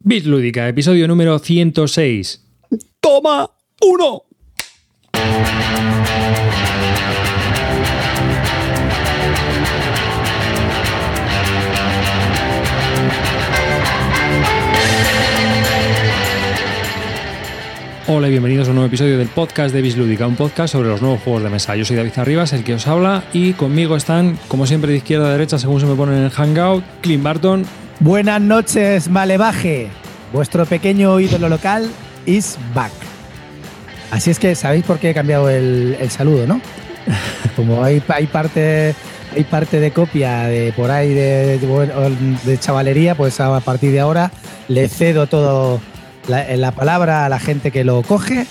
Bit Lúdica, episodio número 106. ¡Toma! ¡Uno! Hola y bienvenidos a un nuevo episodio del podcast de Bit Lúdica, un podcast sobre los nuevos juegos de mesa. Yo soy David Arribas, el que os habla, y conmigo están, como siempre, de izquierda a derecha, según se me pone en el Hangout, Clint Barton. Buenas noches, Malevaje. Vuestro pequeño ídolo local is back. Así es que sabéis por qué he cambiado el saludo, ¿no? Como hay parte de copia de por ahí de chavalería, pues a partir de ahora le cedo todo la palabra a la gente que lo coge,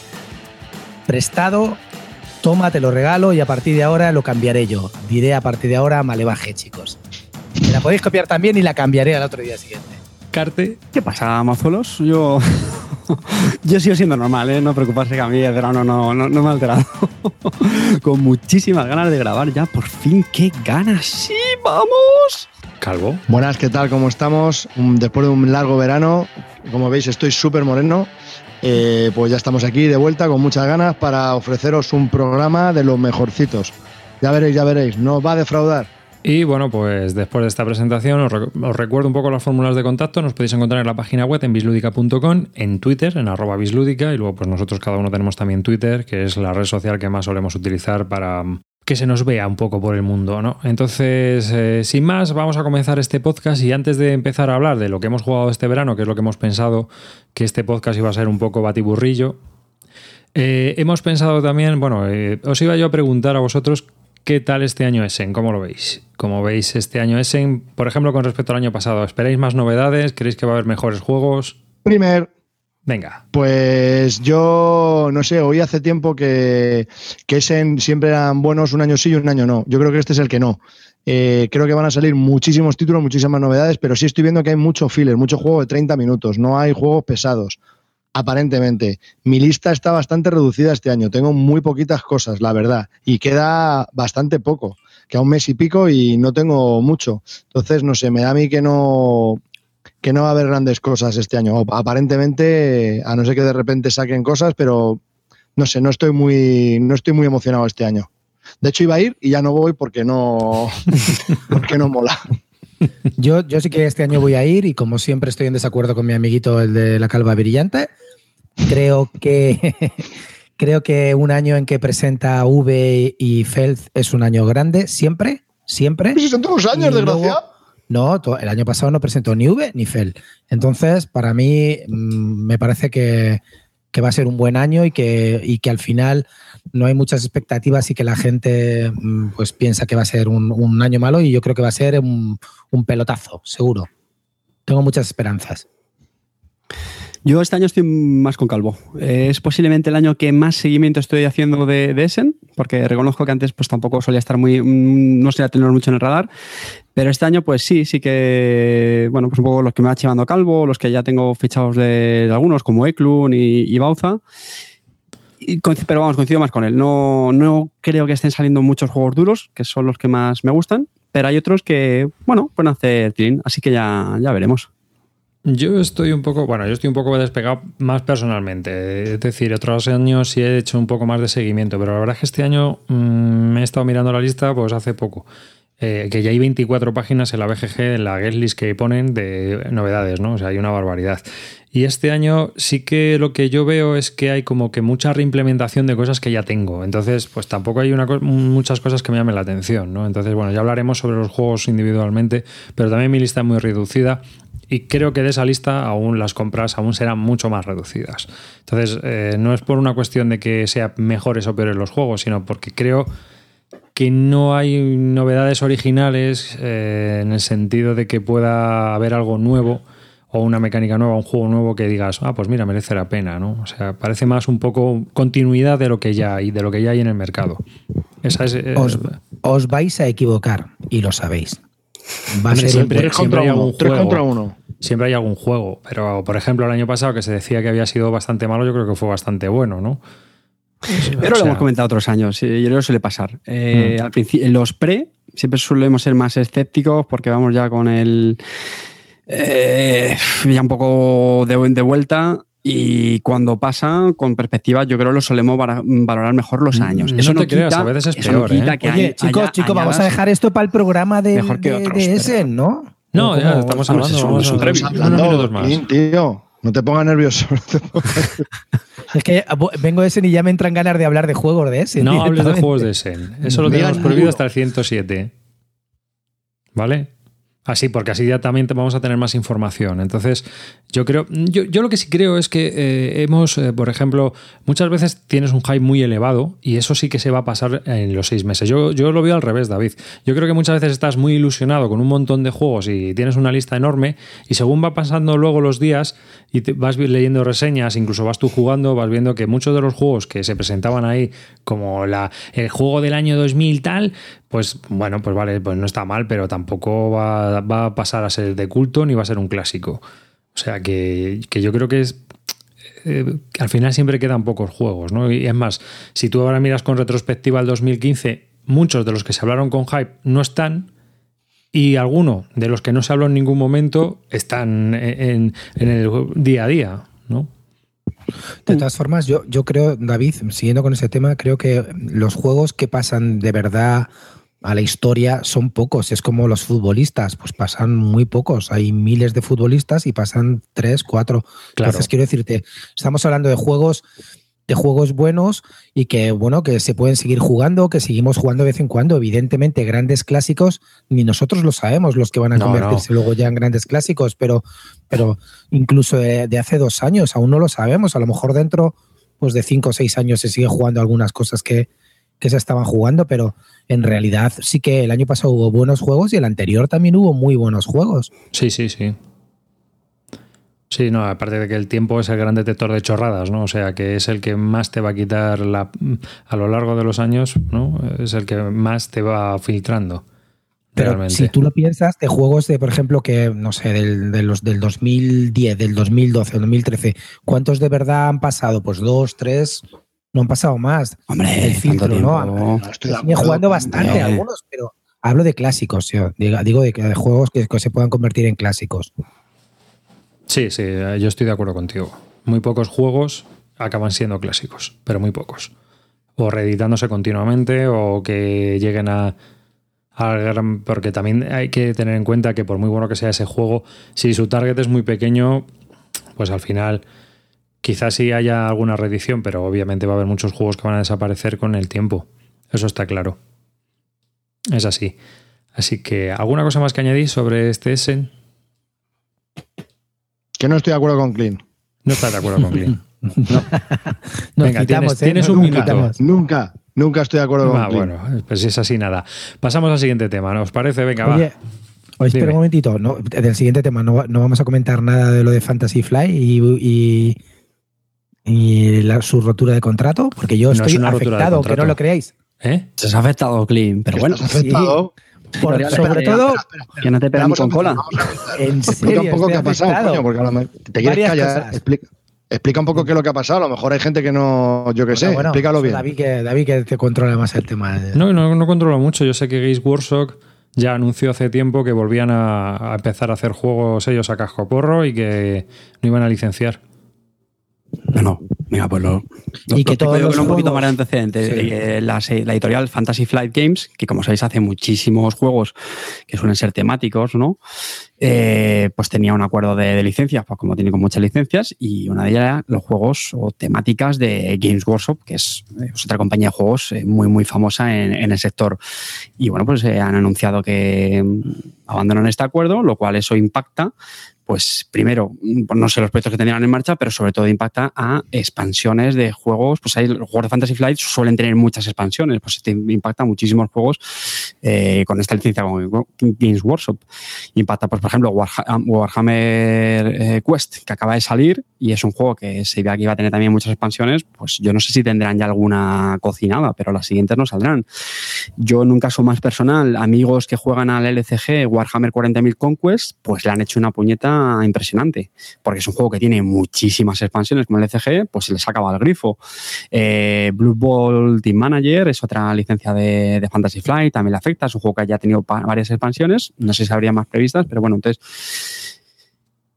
prestado, toma, te lo regalo, y a partir de ahora lo cambiaré yo. Diré a partir de ahora Malevaje, chicos. Me la podéis copiar también y la cambiaré al otro día siguiente. Carte. ¿Qué pasa, mazuelos? Yo sigo siendo normal, ¿eh? No preocuparse que a mí el verano no me ha alterado. Con muchísimas ganas de grabar ya, por fin. ¡Qué ganas! ¡Sí, vamos! Calvo. Buenas, ¿qué tal? ¿Cómo estamos? Después de un largo verano, como veis estoy súper moreno, pues ya estamos aquí de vuelta con muchas ganas para ofreceros un programa de los mejorcitos. Ya veréis, no os va a defraudar. Y bueno, pues después de esta presentación os recuerdo un poco las fórmulas de contacto. Nos podéis encontrar en la página web en bisludica.com, en Twitter, en @bisludica, y luego pues nosotros cada uno tenemos también Twitter, que es la red social que más solemos utilizar para que se nos vea un poco por el mundo, ¿no? Entonces, sin más, vamos a comenzar este podcast, y antes de empezar a hablar de lo que hemos jugado este verano, que es lo que hemos pensado que este podcast iba a ser un poco batiburrillo, hemos pensado también, os iba yo a preguntar a vosotros ¿qué tal este año Essen? ¿Cómo lo veis? ¿Cómo veis este año Essen? Por ejemplo, con respecto al año pasado. ¿Esperáis más novedades? ¿Creéis que va a haber mejores juegos? Venga. Pues yo, no sé, hoy hace tiempo que Essen siempre eran buenos, un año sí y un año no. Yo creo que este es el que no. Creo que van a salir muchísimos títulos, muchísimas novedades, pero sí estoy viendo que hay mucho filler, mucho juego de 30 minutos. No hay juegos pesados. Aparentemente, mi lista está bastante reducida este año. Tengo muy poquitas cosas, la verdad, y queda bastante poco. Queda un mes y pico y no tengo mucho. Entonces, no sé, me da a mí que no va a haber grandes cosas este año. Aparentemente, a no ser que de repente saquen cosas, pero no sé, no estoy muy emocionado este año. De hecho, iba a ir y ya no voy porque no mola. Yo sí que este año voy a ir, y como siempre estoy en desacuerdo con mi amiguito, el de la calva brillante. Creo que un año en que presenta V y Feld es un año grande, siempre. Pues si son todos los años, desgraciado. No, el año pasado no presentó ni V ni Feld. Entonces, para mí, me parece que va a ser un buen año y que al final no hay muchas expectativas y que la gente pues piensa que va a ser un año malo, y yo creo que va a ser un pelotazo, seguro. Tengo muchas esperanzas. Yo este año estoy más con Calvo. Es posiblemente el año que más seguimiento estoy haciendo de Essen, porque reconozco que antes pues tampoco solía estar no solía tener mucho en el radar, pero este año pues sí que, bueno, pues un poco los que me va chivando Calvo, los que ya tengo fichados de algunos, como Eklund y Bauza. Pero vamos, coincido más con él. No creo que estén saliendo muchos juegos duros, que son los que más me gustan, pero hay otros que, bueno, pueden hacer clean, así que ya veremos. Yo estoy un poco despegado más personalmente. Es decir, otros años sí he hecho un poco más de seguimiento, pero la verdad es que este año me he estado mirando la lista pues hace poco. Que ya hay 24 páginas en la BGG, en la guest list que ponen de novedades, ¿no? O sea, hay una barbaridad. Y este año sí que lo que yo veo es que hay como que mucha reimplementación de cosas que ya tengo. Entonces, pues tampoco hay muchas cosas que me llamen la atención, ¿no? Entonces, bueno, ya hablaremos sobre los juegos individualmente, pero también mi lista es muy reducida. Y creo que de esa lista aún las compras aún serán mucho más reducidas. Entonces, no es por una cuestión de que sean mejores o peores los juegos, sino porque creo que no hay novedades originales en el sentido de que pueda haber algo nuevo o una mecánica nueva, un juego nuevo que digas, pues mira, merece la pena, ¿no? O sea, parece más un poco continuidad de lo que ya hay, en el mercado. Esa es, os vais a equivocar, y lo sabéis. Siempre hay algún juego. 3 contra 1. Siempre hay algún juego, pero por ejemplo el año pasado, que se decía que había sido bastante malo, yo creo que fue bastante bueno, ¿no? Pero lo hemos comentado otros años, y yo creo que suele pasar. Al principio, en los siempre solemos ser más escépticos porque vamos ya con Ya un poco de vuelta. Y cuando pasa, con perspectiva, yo creo que lo solemos valorar mejor los años. Eso no te creas, a veces es peor. Oye, chicos, vamos a dejar esto para el programa de Essen, ¿no? No, ya estamos hablando. Estamos hablando, Clint, tío. No te pongas nervioso. Es que vengo de Essen y ya me entran ganas de hablar de juegos de Essen. No hables de juegos de Essen. Eso lo tenemos prohibido hasta el 107. ¿Vale? Así, porque así ya también vamos a tener más información. Entonces, yo creo, yo lo que sí creo es que por ejemplo, muchas veces tienes un hype muy elevado y eso sí que se va a pasar en los 6 meses. Yo lo veo al revés, David. Yo creo que muchas veces estás muy ilusionado con un montón de juegos y tienes una lista enorme y según va pasando luego los días y vas leyendo reseñas, incluso vas tú jugando, vas viendo que muchos de los juegos que se presentaban ahí, como el juego del año 2000 tal, pues bueno, pues vale, pues no está mal, pero tampoco va a pasar a ser de culto ni va a ser un clásico. O sea que yo creo que es al final siempre quedan pocos juegos, ¿no? Y es más, si tú ahora miras con retrospectiva al 2015, muchos de los que se hablaron con hype no están y algunos de los que no se habló en ningún momento están en el día a día, ¿no? De todas formas, yo creo, David, siguiendo con ese tema, creo que los juegos que pasan de verdad a la historia son pocos. Es como los futbolistas, pues pasan muy pocos. Hay miles de futbolistas y pasan 3, 4. Claro. Entonces, quiero decirte, estamos hablando de juegos buenos y que, bueno, que se pueden seguir jugando, que seguimos jugando de vez en cuando. Evidentemente, grandes clásicos, ni nosotros lo sabemos los que van a convertirse luego ya en grandes clásicos, pero incluso de hace 2 años aún no lo sabemos. A lo mejor dentro pues de 5 o 6 años se sigue jugando algunas cosas que se estaban jugando, pero en realidad sí que el año pasado hubo buenos juegos y el anterior también hubo muy buenos juegos. Sí. Sí, no, aparte de que el tiempo es el gran detector de chorradas, ¿no? O sea, que es el que más te va a quitar a lo largo de los años, ¿no? Es el que más te va filtrando. Pero realmente. Si tú lo piensas, de juegos de, por ejemplo, que, no sé, del 2010, del 2012, del 2013, ¿cuántos de verdad han pasado? Pues 2, 3... No han pasado más. Hombre, el filtro, ¿no? Estoy jugando bastante algunos, pero hablo de clásicos, yo. Digo de juegos que se puedan convertir en clásicos. Sí, yo estoy de acuerdo contigo. Muy pocos juegos acaban siendo clásicos, pero muy pocos. O reeditándose continuamente o que lleguen a gran... Porque también hay que tener en cuenta que por muy bueno que sea ese juego, si su target es muy pequeño, pues al final... Quizás sí haya alguna reedición, pero obviamente va a haber muchos juegos que van a desaparecer con el tiempo. Eso está claro. Es así. Así que, ¿alguna cosa más que añadir sobre este Essen? Que no estoy de acuerdo con Clint. No estás de acuerdo con Clint. No. Venga, quitamos, tienes un minuto. Nunca estoy de acuerdo con Clint. Bueno, pues si es así, nada. Pasamos al siguiente tema, ¿no os parece? Venga, Oye, va. Espera un momentito. No, del siguiente tema no vamos a comentar nada de lo de Fantasy Flight y su rotura de contrato, porque yo estoy afectado, que no lo creáis. Se os ha afectado, Clint, pero bueno. Afectado. Sí. Sobre todo, que no te pegan con cola. En serio, explica un poco qué ha pasado, coño, porque te quieres callar. Explica un poco qué es lo que ha pasado. A lo mejor hay gente que no, yo qué sé, explícalo bien. David que te controla más el tema. No controlo mucho. Yo sé que Games Workshop ya anunció hace tiempo que volvían a empezar a hacer juegos ellos a cascoporro y que no iban a licenciar. No, mira, pues y que todo un poquito más de antecedentes. Sí. La editorial Fantasy Flight Games, que como sabéis hace muchísimos juegos que suelen ser temáticos, ¿no? Pues tenía un acuerdo de licencias, pues como tiene con muchas licencias, y una de ellas era los juegos o temáticas de Games Workshop, que es otra compañía de juegos muy, muy famosa en el sector. Y bueno, pues han anunciado que abandonan este acuerdo, lo cual eso impacta. Pues primero, no sé los proyectos que tendrán en marcha, pero sobre todo impacta a expansiones de juegos. Pues ahí los juegos de Fantasy Flight suelen tener muchas expansiones, pues impacta a muchísimos juegos con esta licencia con Games Workshop. Impacta, pues por ejemplo, Warhammer Quest, que acaba de salir y es un juego que se veía que iba a tener también muchas expansiones. Pues yo no sé si tendrán ya alguna cocinada, pero las siguientes no saldrán. Yo en un caso más personal, amigos que juegan al LCG Warhammer 40.000 Conquest, pues le han hecho una puñeta impresionante, porque es un juego que tiene muchísimas expansiones como el LCG, pues se les acaba el grifo. Blue Ball Team Manager es otra licencia de Fantasy Flight, también le afecta, es un juego que ya ha tenido varias expansiones, no sé si habría más previstas, pero bueno, entonces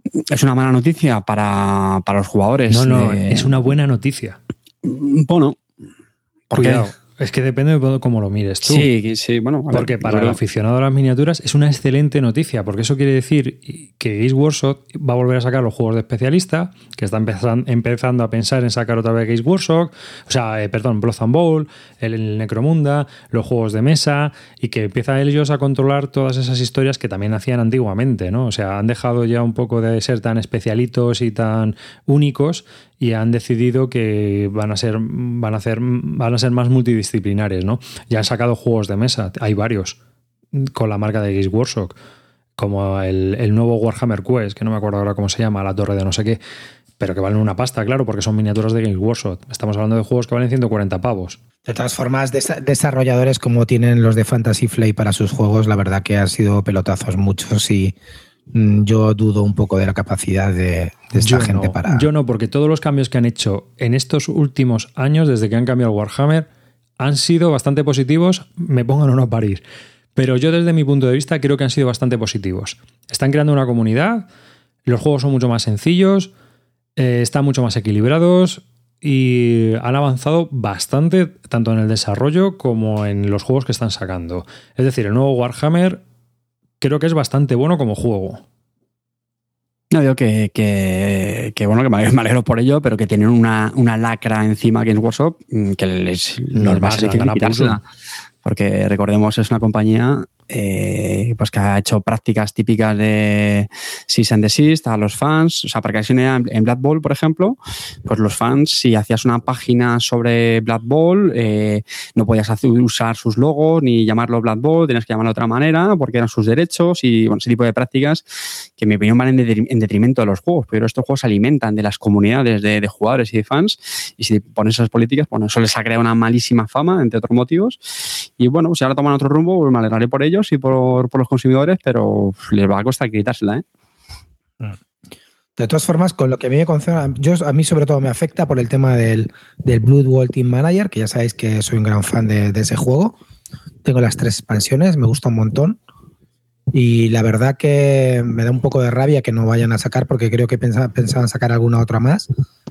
es una mala noticia para los jugadores. No, es una buena noticia. Bueno, cuidado. Es que depende de cómo lo mires tú. Sí, bueno. Porque para el aficionado a las miniaturas es una excelente noticia, porque eso quiere decir que Games Workshop va a volver a sacar los juegos de especialista, que está empezando a pensar en sacar otra vez Games Workshop, Blood and Bowl, el Necromunda, los juegos de mesa, y que empieza ellos a controlar todas esas historias que también hacían antiguamente, ¿no? O sea, han dejado ya un poco de ser tan especialitos y tan únicos y han decidido que van a ser más multidisciplinares, ¿no? Ya han sacado juegos de mesa, hay varios con la marca de Games Workshop, como el nuevo Warhammer Quest, que no me acuerdo ahora cómo se llama, la torre de no sé qué, pero que valen una pasta, claro, porque son miniaturas de Games Workshop. Estamos hablando de juegos que valen 140 pavos. De todas formas, desarrolladores como tienen los de Fantasy Flight para sus juegos, la verdad que han sido pelotazos muchos y yo dudo un poco de la capacidad de esta gente para... Yo no, porque todos los cambios que han hecho en estos últimos años, desde que han cambiado el Warhammer, han sido bastante positivos, me pongan o no a parir. Pero yo desde mi punto de vista creo que han sido bastante positivos. Están creando una comunidad, los juegos son mucho más sencillos, están mucho más equilibrados y han avanzado bastante tanto en el desarrollo como en los juegos que están sacando. Es decir, el nuevo Warhammer creo que es bastante bueno como juego. No, digo que me alegro por ello, pero que tienen una lacra encima Games Workshop que les va a ser difícil quitársela. Porque recordemos, es una compañía pues que ha hecho prácticas típicas de cease and desist a los fans. O sea, para que en Blood Bowl, por ejemplo, pues los fans, si hacías una página sobre Blood Bowl, no podías usar sus logos ni llamarlo Blood Bowl, tenías que llamarlo de otra manera porque eran sus derechos y bueno, ese tipo de prácticas que en mi opinión van en detrimento de los juegos, pero estos juegos se alimentan de las comunidades de jugadores y de fans, y si pones esas políticas, bueno, eso les ha creado una malísima fama, entre otros motivos, y bueno, si ahora toman otro rumbo, pues me alegraré por ellos y por los consumidores, pero les va a costar quitársela, ¿eh? De todas formas, con lo que a mí me concierne, a mí sobre todo me afecta por el tema del Blood Bowl Team Manager, que ya sabéis que soy un gran fan de ese juego. Tengo las 3 expansiones, me gusta un montón. Y la verdad que me da un poco de rabia que no vayan a sacar, porque creo que pensaban sacar alguna otra más.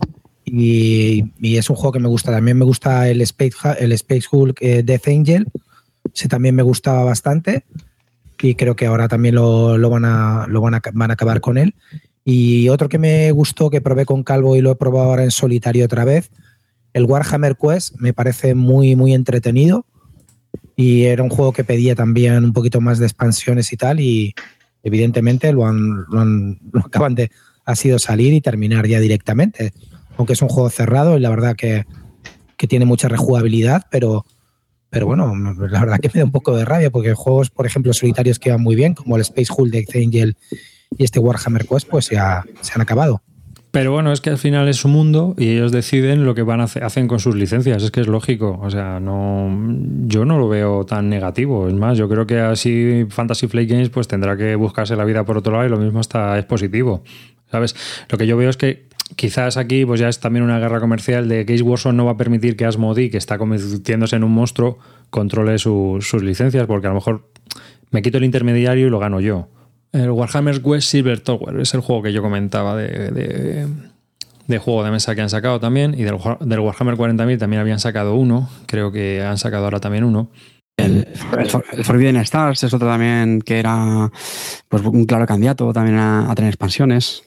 Y es un juego que me gusta. También me gusta el Space Hulk Death Angel. Ese también me gustaba bastante. Y creo que ahora también van a acabar con él. Y otro que me gustó, que probé con Calvo y lo he probado ahora en solitario otra vez, el Warhammer Quest, me parece muy, muy entretenido. Y era un juego que pedía también un poquito más de expansiones y tal, y evidentemente lo acaban de salir y terminar ya directamente. Aunque es un juego cerrado y la verdad que tiene mucha rejugabilidad, pero bueno, la verdad que me da un poco de rabia porque juegos, por ejemplo, solitarios que van muy bien, como el Space Hulk de Angel y este Warhammer Quest, pues ya se han acabado. Pero bueno, es que al final es su mundo y ellos deciden lo que hacen con sus licencias. Es que es lógico. O sea, yo no lo veo tan negativo. Es más, yo creo que así Fantasy Flight Games pues tendrá que buscarse la vida por otro lado y lo mismo es positivo. ¿Sabes? Lo que yo veo es que quizás aquí pues ya es también una guerra comercial de Games Workshop no va a permitir que Asmodee, que está convirtiéndose en un monstruo, controle sus licencias, porque a lo mejor me quito el intermediario y lo gano yo. El Warhammer Quest Silver Tower es el juego que yo comentaba de juego de mesa que han sacado también, y del Warhammer 40.000 también habían sacado uno, creo que han sacado ahora también uno. El Forbidden Stars es otro también que era pues un claro candidato también a tener expansiones.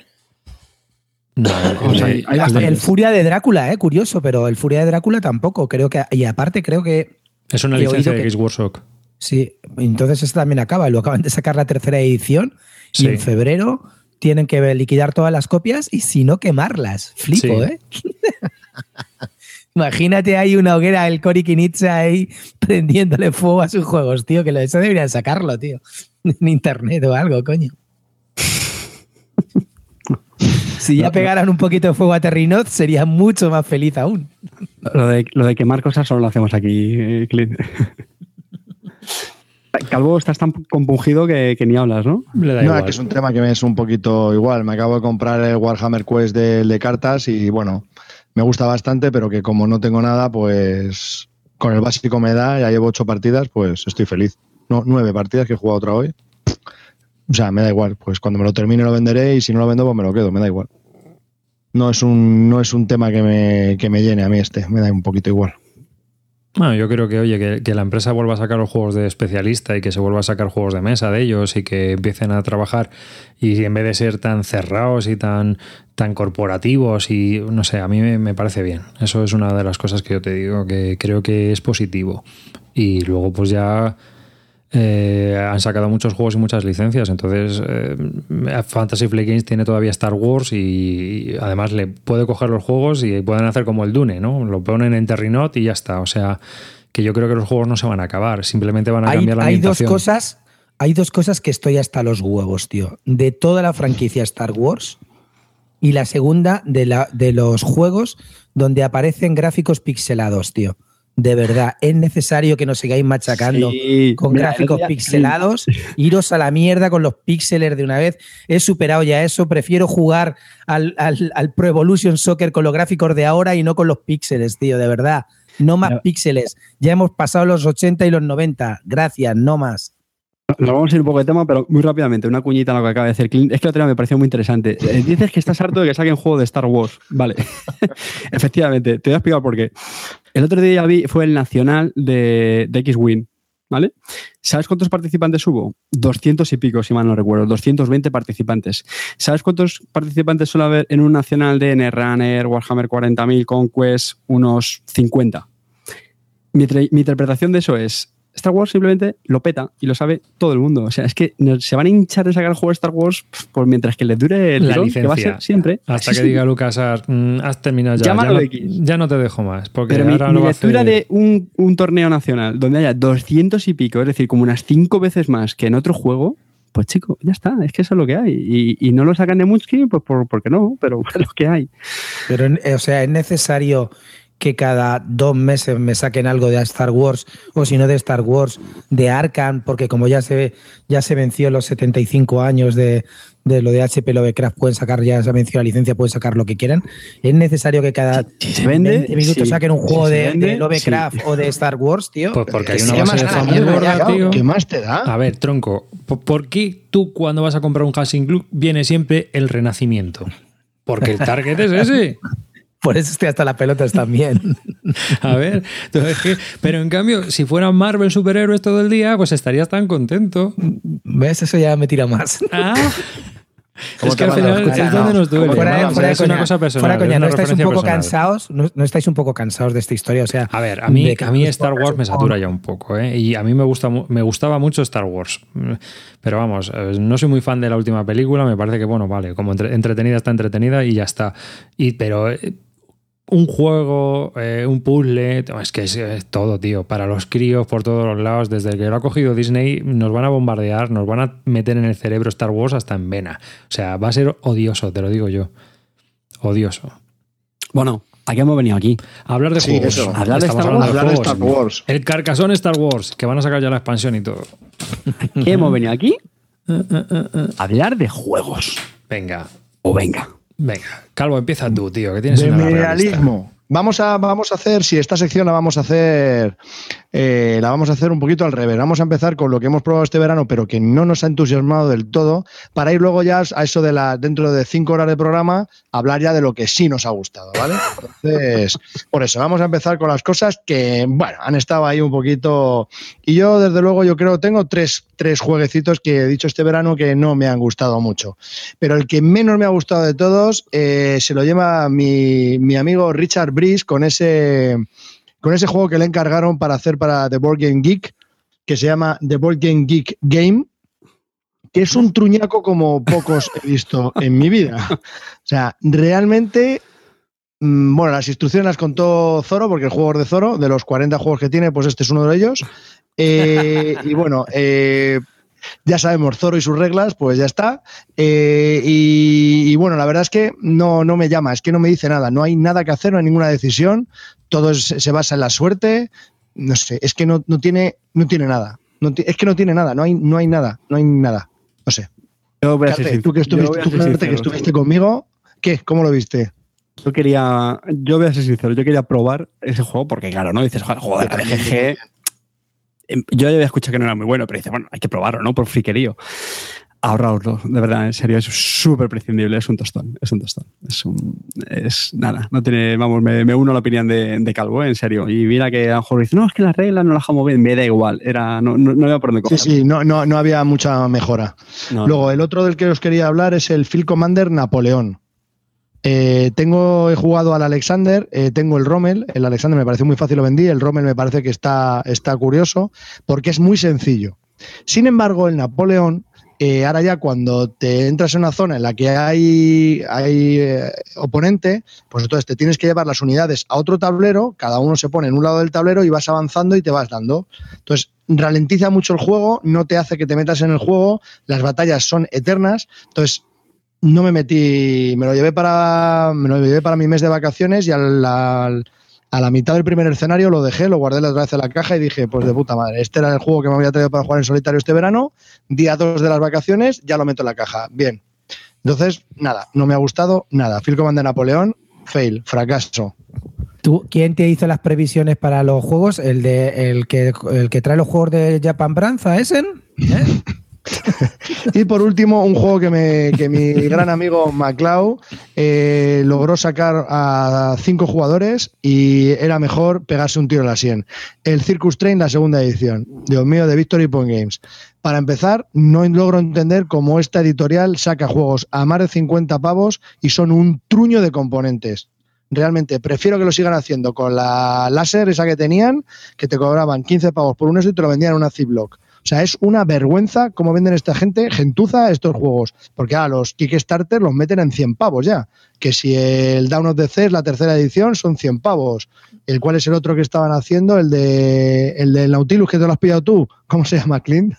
No, el Furia de Drácula, curioso, pero el Furia de Drácula tampoco, creo que, y aparte creo que es una licencia de Games Workshop. Sí, entonces esto también acaba, lo acaban de sacar la 3ª edición y en febrero tienen que liquidar todas las copias y si no quemarlas. Flipo, sí. Imagínate ahí una hoguera, el Cory Kinitsa ahí prendiéndole fuego a sus juegos, tío, que eso deberían sacarlo, tío, en internet o algo, coño. Si ya pegaran un poquito de fuego a Terrinoth, sería mucho más feliz aún. Lo de quemar cosas solo lo hacemos aquí, Clint. Calvo, estás tan compungido que ni hablas, ¿no? No, que es un tema que me es un poquito igual. Me acabo de comprar el Warhammer Quest de cartas y bueno, me gusta bastante, pero que como no tengo nada, pues con el básico me da, ya llevo 8 partidas, pues estoy feliz. No, 9 partidas que he jugado otra hoy. O sea, me da igual. Pues cuando me lo termine lo venderé y si no lo vendo, pues me lo quedo, me da igual. No es un tema que me llene a mí me da un poquito igual. Bueno, yo creo que, oye, que la empresa vuelva a sacar los juegos de especialista y que se vuelva a sacar juegos de mesa de ellos y que empiecen a trabajar y en vez de ser tan cerrados y tan corporativos y no sé, a mí me parece bien. Eso es una de las cosas que yo te digo, que creo que es positivo. Y luego pues ya han sacado muchos juegos y muchas licencias, entonces Fantasy Flight Games tiene todavía Star Wars y además le puede coger los juegos y pueden hacer como el Dune, ¿no? Lo ponen en Terrinet y ya está. O sea, que yo creo que los juegos no se van a acabar, simplemente van a cambiar la ambientación. Hay dos cosas que estoy hasta los huevos, tío. De toda la franquicia Star Wars y la segunda de los juegos donde aparecen gráficos pixelados, tío. De verdad, es necesario que nos sigáis machacando con gráficos pixelados. Iros a la mierda con los píxeles de una vez. He superado ya eso. Prefiero jugar al Pro Evolution Soccer con los gráficos de ahora y no con los píxeles, tío. De verdad. No más píxeles. Ya hemos pasado los 80 y los 90. Gracias, no más. Nos vamos a ir un poco de tema, pero muy rápidamente, una cuñita a lo que acaba de decir Clint. Es que la teoría me pareció muy interesante. Dices que estás harto de que saquen juego de Star Wars. Vale. Efectivamente, te voy a explicar por qué. El otro día ya fue el nacional de X-Wing, ¿vale? ¿Sabes cuántos participantes hubo? 200 y pico, si mal no recuerdo. 220 participantes. ¿Sabes cuántos participantes suele haber en un nacional de Netrunner, Warhammer 40.000, Conquest? Unos 50. Mi interpretación de eso es: Star Wars simplemente lo peta y lo sabe todo el mundo. O sea, es que se van a hinchar de sacar el juego de Star Wars por mientras que les dure el tirón, que va a ser siempre. Hasta que diga Lucas, has terminado ya. Ya no te dejo más. Porque pero ahora mi lectura de un torneo nacional donde haya 200 y pico, es decir, como unas 5 veces más que en otro juego, pues chico, ya está. Es que eso es lo que hay. Y no lo sacan de Munchkin, pues porque no, pero es lo que hay. Pero, o sea, es necesario que cada 2 meses me saquen algo de Star Wars, o si no de Star Wars, de Arkham, porque como ya se venció los 75 años de lo de HP Lovecraft, pueden sacar, ya se venció la licencia, pueden sacar lo que quieran. Es necesario que cada 20 minutos saquen un juego de Lovecraft o de Star Wars, tío. Pues porque hay una base de fan muy gorda, tío. ¿Qué más te da? A ver, tronco, ¿por qué tú cuando vas a comprar un Hashing Club viene siempre el Renacimiento? Porque el target es ese. Por eso estoy hasta las pelotas también. A ver, entonces, pero en cambio, si fueran Marvel superhéroes todo el día, pues estarías tan contento. ¿Ves? Eso ya me tira más. Ah. Es que al final es donde nos duele. Es una cosa personal. Fuera coña, ¿no estáis un poco cansados? ¿No estáis un poco cansados de esta historia? O sea, a ver, a mí Star Wars me satura ya un poco, ¿eh? Y a mí me gustaba mucho Star Wars. Pero vamos, no soy muy fan de la última película. Me parece que, bueno, vale, como entretenida está entretenida y ya está. Pero un juego, un puzzle, es que es todo, tío. Para los críos por todos los lados, desde que lo ha cogido Disney, nos van a bombardear, nos van a meter en el cerebro Star Wars hasta en vena. O sea, va a ser odioso, te lo digo yo. Odioso. Bueno, ¿a qué hemos venido aquí? A hablar de juegos. Eso. Hablar de Star Wars. El Carcassonne Star Wars, que van a sacar ya la expansión y todo. ¿Qué hemos venido aquí? Hablar de juegos. Venga. Venga, Calvo, empieza tú, tío, que tienes de una mineralismo. Vamos a hacer, si esta sección la vamos a hacer un poquito al revés. Vamos a empezar con lo que hemos probado este verano, pero que no nos ha entusiasmado del todo, para ir luego ya a eso dentro de 5 horas de programa, hablar ya de lo que sí nos ha gustado, ¿vale? Entonces, por eso, vamos a empezar con las cosas que, bueno, han estado ahí un poquito. Y yo, desde luego, tengo tres jueguecitos que he dicho este verano que no me han gustado mucho. Pero el que menos me ha gustado de todos se lo lleva mi amigo Richard Brice con ese juego que le encargaron para hacer para The Board Game Geek, que se llama The Board Game Geek Game, que es un truñaco como pocos he visto en mi vida. O sea, realmente, bueno, las instrucciones las contó Zoro, porque el juego es de Zoro, de los 40 juegos que tiene, pues este es uno de ellos. Y bueno, ya sabemos, Zoro y sus reglas, pues ya está. Y bueno, la verdad es que no me llama, es que no me dice nada, no hay nada que hacer, no hay ninguna decisión, todo se basa en la suerte, no sé, es que no tiene nada, es que no tiene nada, no hay nada, no sé. Yo voy a ser sincero. Tú que estuviste conmigo, ¿qué? ¿Cómo lo viste? Yo voy a ser sincero, yo quería probar ese juego porque, claro, ¿no? Dices, joder, la BGG. Yo ya había escuchado que no era muy bueno, pero dice, bueno, hay que probarlo, ¿no? Por friquerío. ahorraoslo, de verdad, en serio, es súper prescindible, es un tostón. Nada, no tiene, vamos, me uno a la opinión de Calvo, en serio. Y mira que a lo mejor dice, no, es que las reglas no las dejamos bien, me da igual, no había por dónde coger. Sí, no había mucha mejora. Luego, el otro del que os quería hablar es el Field Commander Napoleón. He jugado al Alexander, tengo el Rommel. El Alexander me pareció muy fácil, lo vendí. El Rommel me parece que está curioso porque es muy sencillo. Sin embargo, el Napoleón, ahora ya cuando te entras en una zona en la que hay oponente, pues entonces te tienes que llevar las unidades a otro tablero, cada uno se pone en un lado del tablero y vas avanzando y te vas dando. Entonces ralentiza mucho el juego, no te hace que te metas en el juego, las batallas son eternas. Entonces no me metí, me lo llevé para mi mes de vacaciones y a la mitad del primer escenario lo dejé, lo guardé otra vez en la caja y dije, pues de puta madre, este era el juego que me había traído para jugar en solitario este verano, día 2 de las vacaciones, ya lo meto en la caja, bien. Entonces, nada, no me ha gustado nada. Field Commander Napoleón, fail, fracaso. ¿Quién te hizo las previsiones para los juegos? ¿El que trae los juegos de Japan Brand, Essen? Y por último, un juego que mi gran amigo MacLeod logró sacar a 5 jugadores y era mejor pegarse un tiro a la sien. El Circus Train, la segunda edición. Dios mío, de Victory Point Games. Para empezar, no logro entender cómo esta editorial saca juegos a más de 50 pavos y son un truño de componentes. Realmente, prefiero que lo sigan haciendo con la láser esa que tenían, que te cobraban 15 pavos por un eso y te lo vendían en una Ziploc. O sea, es una vergüenza cómo venden esta gente, gentuza, estos juegos. Porque ahora los Kickstarter los meten en 100 pavos ya. Que si el Dawn of the Seas, la tercera edición, son 100 pavos. ¿Cuál es el otro que estaban haciendo? El del Nautilus, que te lo has pillado tú. ¿Cómo se llama, Clint?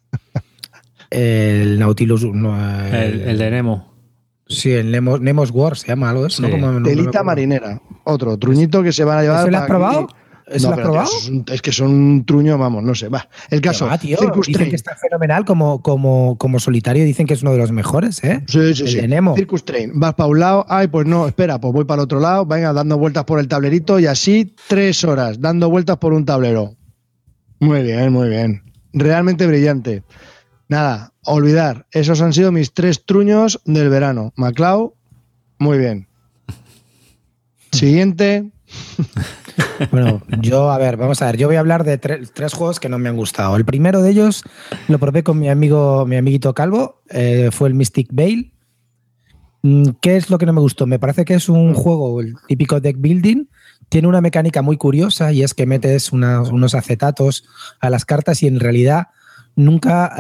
El Nautilus. El de Nemo. Sí, el Nemo's War se llama algo de eso. Sí. ¿No? Telita marinera. Otro truñito que se van a llevar. ¿Eso lo has probado? ¿Eso lo has probado? Es que son un truño, vamos, no sé. Va. El caso. Tío, dicen que está fenomenal como solitario, dicen que es uno de los mejores, ¿eh? Sí. De Nemo. Circus Train. Vas para un lado, pues no, espera, pues voy para el otro lado, venga, dando vueltas por el tablerito y así 3 horas, dando vueltas por un tablero. Muy bien. Realmente brillante. Nada, olvidar. Esos han sido mis 3 truños del verano. MacLeod, muy bien. Siguiente. Bueno, vamos a ver. Yo voy a hablar de 3 juegos que no me han gustado. El primero de ellos lo probé con mi amiguito Calvo, fue el Mystic Veil. ¿Qué es lo que no me gustó? Me parece que es un juego, el típico deck building. Tiene una mecánica muy curiosa y es que metes unos acetatos a las cartas y en realidad nunca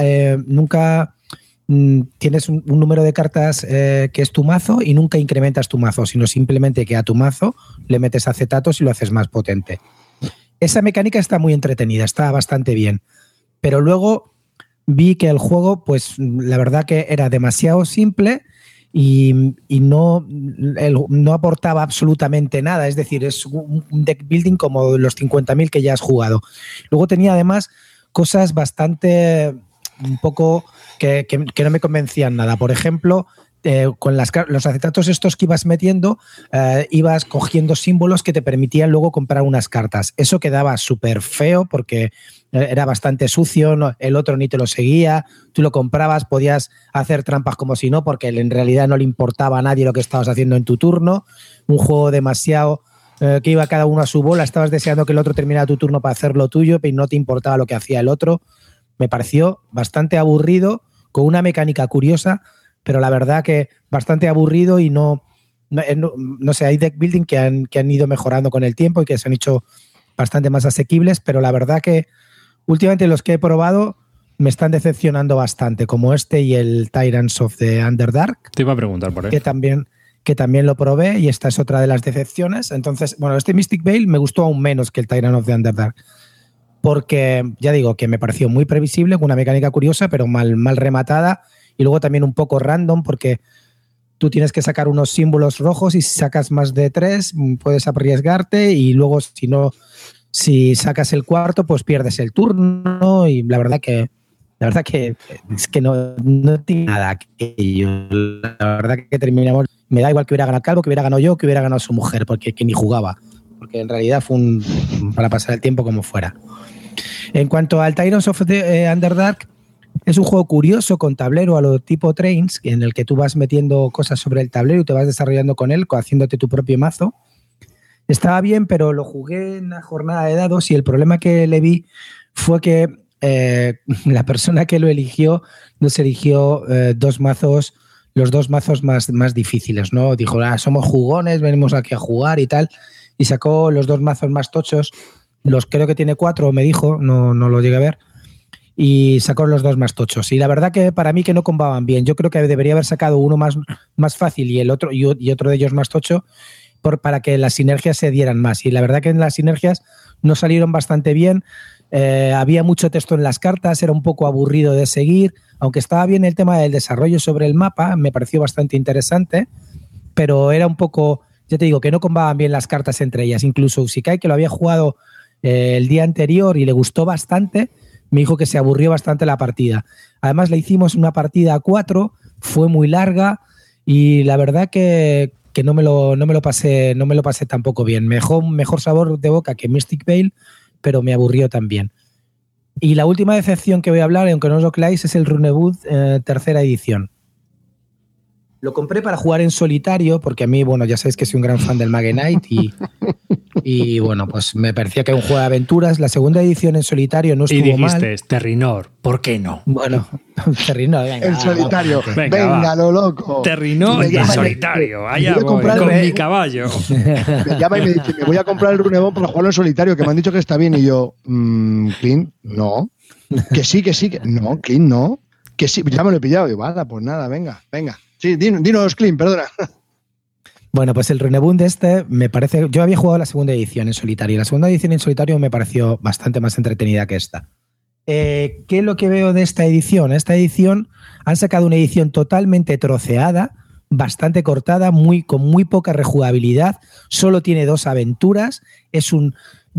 tienes un número de cartas que es tu mazo y nunca incrementas tu mazo, sino simplemente que a tu mazo le metes acetatos y lo haces más potente. Esa mecánica está muy entretenida, está bastante bien. Pero luego vi que el juego, pues la verdad que era demasiado simple y no aportaba absolutamente nada. Es decir, es un deck building como los 50.000 que ya has jugado. Luego tenía además cosas bastante un poco que no me convencían nada. Por ejemplo, con los acetatos estos que ibas metiendo, ibas cogiendo símbolos que te permitían luego comprar unas cartas. Eso quedaba súper feo porque era bastante sucio, el otro ni te lo seguía, tú lo comprabas, podías hacer trampas como si no, porque en realidad no le importaba a nadie lo que estabas haciendo en tu turno. Un juego demasiado que iba cada uno a su bola, estabas deseando que el otro terminara tu turno para hacer lo tuyo, pero no te importaba lo que hacía el otro. Me pareció bastante aburrido, con una mecánica curiosa, pero la verdad que bastante aburrido y no sé, hay deck building que han ido mejorando con el tiempo y que se han hecho bastante más asequibles, pero la verdad que últimamente los que he probado me están decepcionando bastante, como este y el Tyrants of the Underdark. Te iba a preguntar por él. Que también lo probé y esta es otra de las decepciones. Entonces, bueno, este Mystic Veil me gustó aún menos que el Tyrant of the Underdark, porque ya digo que me pareció muy previsible, con una mecánica curiosa, pero mal rematada, y luego también un poco random, porque tú tienes que sacar unos símbolos rojos y si sacas más de 3 puedes arriesgarte y luego si sacas el cuarto pues pierdes el turno y la verdad que es que no tiene nada aquello. La verdad que terminamos, me da igual que hubiera ganado Calvo, que hubiera ganado yo, que hubiera ganado su mujer, porque que ni jugaba, porque en realidad fue para pasar el tiempo como fuera. En cuanto al Tyrants of the Underdark, Es un juego curioso con tablero a lo tipo Trains, en el que tú vas metiendo cosas sobre el tablero y te vas desarrollando con él, haciéndote tu propio mazo. Estaba bien, pero lo jugué en una jornada de dados y el problema que le vi fue que la persona que lo eligió nos eligió los dos mazos más difíciles, ¿no? Dijo, somos jugones, venimos aquí a jugar y tal, y sacó los dos mazos más tochos, creo que tiene 4, me dijo, no lo llegué a ver, y sacó los dos más tochos. Y la verdad que para mí que no combaban bien. Yo creo que debería haber sacado uno más fácil y otro de ellos más tocho para que las sinergias se dieran más. Y la verdad que en las sinergias no salieron bastante bien. Había mucho texto en las cartas, era un poco aburrido de seguir, aunque estaba bien el tema del desarrollo sobre el mapa, me pareció bastante interesante, pero era un poco, ya te digo, que no combaban bien las cartas entre ellas. Incluso Usikai, que lo había jugado el día anterior y le gustó bastante, me dijo que se aburrió bastante la partida. Además le hicimos una partida a 4, fue muy larga y la verdad que no me lo pasé tampoco bien. Mejor sabor de boca que Mystic Vale, pero me aburrió también. Y la última decepción que voy a hablar, aunque no os lo creáis, es el Runewood tercera edición. Lo compré para jugar en solitario, porque a mí, bueno, ya sabéis que soy un gran fan del Mage Knight y bueno, pues me parecía que era un juego de aventuras. La segunda edición en solitario no estuvo mal. Y dijiste, Terrinor, ¿por qué no? Bueno, Terrinor, venga. En solitario, venga lo loco. Terrinor en solitario, allá voy, con mi caballo. Me llama y me dice, me voy a comprar el Runebone para jugarlo en solitario, que me han dicho que está bien. Y yo, Clint, no. Que sí. No, Clint, no. Que sí, ya me lo he pillado. Y vale, pues nada, venga. Sí, dinos, Clint, perdona. Bueno, pues el Runebound me parece... Yo había jugado la segunda edición en solitario. La segunda edición en solitario me pareció bastante más entretenida que esta. ¿Qué es lo que veo de esta edición? Esta edición han sacado una edición totalmente troceada, bastante cortada, con muy poca rejugabilidad. Solo tiene 2 aventuras. Es una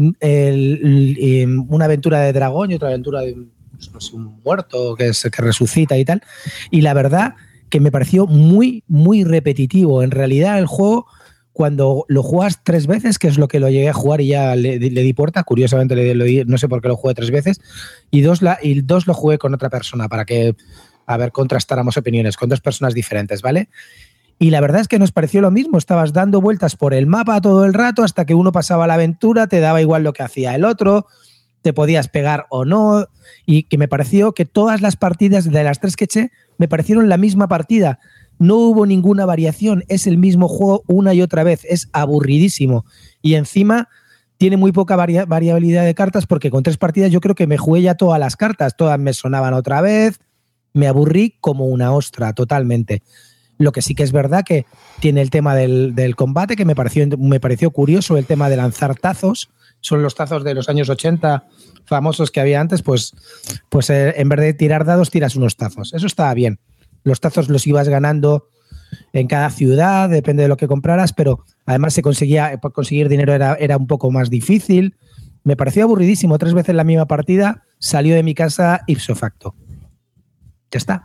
aventura de dragón y otra aventura de un muerto que resucita y tal. Y la verdad que me pareció muy, muy repetitivo. En realidad, el juego, cuando lo juegas 3 veces, que es lo que lo llegué a jugar y ya le di puerta, curiosamente no sé por qué lo jugué 3 veces, y dos lo jugué con otra persona para que, contrastáramos opiniones con 2 personas diferentes, ¿vale? Y la verdad es que nos pareció lo mismo. Estabas dando vueltas por el mapa todo el rato hasta que uno pasaba la aventura, te daba igual lo que hacía el otro, te podías pegar o no, y que me pareció que todas las partidas de las 3 que eché me parecieron la misma partida. No hubo ninguna variación, es el mismo juego una y otra vez, es aburridísimo. Y encima tiene muy poca variabilidad de cartas porque con 3 partidas yo creo que me jugué ya todas las cartas, todas me sonaban otra vez, me aburrí como una ostra totalmente. Lo que sí que es verdad que tiene el tema del combate, que me pareció curioso, el tema de lanzar tazos. Son los tazos de los años 80 famosos que había antes, pues en vez de tirar dados, tiras unos tazos. Eso estaba bien. Los tazos los ibas ganando en cada ciudad, depende de lo que compraras, pero además conseguir dinero era un poco más difícil. Me pareció aburridísimo. 3 veces la misma partida, salió de mi casa ipso facto. Ya está.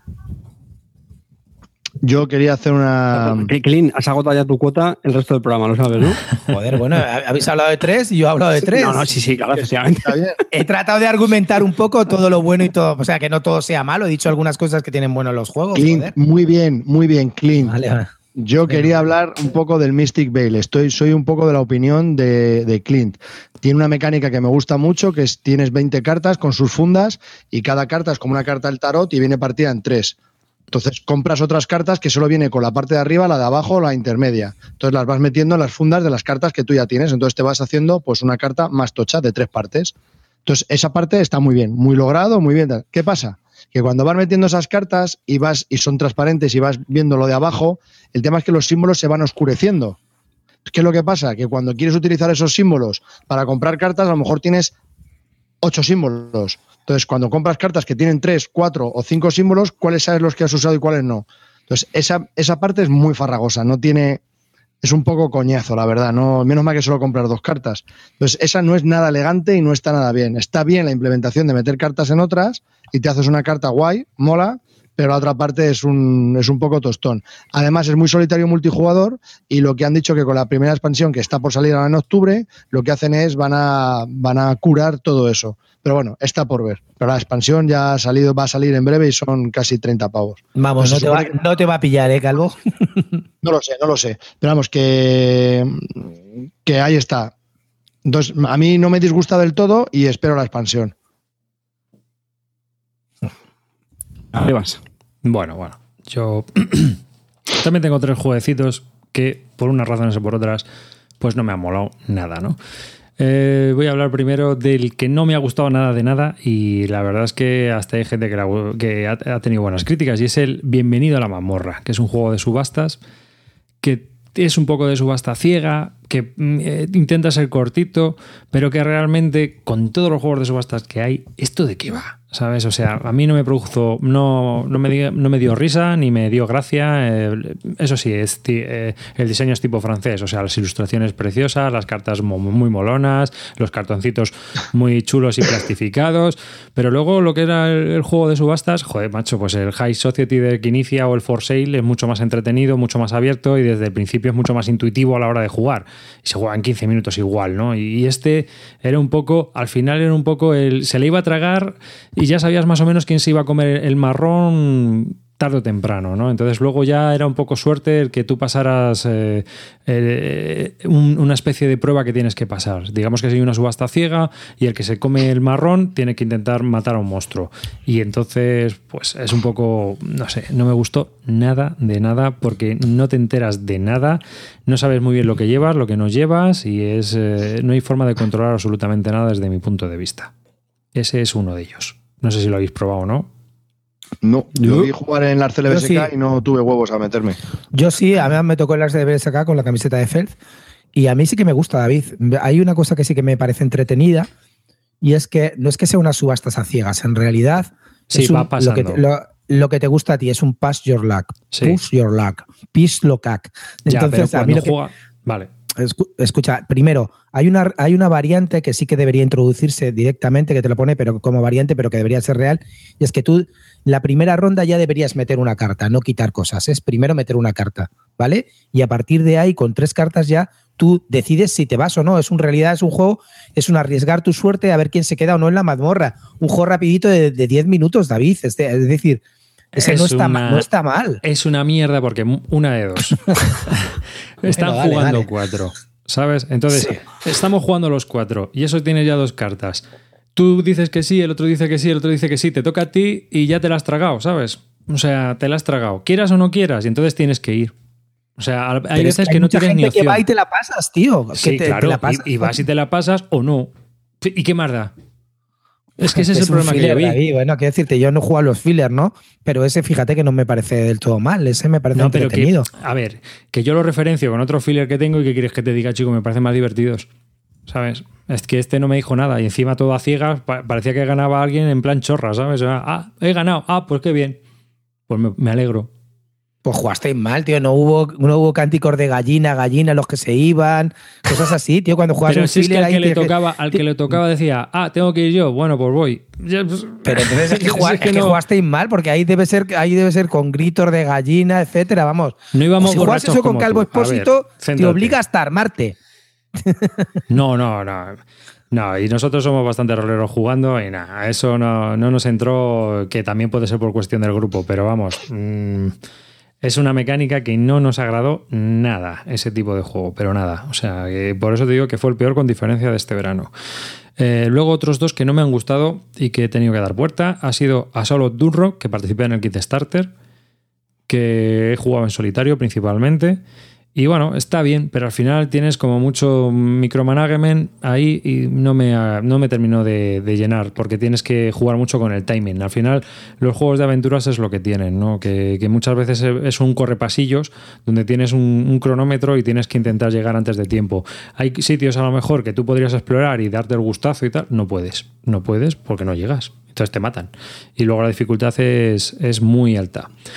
Yo quería hacer una... Clint, has agotado ya tu cuota el resto del programa, lo sabes, ¿no? Joder, bueno, habéis hablado de 3 y yo he hablado de 3. No, sí, claro, efectivamente. He tratado de argumentar un poco todo lo bueno y todo, o sea, que no todo sea malo. He dicho algunas cosas que tienen buenos los juegos. Clint, joder. muy bien, Clint. Vale. Yo quería hablar un poco del Mystic Vale. Soy un poco de la opinión de Clint. Tiene una mecánica que me gusta mucho, que es tienes 20 cartas con sus fundas y cada carta es como una carta del tarot y viene partida en 3. Entonces compras otras cartas que solo viene con la parte de arriba, la de abajo, la intermedia. Entonces las vas metiendo en las fundas de las cartas que tú ya tienes. Entonces te vas haciendo pues una carta más tocha de 3 partes. Entonces esa parte está muy bien, muy logrado, muy bien. ¿Qué pasa? Que cuando vas metiendo esas cartas y son transparentes y vas viendo lo de abajo, el tema es que los símbolos se van oscureciendo. ¿Qué es lo que pasa? Que cuando quieres utilizar esos símbolos para comprar cartas, a lo mejor tienes 8 símbolos. Entonces, cuando compras cartas que tienen 3, 4 o 5 símbolos, ¿cuáles sabes los que has usado y cuáles no? Entonces, esa parte es muy farragosa, es un poco coñazo, la verdad. No, menos mal que solo comprar 2 cartas. Entonces, esa no es nada elegante y no está nada bien. Está bien la implementación de meter cartas en otras y te haces una carta guay, mola, pero la otra parte es un poco tostón. Además es muy solitario multijugador y lo que han dicho que con la primera expansión que está por salir ahora en octubre, lo que hacen es van a curar todo eso. Pero bueno, está por ver. Pero la expansión ya va a salir en breve y son casi 30 pavos. Vamos, no te va a pillar, Calvo. No lo sé. Pero vamos, que ahí está. Entonces, a mí no me disgusta del todo y espero la expansión. Arribas. Bueno. Yo también tengo 3 jueguecitos que, por unas razones o por otras, pues no me han molado nada, ¿no? Voy a hablar primero del que no me ha gustado nada de nada y la verdad es que hasta hay gente que ha tenido buenas críticas y es el Bienvenido a la Mazmorra, que es un juego de subastas que es un poco de subasta ciega, que intenta ser cortito, pero que realmente con todos los juegos de subastas que hay, ¿esto de qué va? ¿Sabes? O sea, a mí no me produjo, no me dio risa ni me dio gracia. Eso sí, el diseño es tipo francés, o sea, las ilustraciones preciosas, las cartas muy molonas, los cartoncitos muy chulos y plastificados, pero luego lo que era el juego de subastas, joder, macho, pues el High Society de que inicia o el For Sale es mucho más entretenido, mucho más abierto y desde el principio es mucho más intuitivo a la hora de jugar. Y se juega en 15 minutos igual, ¿no? Y este era un poco, al final era un poco se le iba a tragar y ya sabías más o menos quién se iba a comer el marrón tarde o temprano, ¿no? Entonces luego ya era un poco suerte el que tú pasaras una especie de prueba que tienes que pasar. Digamos que hay una subasta ciega y el que se come el marrón tiene que intentar matar a un monstruo. Y entonces, pues es un poco, no sé, no me gustó nada de nada porque no te enteras de nada, no sabes muy bien lo que llevas, lo que no llevas y no hay forma de controlar absolutamente nada desde mi punto de vista. Ese es uno de ellos. No sé si lo habéis probado o no. No, yo vi jugar en la CLBSK sí. Y no tuve huevos a meterme. Yo sí, a mí me tocó en la CLBSK con la camiseta de Feld y a mí sí que me gusta, David. Hay una cosa que sí que me parece entretenida y es que no es que sea unas subastas a ciegas, en realidad sí, va pasando. Lo que te gusta a ti es un pass your luck, sí. Push your luck, piss locac. Entonces, ya, pero a mí lo juega... Vale. Escucha, primero, hay una variante que sí que debería introducirse directamente, que te lo pone pero como variante, pero que debería ser real, y es que tú, la primera ronda ya deberías meter una carta, no quitar cosas, es primero meter una carta, ¿vale? Y a partir de ahí, con 3 cartas ya, tú decides si te vas o no. En realidad es un juego, es un arriesgar tu suerte a ver quién se queda o no en la mazmorra. Un juego rapidito de 10 minutos, David, es decir... Ese no está mal. Es una mierda porque una de dos. Están jugando 4, ¿sabes? Entonces, sí. Estamos jugando los 4 y eso tiene ya 2 cartas. Tú dices que sí, el otro dice que sí, el otro dice que sí, te toca a ti y ya te la has tragado, ¿sabes? O sea, te la has tragado. Quieras o no quieras y entonces tienes que ir. O sea, hay veces que no tienes ni opción. Que va y te la pasas, tío. Sí, claro, te la pasas, y vas y te la pasas o no. ¿Y qué más da? Es que ese es el problema filler, que yo vi. David. Bueno, quiero decirte, yo no juego a los fillers, ¿no? Pero ese, fíjate que no me parece del todo mal. Ese me parece entretenido. A ver, que yo lo referencio con otro filler que tengo y que quieres que te diga, chico, me parecen más divertidos. ¿Sabes? Es que este no me dijo nada y encima todo a ciegas, parecía que ganaba alguien en plan chorra, ¿sabes? He ganado. Pues qué bien. Pues me alegro. Pues jugasteis mal, tío. No hubo cánticos de gallina, los que se iban, cosas así, tío. Cuando jugabas un filler... Pero si es que al que le tocaba decía, tengo que ir yo. Bueno, pues voy. Pero entonces es que jugasteis mal, porque ahí debe ser con gritos de gallina, etcétera, vamos. No íbamos si juegas eso con Calvo Expósito, te obligas a estar Marte. No, y nosotros somos bastante roleros jugando y nada, eso no nos entró, que también puede ser por cuestión del grupo, pero vamos... Es una mecánica que no nos agradó nada, ese tipo de juego, pero nada. O sea, que por eso te digo que fue el peor con diferencia de este verano. Luego otros 2 que no me han gustado y que he tenido que dar puerta ha sido A Solo Dunrock, que participé en el Kickstarter, que he jugado en solitario principalmente. Y bueno, está bien, pero al final tienes como mucho micromanagement ahí y no me terminó de llenar, porque tienes que jugar mucho con el timing. Al final, los juegos de aventuras es lo que tienen, ¿no? Que muchas veces es un correpasillos donde tienes un cronómetro y tienes que intentar llegar antes de tiempo. Hay sitios a lo mejor que tú podrías explorar y darte el gustazo y tal. No puedes porque no llegas. Entonces te matan. Y luego la dificultad es muy alta.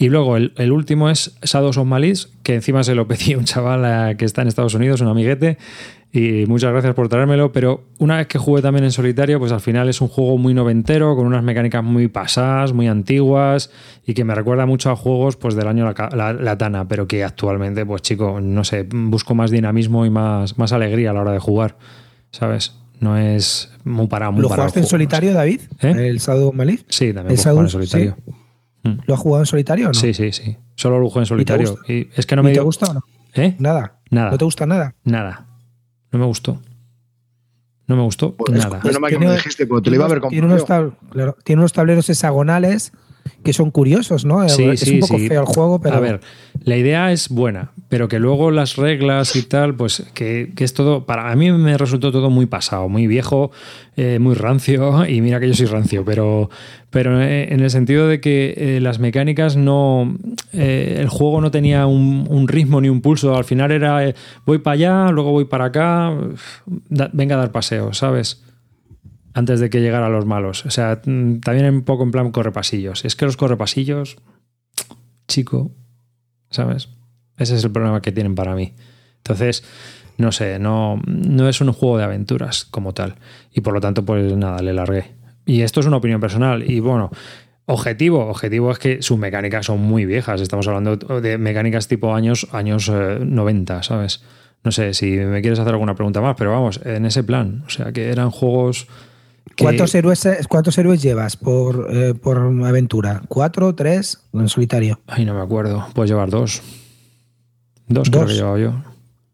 Y luego el último es Shadows of Malice, que encima se lo pedí a un chaval que está en Estados Unidos, un amiguete, y muchas gracias por traérmelo, pero una vez que jugué también en solitario, pues al final es un juego muy noventero, con unas mecánicas muy pasadas, muy antiguas, y que me recuerda mucho a juegos pues del año la Tana, pero que actualmente, pues chico, no sé, busco más dinamismo y más alegría a la hora de jugar, ¿sabes? No es muy parado. ¿Lo jugaste en solitario, David? ¿El Shadow of Malice? Sí, también lo jugué en solitario. ¿Sí? ¿Lo has jugado en solitario o no? Sí. Solo lo jugué en solitario. ¿Y es que no me te gusta o no? Nada. ¿No te gusta nada? Nada. No me gustó. Pues nada. Menos mal que me lo dijiste, porque te lo iba a ver comprado. Tiene unos tableros hexagonales que son curiosos, ¿no? Es un poco feo el juego, pero... A ver, la idea es buena, pero que luego las reglas y tal, pues que es todo... A mí me resultó todo muy pasado, muy viejo, muy rancio, y mira que yo soy rancio, pero en el sentido de que las mecánicas no... el juego no tenía un ritmo ni un pulso, al final era voy para allá, luego voy para acá, venga a dar paseo, ¿sabes? Antes de que llegara a los malos. O sea, también un poco en plan correpasillos. Es que los correpasillos, chico, ¿sabes? Ese es el problema que tienen para mí. Entonces, no sé, no es un juego de aventuras como tal. Y por lo tanto, pues nada, le largué. Y esto es una opinión personal. Y bueno, objetivo es que sus mecánicas son muy viejas. Estamos hablando de mecánicas tipo años 90, ¿sabes? No sé si me quieres hacer alguna pregunta más, pero vamos, en ese plan. O sea, que eran juegos... ¿Cuántos héroes llevas por aventura? ¿4, 3 en solitario? Ay, no me acuerdo. Puedes llevar 2. 2 creo que he llevado yo.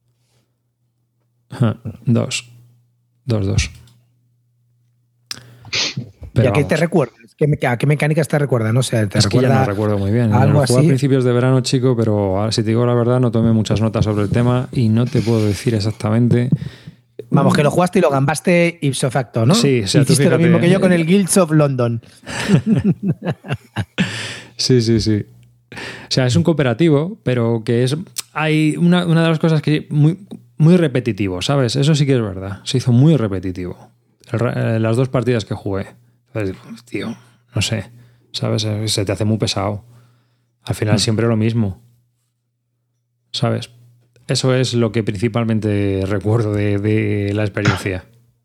2. ¿Y a qué te recuerdas? ¿A qué mecánicas te recuerdan? No sé, es que ya no recuerdo muy bien. Algo lo jugué así. a principios de verano, chico, pero ahora, si te digo la verdad, no tomé muchas notas sobre el tema y no te puedo decir exactamente... Vamos, que lo jugaste y lo gambaste ipso facto, ¿no? Sí, o sea, hiciste lo mismo que yo con el Guilds of London. Sí. O sea, es un cooperativo, pero que es... Hay una de las cosas que muy repetitivo, ¿sabes? Eso sí que es verdad. Se hizo muy repetitivo. Las 2 partidas que jugué. Entonces, tío, no sé, ¿sabes? Se te hace muy pesado. Al final siempre lo mismo. ¿Sabes? Eso es lo que principalmente recuerdo de la experiencia.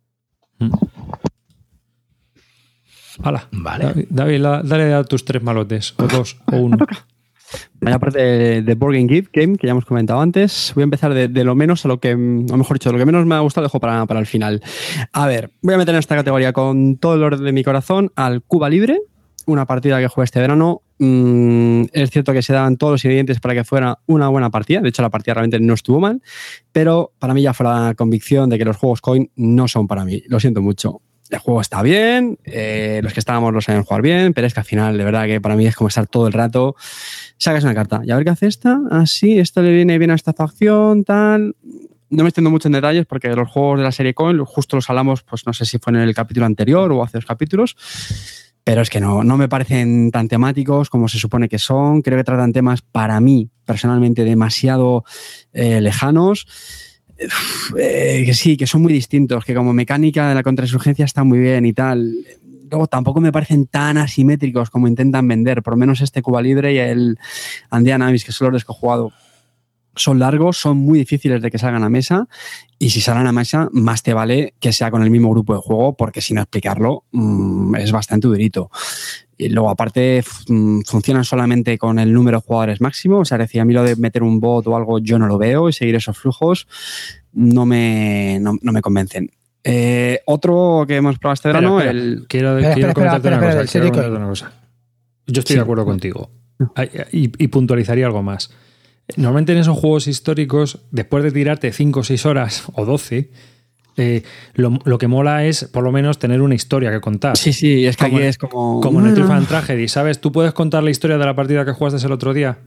Hala. Vale. David, dale a tus 3 malotes. O 2, o 1. Vaya parte de Board Game, que ya hemos comentado antes. Voy a empezar de lo menos a lo que, o mejor dicho, de lo que menos me ha gustado, dejo para el final. A ver, voy a meter en esta categoría con todo el orden de mi corazón al Cuba Libre, una partida que jugué este verano. Es cierto que se daban todos los ingredientes para que fuera una buena partida. De hecho, la partida realmente no estuvo mal, pero para mí ya fue la convicción de que los juegos coin no son para mí. Lo siento mucho. El juego está bien, los que estábamos lo saben jugar bien, pero es que al final, de verdad, que para mí es como estar todo el rato. Sacas una carta y a ver qué hace esta. Así, esto le viene bien a esta facción, tal. No me extiendo mucho en detalles porque los juegos de la serie coin justo los hablamos, pues no sé si fue en el capítulo anterior o hace 2 capítulos. Pero es que no me parecen tan temáticos como se supone que son. Creo que tratan temas, para mí, personalmente, demasiado lejanos. Que sí, que son muy distintos, que como mecánica de la contrainsurgencia está muy bien y tal. Luego tampoco me parecen tan asimétricos como intentan vender. Por lo menos este Cuba Libre y el Andean Abyss, que son los que he jugado, son largos, son muy difíciles de que salgan a mesa, y si salen a mesa más te vale que sea con el mismo grupo de juego, porque sin explicarlo es bastante durito. Y luego aparte funcionan solamente con el número de jugadores máximo, o sea, decía, a mí lo de meter un bot o algo yo no lo veo, y seguir esos flujos no me convencen. Otro que hemos probado este verano, Quiero comentarte una cosa. Yo estoy de acuerdo contigo. Y puntualizaría algo más. Normalmente en esos juegos históricos, después de tirarte 5 o 6 horas o 12, lo que mola es por lo menos tener una historia que contar. Sí, es que aquí es como en el Triumph and Tragedy, ¿sabes? ¿Tú puedes contar la historia de la partida que jugaste el otro día?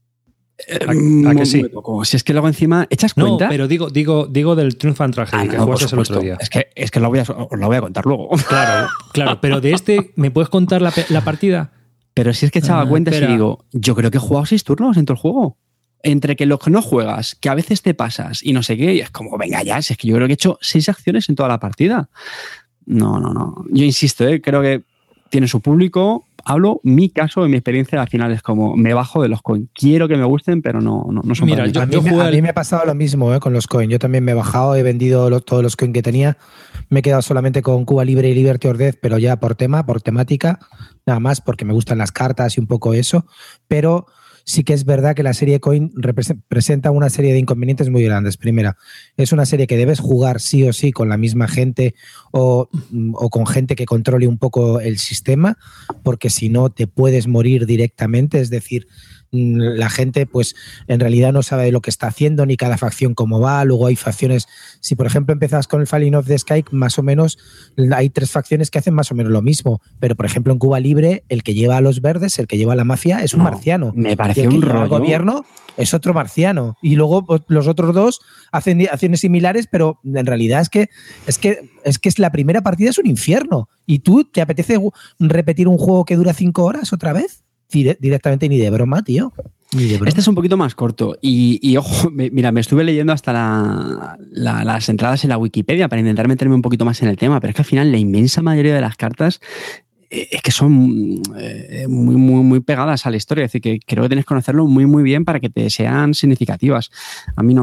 ¿A que sí? Si es que luego encima echas cuenta. No, pero digo del Triumph and Tragedy que jugaste el otro día. Es que lo voy a contar luego. Claro, pero de este, ¿me puedes contar la partida? Pero si es que echaba cuentas y digo, yo creo que he jugado 6 turnos en todo el juego. Entre que lo que no juegas, que a veces te pasas y no sé qué, y es como, venga ya, es que yo creo que he hecho 6 acciones en toda la partida. No. Yo insisto, creo que tiene su público. Hablo mi caso, en mi experiencia, al final es como me bajo de los coin. Quiero que me gusten, pero no son Mira, para mí. A mí me ha pasado lo mismo con los coin. Yo también me he bajado, he vendido todos los coin que tenía. Me he quedado solamente con Cuba Libre y Liberty or Death, pero ya por temática, nada más porque me gustan las cartas y un poco eso. Pero sí que es verdad que la serie Coin presenta una serie de inconvenientes muy grandes. Primera, es una serie que debes jugar sí o sí con la misma gente o con gente que controle un poco el sistema, porque si no te puedes morir directamente. Es decir, la gente pues en realidad no sabe lo que está haciendo ni cada facción cómo va. Luego hay facciones, si por ejemplo empiezas con el Falling of the Sky, más o menos hay 3 facciones que hacen más o menos lo mismo, pero por ejemplo en Cuba Libre el que lleva a los verdes, el que lleva a la mafia es un marciano, me pareció y el que un lleva rollo. al gobierno es otro marciano, y luego los otros 2 hacen acciones similares, pero en realidad es que la primera partida es un infierno y tú te apetece repetir un juego que dura 5 horas otra vez. Directamente ni de broma, tío. Ni de broma. Este es un poquito más corto y ojo, mira, me estuve leyendo hasta las entradas en la Wikipedia para intentar meterme un poquito más en el tema, pero es que al final la inmensa mayoría de las cartas es que son muy pegadas a la historia. Es decir, que creo que tienes que conocerlo muy bien para que te sean significativas. A mí no.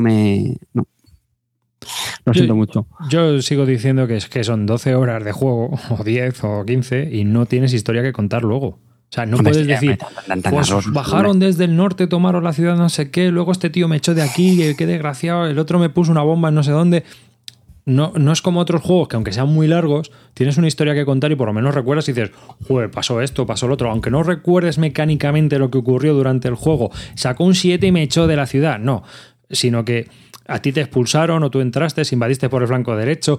Lo siento mucho. Yo sigo diciendo que son 12 horas de juego, o 10 o 15, y no tienes historia que contar luego. O sea, no puedes decir, pues bajaron desde el norte, tomaron la ciudad no sé qué, luego este tío me echó de aquí, qué desgraciado, el otro me puso una bomba en no sé dónde. No es como otros juegos que aunque sean muy largos, tienes una historia que contar y por lo menos recuerdas y dices, joder, pasó esto, pasó lo otro. Aunque no recuerdes mecánicamente lo que ocurrió durante el juego, sacó un 7 y me echó de la ciudad. No, sino que a ti te expulsaron o tú entraste, invadiste por el flanco derecho...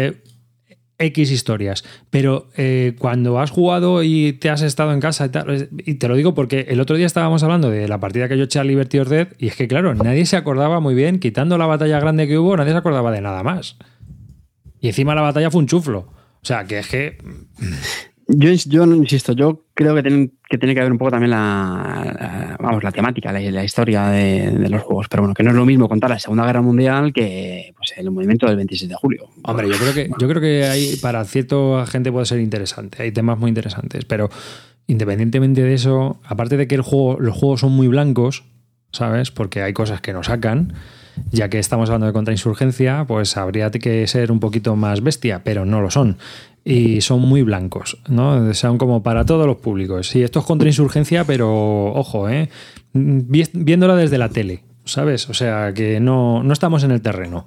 X historias, pero cuando has jugado y te has estado en casa y tal, y te lo digo porque el otro día estábamos hablando de la partida que yo eché a Liberty or Death y es que claro, nadie se acordaba muy bien, quitando la batalla grande que hubo, nadie se acordaba de nada más. Y encima la batalla fue un chuflo. O sea, que es que... Yo no insisto, yo creo que tiene que haber un poco también la temática, la historia de los juegos, pero bueno, que no es lo mismo contar la Segunda Guerra Mundial que pues, el movimiento del 26 de julio. Hombre, yo creo que hay, para cierta gente puede ser interesante, hay temas muy interesantes, pero independientemente de eso, aparte de que los juegos son muy blancos, ¿sabes? Porque hay cosas que nos sacan, ya que estamos hablando de contrainsurgencia, pues habría que ser un poquito más bestia, pero no lo son. Y son muy blancos, ¿no? Son como para todos los públicos. Sí, esto es contrainsurgencia, pero ojo, viéndola desde la tele, ¿sabes? O sea, que no estamos en el terreno.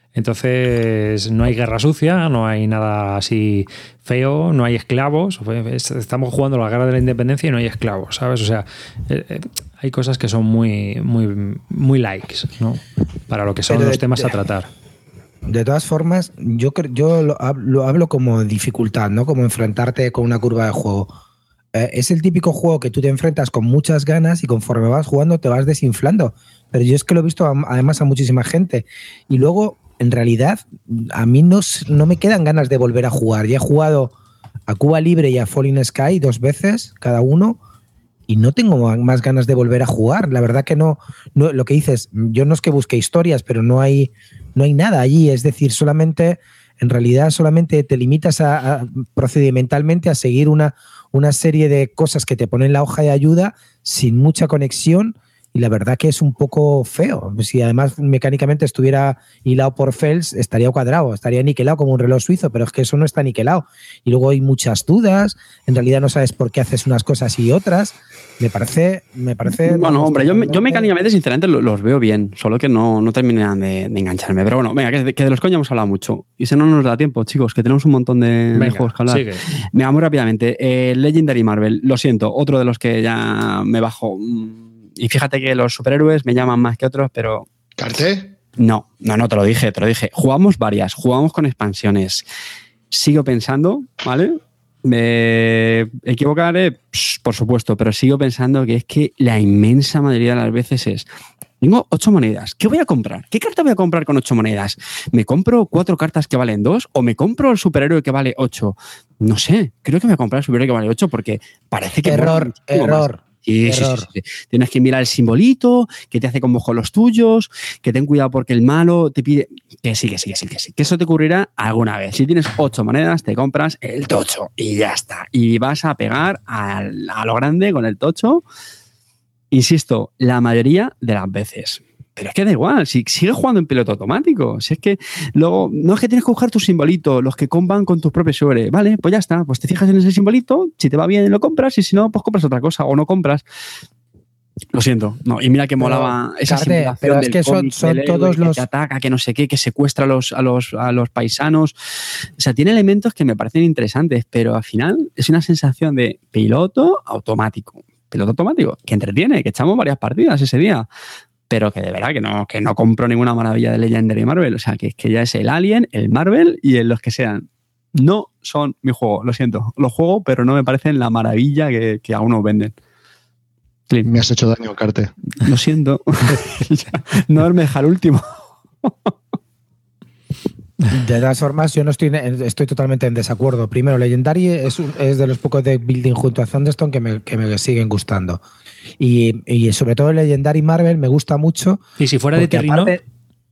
Entonces, no hay guerra sucia, no hay nada así feo, no hay esclavos. Estamos jugando la guerra de la independencia y no hay esclavos, ¿sabes? O sea, hay cosas que son muy likes, ¿no? Para lo que son los temas a tratar. De todas formas, yo lo hablo como dificultad, ¿no? Como enfrentarte con una curva de juego. Es el típico juego que tú te enfrentas con muchas ganas y conforme vas jugando te vas desinflando. Pero yo es que lo he visto además a muchísima gente. Y luego, en realidad, a mí no me quedan ganas de volver a jugar. Ya he jugado a Cuba Libre y a Falling Sky 2 veces cada uno y no tengo más ganas de volver a jugar. La verdad que no, lo que dices, yo no es que busque historias, pero no hay nada allí. Es decir, en realidad solamente te limitas procedimentalmente a seguir una serie de cosas que te ponen la hoja de ayuda sin mucha conexión. Y la verdad que es un poco feo. Si además mecánicamente estuviera hilado por Fels, estaría cuadrado, estaría niquelado como un reloj suizo, pero es que eso no está niquelado. Y luego hay muchas dudas, en realidad no sabes por qué haces unas cosas y otras. Me parece... Bueno, hombre, yo mecánicamente sinceramente los veo bien, solo que no terminan de engancharme. Pero bueno, venga, que de los coños hemos hablado mucho. Y si no nos da tiempo, chicos, que tenemos un montón de juegos que hablar. Sigue. Venga, muy rápidamente. Legendary Marvel, lo siento, otro de los que ya me bajo... Y fíjate que los superhéroes me llaman más que otros, pero... ¿Carté? No, te lo dije. Jugamos varias, jugamos con expansiones. Sigo pensando, ¿vale? Me equivocaré, por supuesto, pero sigo pensando que es que la inmensa mayoría de las veces es... Tengo 8 monedas. ¿Qué voy a comprar? ¿Qué carta voy a comprar con 8 monedas? ¿Me compro 4 cartas que valen 2 o me compro el superhéroe que vale 8? No sé, creo que me voy a comprar el superhéroe que vale 8 porque parece que... Error. Sí. Tienes que mirar el simbolito, que te hace combos con los tuyos, que ten cuidado porque el malo te pide... Que sí. Que eso te ocurrirá alguna vez. Si tienes 8 monedas, te compras el tocho y ya está. Y vas a pegar a lo grande con el tocho. Insisto, la mayoría de las veces. Pero es que da igual, si sigues jugando en piloto automático. Si es que luego, no es que tienes que buscar tu simbolito, los que comban con tus propios sobres. Vale, pues ya está, pues te fijas en ese simbolito, si te va bien lo compras y si no, pues compras otra cosa o no compras. Lo siento, no. Y mira que molaba esa simulación. Pero es que son todos los... Que te ataca, que no sé qué, que secuestra a los paisanos. O sea, tiene elementos que me parecen interesantes, pero al final es una sensación de piloto automático. Piloto automático, que entretiene, que echamos varias partidas ese día. Pero que de verdad que no compro ninguna maravilla de Legendary Marvel. O sea, que es que ya es el Alien, el Marvel y los que sean. No son mi juego, lo siento. Los juego, pero no me parecen la maravilla que a uno venden. Clint. Me has hecho daño, Carte. Lo siento. No haberme dejado el último. De todas formas, yo no estoy totalmente en desacuerdo. Primero, Legendary es de los pocos de building junto a Thunderstone que me siguen gustando. Y sobre todo Legendary Marvel me gusta mucho. ¿Y si fuera de Terrinor?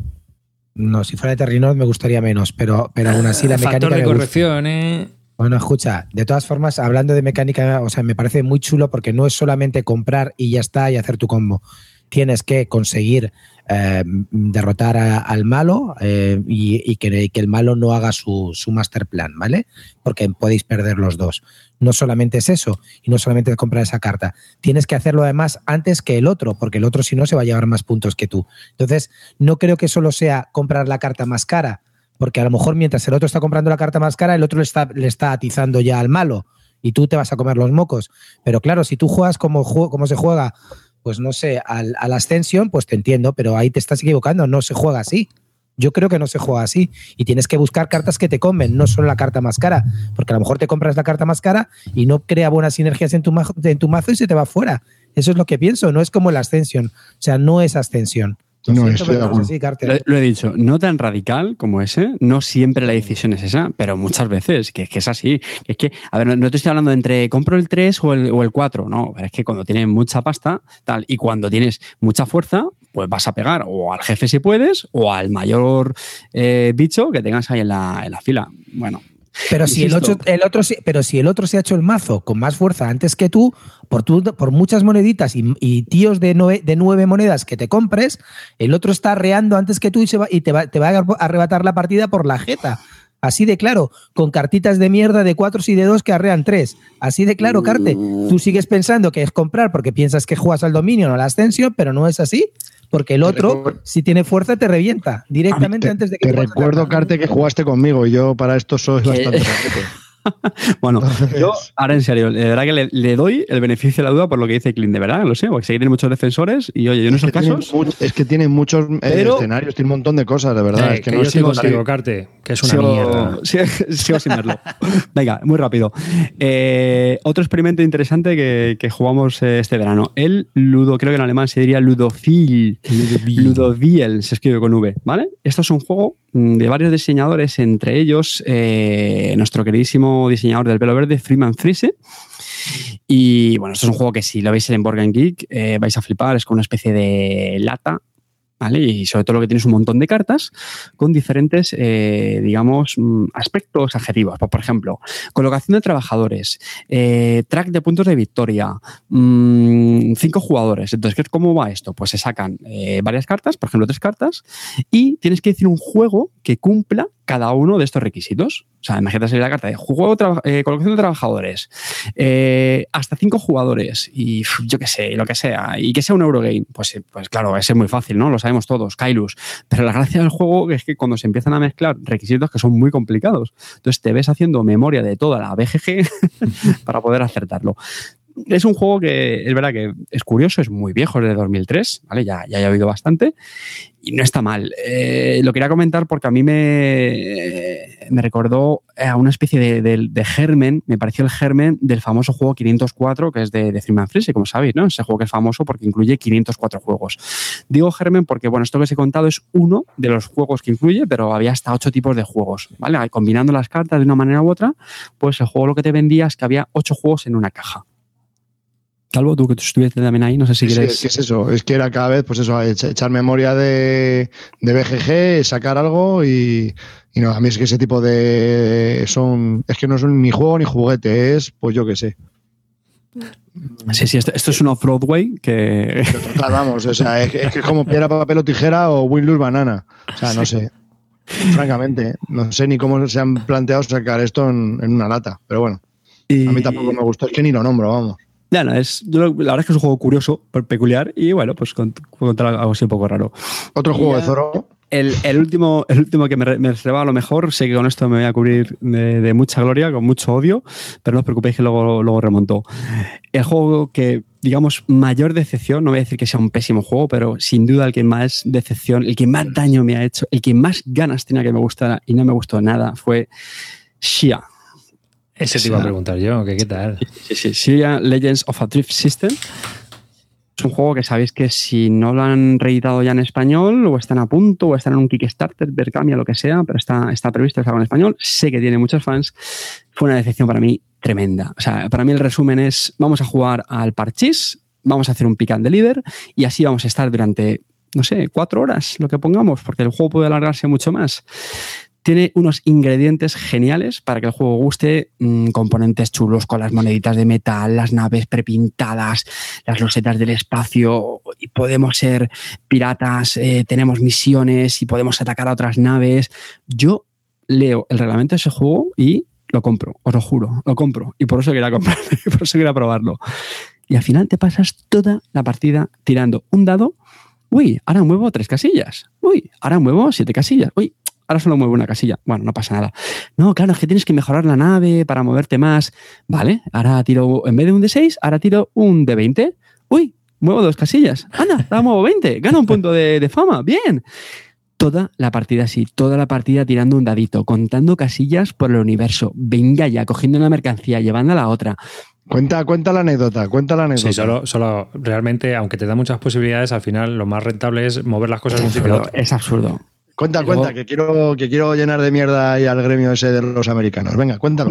No, si fuera de Terrinor me gustaría menos, pero aún así la mecánica factor de corrección, Bueno, escucha, de todas formas, hablando de mecánica, o sea, me parece muy chulo porque no es solamente comprar y ya está y hacer tu combo. Tienes que conseguir derrotar al malo y que el malo no haga su master plan, ¿vale? Porque podéis perder los dos. No solamente es eso y no solamente comprar esa carta. Tienes que hacerlo además antes que el otro, porque el otro si no se va a llevar más puntos que tú. Entonces, no creo que solo sea comprar la carta más cara, porque a lo mejor mientras el otro está comprando la carta más cara, el otro le está atizando ya al malo y tú te vas a comer los mocos. Pero claro, si tú juegas como se juega, pues no sé, al Ascension, pues te entiendo, pero ahí te estás equivocando, no se juega así. Yo creo que no se juega así y tienes que buscar cartas que te comen, no solo la carta más cara, porque a lo mejor te compras la carta más cara y no crea buenas sinergias en tu mazo y se te va fuera. Eso es lo que pienso, no es como el Ascension, o sea, no es Ascension. No, estoy de acuerdo. Lo he dicho, no tan radical como ese, no siempre la decisión es esa, pero muchas veces, que es así. Es que, a ver, no te estoy hablando entre compro el 3 o el 4, no, es que cuando tienes mucha pasta, tal, y cuando tienes mucha fuerza, pues vas a pegar o al jefe si puedes, o al mayor bicho que tengas ahí en la fila. Bueno. Pero si el otro se ha hecho el mazo con más fuerza antes que tú, por muchas moneditas y tíos de 9 monedas que te compres, el otro está arreando antes que tú y te va a arrebatar la partida por la jeta. Así de claro, con cartitas de mierda de 4 y de 2 que arrean 3. Así de claro, Carte. Tú sigues pensando que es comprar porque piensas que juegas al Dominion o al Ascension, pero no es así. Porque el otro, si tiene fuerza, te revienta directamente antes de que... Te recuerdo, Carte, que jugaste conmigo y yo para esto soy bastante rápido. Bueno, entonces... yo ahora en serio, de verdad que le doy el beneficio de la duda por lo que dice Clint, de verdad, lo sé, porque sé que tiene muchos defensores y oye, yo en esos casos... Es que tiene muchos escenarios, tiene un montón de cosas, de verdad. Es que no yo sigo contigo, Carte, que es una mierda. Sigo sin verlo. Venga, muy rápido. Otro experimento interesante que jugamos este verano, creo que en alemán se diría Ludoviel, se escribe con V, ¿vale? Esto es un juego de varios diseñadores, entre ellos nuestro queridísimo diseñador del pelo verde, Freeman Friese. Y bueno, esto es un juego que si lo veis en Board Game Geek vais a flipar, es como una especie de lata, ¿vale? Y sobre todo lo que tienes un montón de cartas con diferentes, digamos, aspectos adjetivos. Pues, por ejemplo, colocación de trabajadores, track de puntos de victoria, 5 jugadores. Entonces, ¿cómo va esto? Pues se sacan varias cartas, por ejemplo, 3 cartas, y tienes que decir un juego que cumpla cada uno de estos requisitos. O sea, imagínate salir la carta de colocación de trabajadores, hasta 5 jugadores y yo qué sé, lo que sea, y que sea un Eurogame. Pues claro, ese es muy fácil, ¿no? Lo sabemos todos, Kailus. Pero la gracia del juego es que cuando se empiezan a mezclar requisitos que son muy complicados, entonces te ves haciendo memoria de toda la BGG para poder acertarlo. Es un juego que es verdad que es curioso, es muy viejo, es de 2003, ¿vale? Ya he oído bastante y no está mal. Lo quería comentar porque a mí me recordó a una especie de germen, me pareció el germen del famoso juego 504, que es de Freeman Friese, como sabéis, ¿no? Ese juego que es famoso porque incluye 504 juegos. Digo germen porque, bueno, esto que os he contado es uno de los juegos que incluye, pero había hasta 8 tipos de juegos, ¿vale? Combinando las cartas de una manera u otra, pues el juego lo que te vendía es que había 8 juegos en una caja. Calvo, tú que estuviste también ahí, no sé si quieres... Es que es eso, es que era cada vez, pues eso, echar memoria de BGG, sacar algo y no, a mí es que ese tipo es que no son ni juego ni juguete, es, pues yo qué sé. Sí, esto es un off-Broadway que... Total, vamos, o sea, es que es como piedra, papel o tijera o win, lose, banana. O sea, no sé. Francamente, no sé ni cómo se han planteado sacar esto en una lata, pero bueno. A mí tampoco me gustó, es que ni lo nombro, vamos. Ya, no, la verdad es que es un juego curioso, peculiar y bueno, pues contar algo así un poco raro. Otro juego de Zoro. El último que me reservaba a lo mejor, sé que con esto me voy a cubrir de mucha gloria, con mucho odio, pero no os preocupéis que luego remontó. El juego que, digamos, mayor decepción, no voy a decir que sea un pésimo juego, pero sin duda el que más decepción, el que más daño me ha hecho, el que más ganas tenía que me gustara y no me gustó nada fue Xia. Ese te iba a preguntar yo, ¿qué tal? Sí. Xia Legends of a Drift System. Es un juego que sabéis que si no lo han reeditado ya en español, o están a punto, o están en un Kickstarter, Berkami, lo que sea, pero está previsto que salga en español. Sé que tiene muchos fans. Fue una decepción para mí tremenda. O sea, para mí el resumen es, vamos a jugar al parchís, vamos a hacer un pick and deliver, y así vamos a estar durante, no sé, 4 horas, lo que pongamos, porque el juego puede alargarse mucho más. Tiene unos ingredientes geniales para que el juego guste, componentes chulos con las moneditas de metal, las naves prepintadas, las losetas del espacio, y podemos ser piratas, tenemos misiones y podemos atacar a otras naves. Yo leo el reglamento de ese juego y lo compro, os lo juro, lo compro, y por eso quería comprarlo, por eso quería probarlo. Y al final te pasas toda la partida tirando un dado. Uy, ahora muevo 3 casillas. Uy, ahora muevo 7 casillas. Uy, ahora solo muevo una casilla. Bueno, no pasa nada. No, claro, es que tienes que mejorar la nave para moverte más. Vale, ahora tiro, en vez de un D6, ahora tiro un D20. Uy, muevo 2 casillas. Anda, ahora muevo 20. Gano un punto de fama. Bien. Toda la partida así, toda la partida tirando un dadito, contando casillas por el universo. Venga ya, cogiendo una mercancía, llevando a la otra. Cuenta la anécdota. Sí, solo realmente, aunque te da muchas posibilidades, al final lo más rentable es mover las cosas de un sitio a otro. Es absurdo. Cuenta, que quiero llenar de mierda ahí al gremio ese de los americanos. Venga, cuéntalo.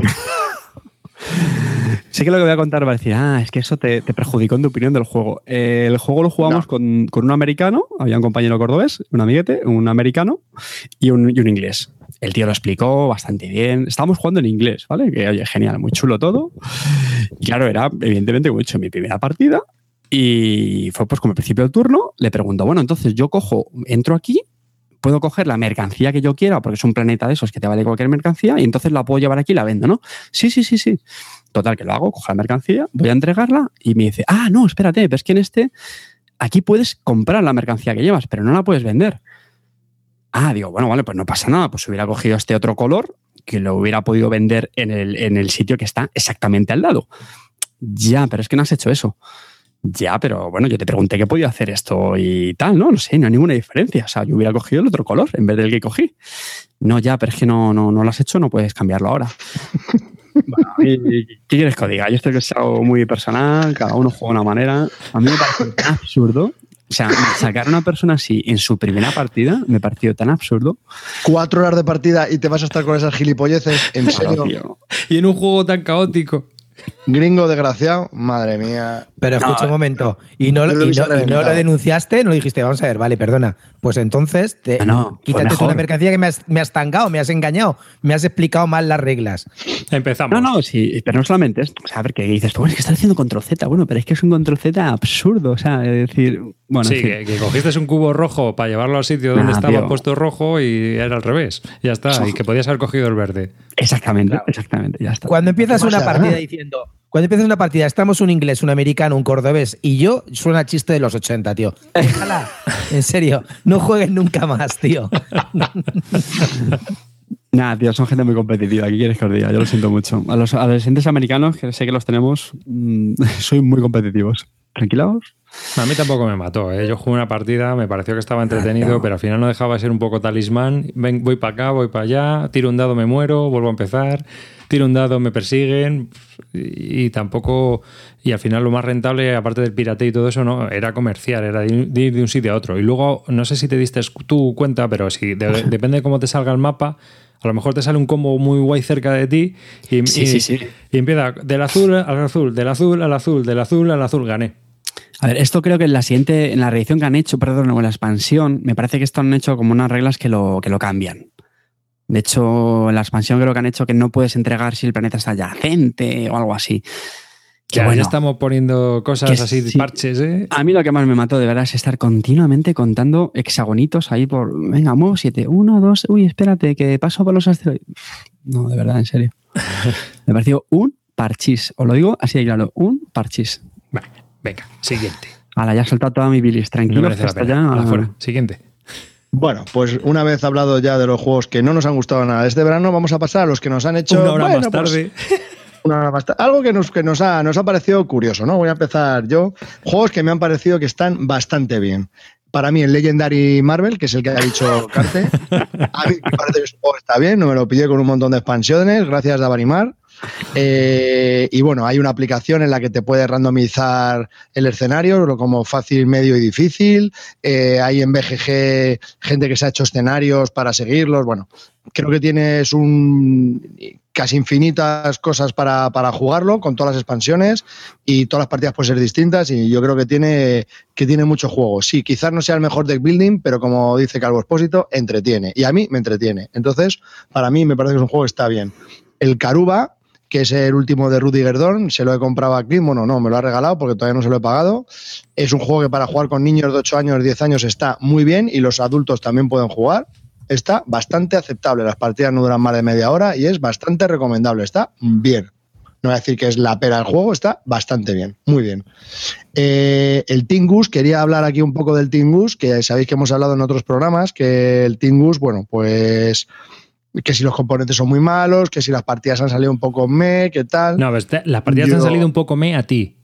Sé que lo que voy a contar va a decir, es que eso te perjudicó en tu opinión del juego. El juego lo jugamos con un americano, había un compañero cordobés, un amiguete, un americano y un inglés. El tío lo explicó bastante bien. Estábamos jugando en inglés, ¿vale? Que, oye, genial, muy chulo todo. Y claro, era evidentemente, como he hecho, mi primera partida y fue pues como el principio del turno. Le pregunto, bueno, entonces yo entro aquí, puedo coger la mercancía que yo quiera, porque es un planeta de esos que te vale cualquier mercancía, y entonces la puedo llevar aquí y la vendo, ¿no? Sí. Total, que lo hago, cojo la mercancía, voy a entregarla y me dice, no, espérate, ves que aquí puedes comprar la mercancía que llevas, pero no la puedes vender. Digo, bueno, vale, pues no pasa nada, pues hubiera cogido este otro color que lo hubiera podido vender en el sitio que está exactamente al lado. Ya, pero es que no has hecho eso. Ya, pero bueno, yo te pregunté qué podía hacer esto y tal, ¿no? No sé, no hay ninguna diferencia. O sea, yo hubiera cogido el otro color en vez del que cogí. No, ya, pero es que no lo has hecho, no puedes cambiarlo ahora. Bueno, ¿qué quieres que os diga? Yo esto que es algo muy personal, cada uno juega de una manera. A mí me parece tan absurdo. O sea, sacar a una persona así en su primera partida me pareció tan absurdo. 4 horas de partida y te vas a estar con esas gilipolleces, ¿en serio? Tío. Y en un juego tan caótico. Gringo desgraciado, madre mía. Pero escucha un momento, y no lo denunciaste, no dijiste, vamos a ver, vale, perdona, pues entonces quítate tú la mercancía que me has tangado, me has engañado, me has explicado mal las reglas. Empezamos. No, sí, pero no solamente es, o sea, a ver, que dices, bueno, es que estás haciendo control Z, bueno, pero es que es un control Z absurdo, o sea, es decir, bueno. Sí, que cogiste un cubo rojo para llevarlo al sitio donde estaba puesto rojo y era al revés, ya está, y que podías haber cogido el verde. Exactamente, ya está. Cuando empiezas una partida diciendo, estamos un inglés, un americano, un cordobés y yo, suena chiste de los 80, tío. Déjala, en serio, no jueguen nunca más, tío. Nada, tío, son gente muy competitiva. ¿Qué quieres que os diga? Yo lo siento mucho. A los adolescentes americanos, que sé que los tenemos, soy muy competitivos. ¿Tranquilaos? A mí tampoco me mató, ¿eh? Yo jugué una partida, me pareció que estaba entretenido, pero al final no dejaba de ser un poco talismán. Voy para acá, voy para allá, tiro un dado, me muero, vuelvo a empezar, tiro un dado, me persiguen y tampoco... Y al final lo más rentable, aparte del pirateo y todo eso, no era comerciar, era de ir de un sitio a otro. Y luego, no sé si te diste tú cuenta, pero si depende de cómo te salga el mapa, A lo mejor te sale un combo muy guay cerca de ti y empieza del azul al azul, del azul al azul, del azul al azul, gané. A ver, esto creo que en la reedición que han hecho, perdón, o en la expansión, me parece que esto han hecho como unas reglas que lo cambian. De hecho, en la expansión creo que han hecho que no puedes entregar si el planeta está adyacente o algo así. Que ya estamos poniendo cosas así, sí, parches, ¿eh? A mí lo que más me mató de verdad es estar continuamente contando hexagonitos ahí por... Venga, muevo 7, 1, 2... Uy, espérate, que paso por los asteroides. No, de verdad, en serio. Me pareció un parchís. Os lo digo así de claro, un parchís. Vale, venga, siguiente. Ala, ya he soltado toda mi bilis. Tranquilo, no merece la pena. Fuera. Siguiente. Bueno, pues una vez hablado ya de los juegos que no nos han gustado nada este verano, vamos a pasar a los que nos han hecho... Una hora más tarde... Algo que nos ha parecido curioso, ¿no? Voy a empezar yo. Juegos que me han parecido que están bastante bien. Para mí, el Legendary Marvel, que es el que ha dicho Carte, a mí me parece que este juego está bien, no me lo pillé con un montón de expansiones, gracias a Varimar. Y bueno, hay una aplicación en la que te puede randomizar el escenario, como fácil, medio y difícil. Hay en BGG gente que se ha hecho escenarios para seguirlos. Bueno, creo que tienes casi infinitas cosas para jugarlo con todas las expansiones y todas las partidas pueden ser distintas y yo creo que tiene mucho juego. Sí, quizás no sea el mejor deck building, pero como dice Calvo Expósito, entretiene. Y a mí me entretiene. Entonces, para mí me parece que es un juego que está bien. El Karuba, que es el último de Rudy Gerdón, se lo he comprado a Clint, bueno, no, me lo ha regalado porque todavía no se lo he pagado. Es un juego que para jugar con niños de 8 años, 10 años está muy bien y los adultos también pueden jugar. Está bastante aceptable, las partidas no duran más de media hora y es bastante recomendable, está bien. No voy a decir que es la pera del juego, está bastante bien, muy bien. El Tingus, quería hablar aquí un poco del Tingus, que sabéis que hemos hablado en otros programas, que el Tingus, bueno, pues... que si los componentes son muy malos, que si las partidas han salido un poco qué tal. No, las partidas han salido un poco a ti.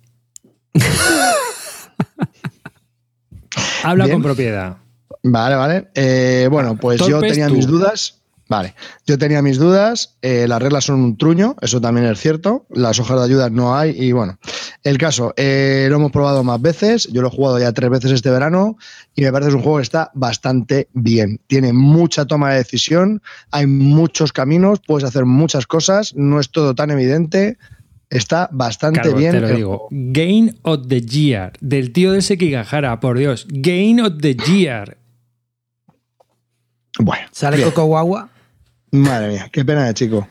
Habla bien. Con propiedad. Vale. Bueno, pues yo tenía mis dudas. Vale, yo tenía mis dudas. Las reglas son un truño, eso también es cierto. Las hojas de ayuda no hay y bueno. El caso, lo hemos probado más veces. Yo lo he jugado ya 3 veces este verano y me parece que es un juego que está bastante bien. Tiene mucha toma de decisión, hay muchos caminos, puedes hacer muchas cosas, no es todo tan evidente. Está bastante Carlos, bien. Te lo digo. Game of the Year, del tío de Sekigahara, por Dios. Game of the Year. Bueno. ¿Sale Coco Guagua? Madre mía, qué pena de chico.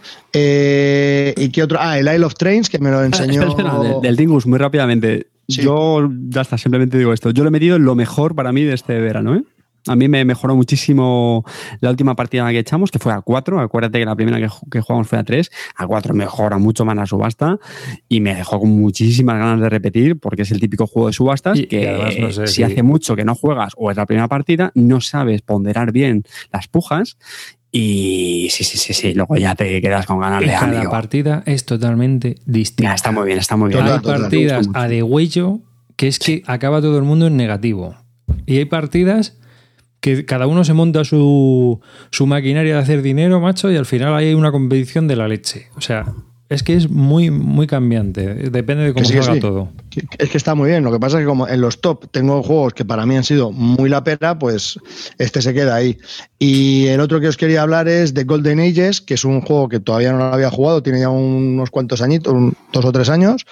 ¿Y qué otro? El Isle of Trains, que me lo enseñó... Espera, del Tingus, muy rápidamente. Sí. Yo, ya está, simplemente digo esto. Yo lo he metido en lo mejor para mí de este verano, ¿eh? A mí me mejoró muchísimo la última partida que echamos, que fue a 4. Acuérdate que la primera que jugamos fue a 3. A 4 mejora mucho más la subasta y me dejó con muchísimas ganas de repetir porque es el típico juego de subastas que además, no sé, si hace mucho que no juegas o es la primera partida, no sabes ponderar bien las pujas y sí, luego ya te quedas con ganas de cada amigo. Partida es totalmente distinta. Ya, está muy bien. Hay partidas a de huello que es que acaba todo el mundo en negativo. Y hay partidas que cada uno se monta su maquinaria de hacer dinero, macho, y al final hay una competición de la leche. O sea, es que es muy, muy cambiante. Depende de cómo salga todo. Es que está muy bien. Lo que pasa es que como en los top tengo juegos que para mí han sido muy la pera, pues este se queda ahí. Y el otro que os quería hablar es de Golden Ages, que es un juego que todavía no lo había jugado, tiene ya unos cuantos añitos, 2 o 3 años.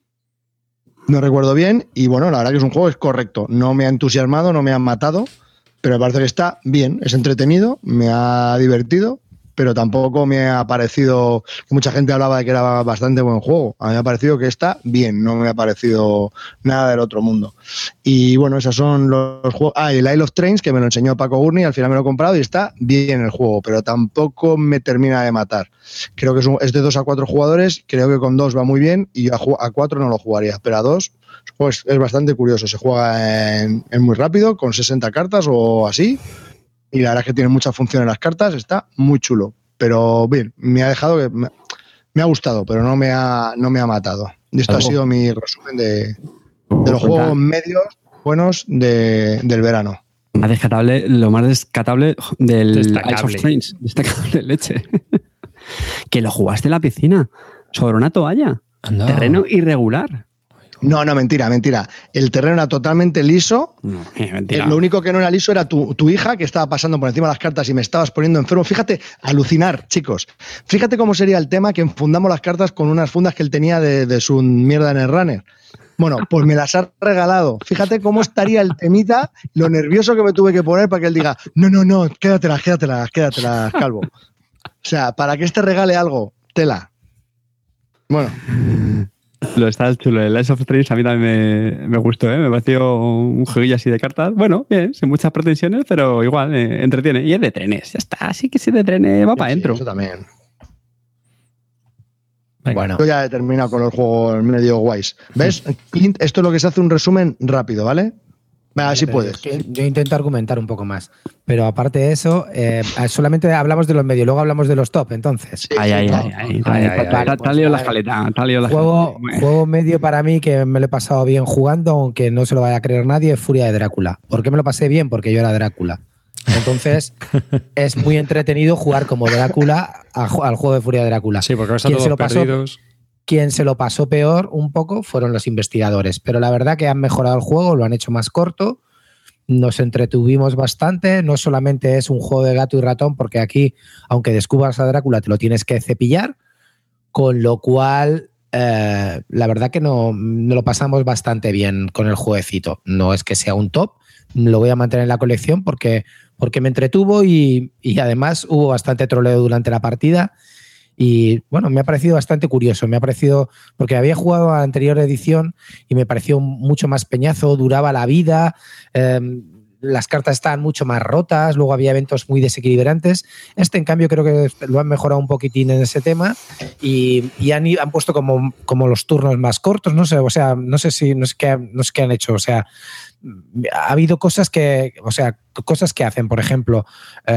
No recuerdo bien. Y bueno, la verdad que es un juego que es correcto. No me ha entusiasmado, no me ha matado, pero me parece que está bien, es entretenido, me ha divertido, pero tampoco me ha parecido... Mucha gente hablaba de que era bastante buen juego. A mí me ha parecido que está bien, no me ha parecido nada del otro mundo. Y bueno, esos son los juegos... y el Isle of Trains, que me lo enseñó Paco Gurney, al final me lo he comprado y está bien el juego, pero tampoco me termina de matar. Creo que es de 2 a 4 jugadores, creo que con 2 va muy bien y a 4 no lo jugaría, pero a 2... Pues es bastante curioso, se juega en muy rápido, con 60 cartas o así, y la verdad es que tiene muchas funciones las cartas, está muy chulo, pero bien, me ha dejado que me ha gustado, pero no me ha matado. Y esto ha sido mi resumen de los juegos medios buenos del verano. Lo más descatable del Ice of Trains, destacable leche, que lo jugaste en la piscina, sobre una toalla, terreno irregular. No, mentira. El terreno era totalmente liso. No, mentira. Lo único que no era liso era tu hija, que estaba pasando por encima de las cartas y me estabas poniendo enfermo. Fíjate, alucinar, chicos. Fíjate cómo sería el tema que enfundamos las cartas con unas fundas que él tenía de su mierda en el runner. Bueno, pues me las has regalado. Fíjate cómo estaría el temita, lo nervioso que me tuve que poner para que él diga, no, quédatelas, Calvo. O sea, para que este regale algo, tela. Bueno. Lo está chulo. El Lies of Strange a mí también me gustó, ¿eh? Me pareció un jueguillo así de cartas. Bueno, bien, sin muchas pretensiones, pero igual entretiene. Y es de trenes, ya está. Así que si de trenes va para adentro. Eso también. Bueno. Yo ya he terminado con los juegos medio guays. ¿Ves, Clint? Esto es lo que se hace un resumen rápido, ¿vale? Venga, así puedes. Yo intento argumentar un poco más. Pero aparte de eso, solamente hablamos de los medios, luego hablamos de los top, entonces. Ay. Tal lío la escaleta. Juego medio para mí que me lo he pasado bien jugando, aunque no se lo vaya a creer nadie, es Furia de Drácula. ¿Por qué me lo pasé bien? Porque yo era Drácula. Entonces, es muy entretenido jugar como Drácula al juego de Furia de Drácula. Sí, porque ahora están todos perdidos. Quien se lo pasó peor un poco fueron los investigadores, pero la verdad que han mejorado el juego, lo han hecho más corto, nos entretuvimos bastante, no solamente es un juego de gato y ratón, porque aquí, aunque descubras a Drácula, te lo tienes que cepillar, con lo cual, la verdad que no lo pasamos bastante bien con el jueguecito. No es que sea un top, lo voy a mantener en la colección porque me entretuvo y además hubo bastante troleo durante la partida. Y bueno, me ha parecido bastante curioso, porque había jugado a la anterior edición y me pareció mucho más peñazo, duraba la vida, las cartas estaban mucho más rotas, luego había eventos muy desequilibrantes. En cambio, creo que lo han mejorado un poquitín en ese tema y han puesto como los turnos más cortos, no sé, o sea, no sé qué han hecho, o sea, ha habido cosas que hacen, por ejemplo,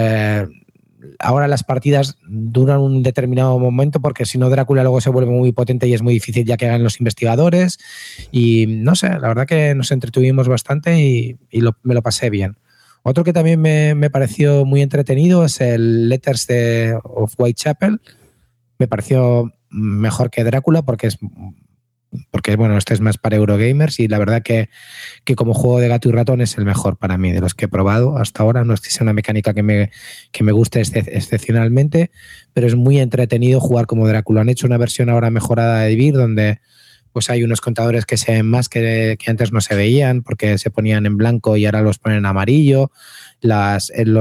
ahora las partidas duran un determinado momento porque si no Drácula luego se vuelve muy potente y es muy difícil ya que hagan los investigadores y no sé, la verdad que nos entretuvimos bastante y me lo pasé bien. Otro que también me pareció muy entretenido es el Letters of Whitechapel. Me pareció mejor que Drácula porque bueno, este es más para Eurogamers y la verdad que como juego de gato y ratón es el mejor para mí de los que he probado hasta ahora. No es que sea una mecánica que me guste excepcionalmente, pero es muy entretenido jugar como Drácula. Han hecho una versión ahora mejorada de Vir donde pues hay unos contadores que se ven más que antes no se veían porque se ponían en blanco y ahora los ponen en amarillo. La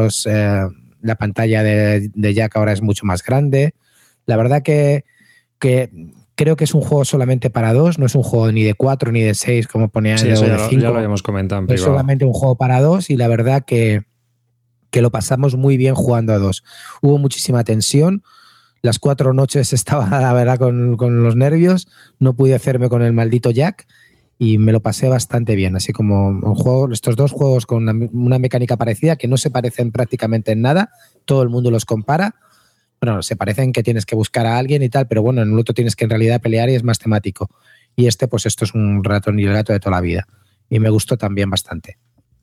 pantalla de Jack ahora es mucho más grande. La verdad que creo que es un juego solamente para 2, no es un juego ni de 4 ni de 6 como ponía sí, de 5. Ya lo habíamos comentado en privado. Es solamente un juego para 2 y la verdad que lo pasamos muy bien jugando a 2. Hubo muchísima tensión. Las 4 noches estaba, la verdad, con los nervios. No pude hacerme con el maldito Jack y me lo pasé bastante bien. Así como estos dos juegos con una mecánica parecida que no se parecen prácticamente en nada. Todo el mundo los compara. Bueno, se parecen que tienes que buscar a alguien y tal, pero bueno, en el otro tienes que en realidad pelear y es más temático. Y pues esto es un ratón y el gato de toda la vida. Y me gustó también bastante.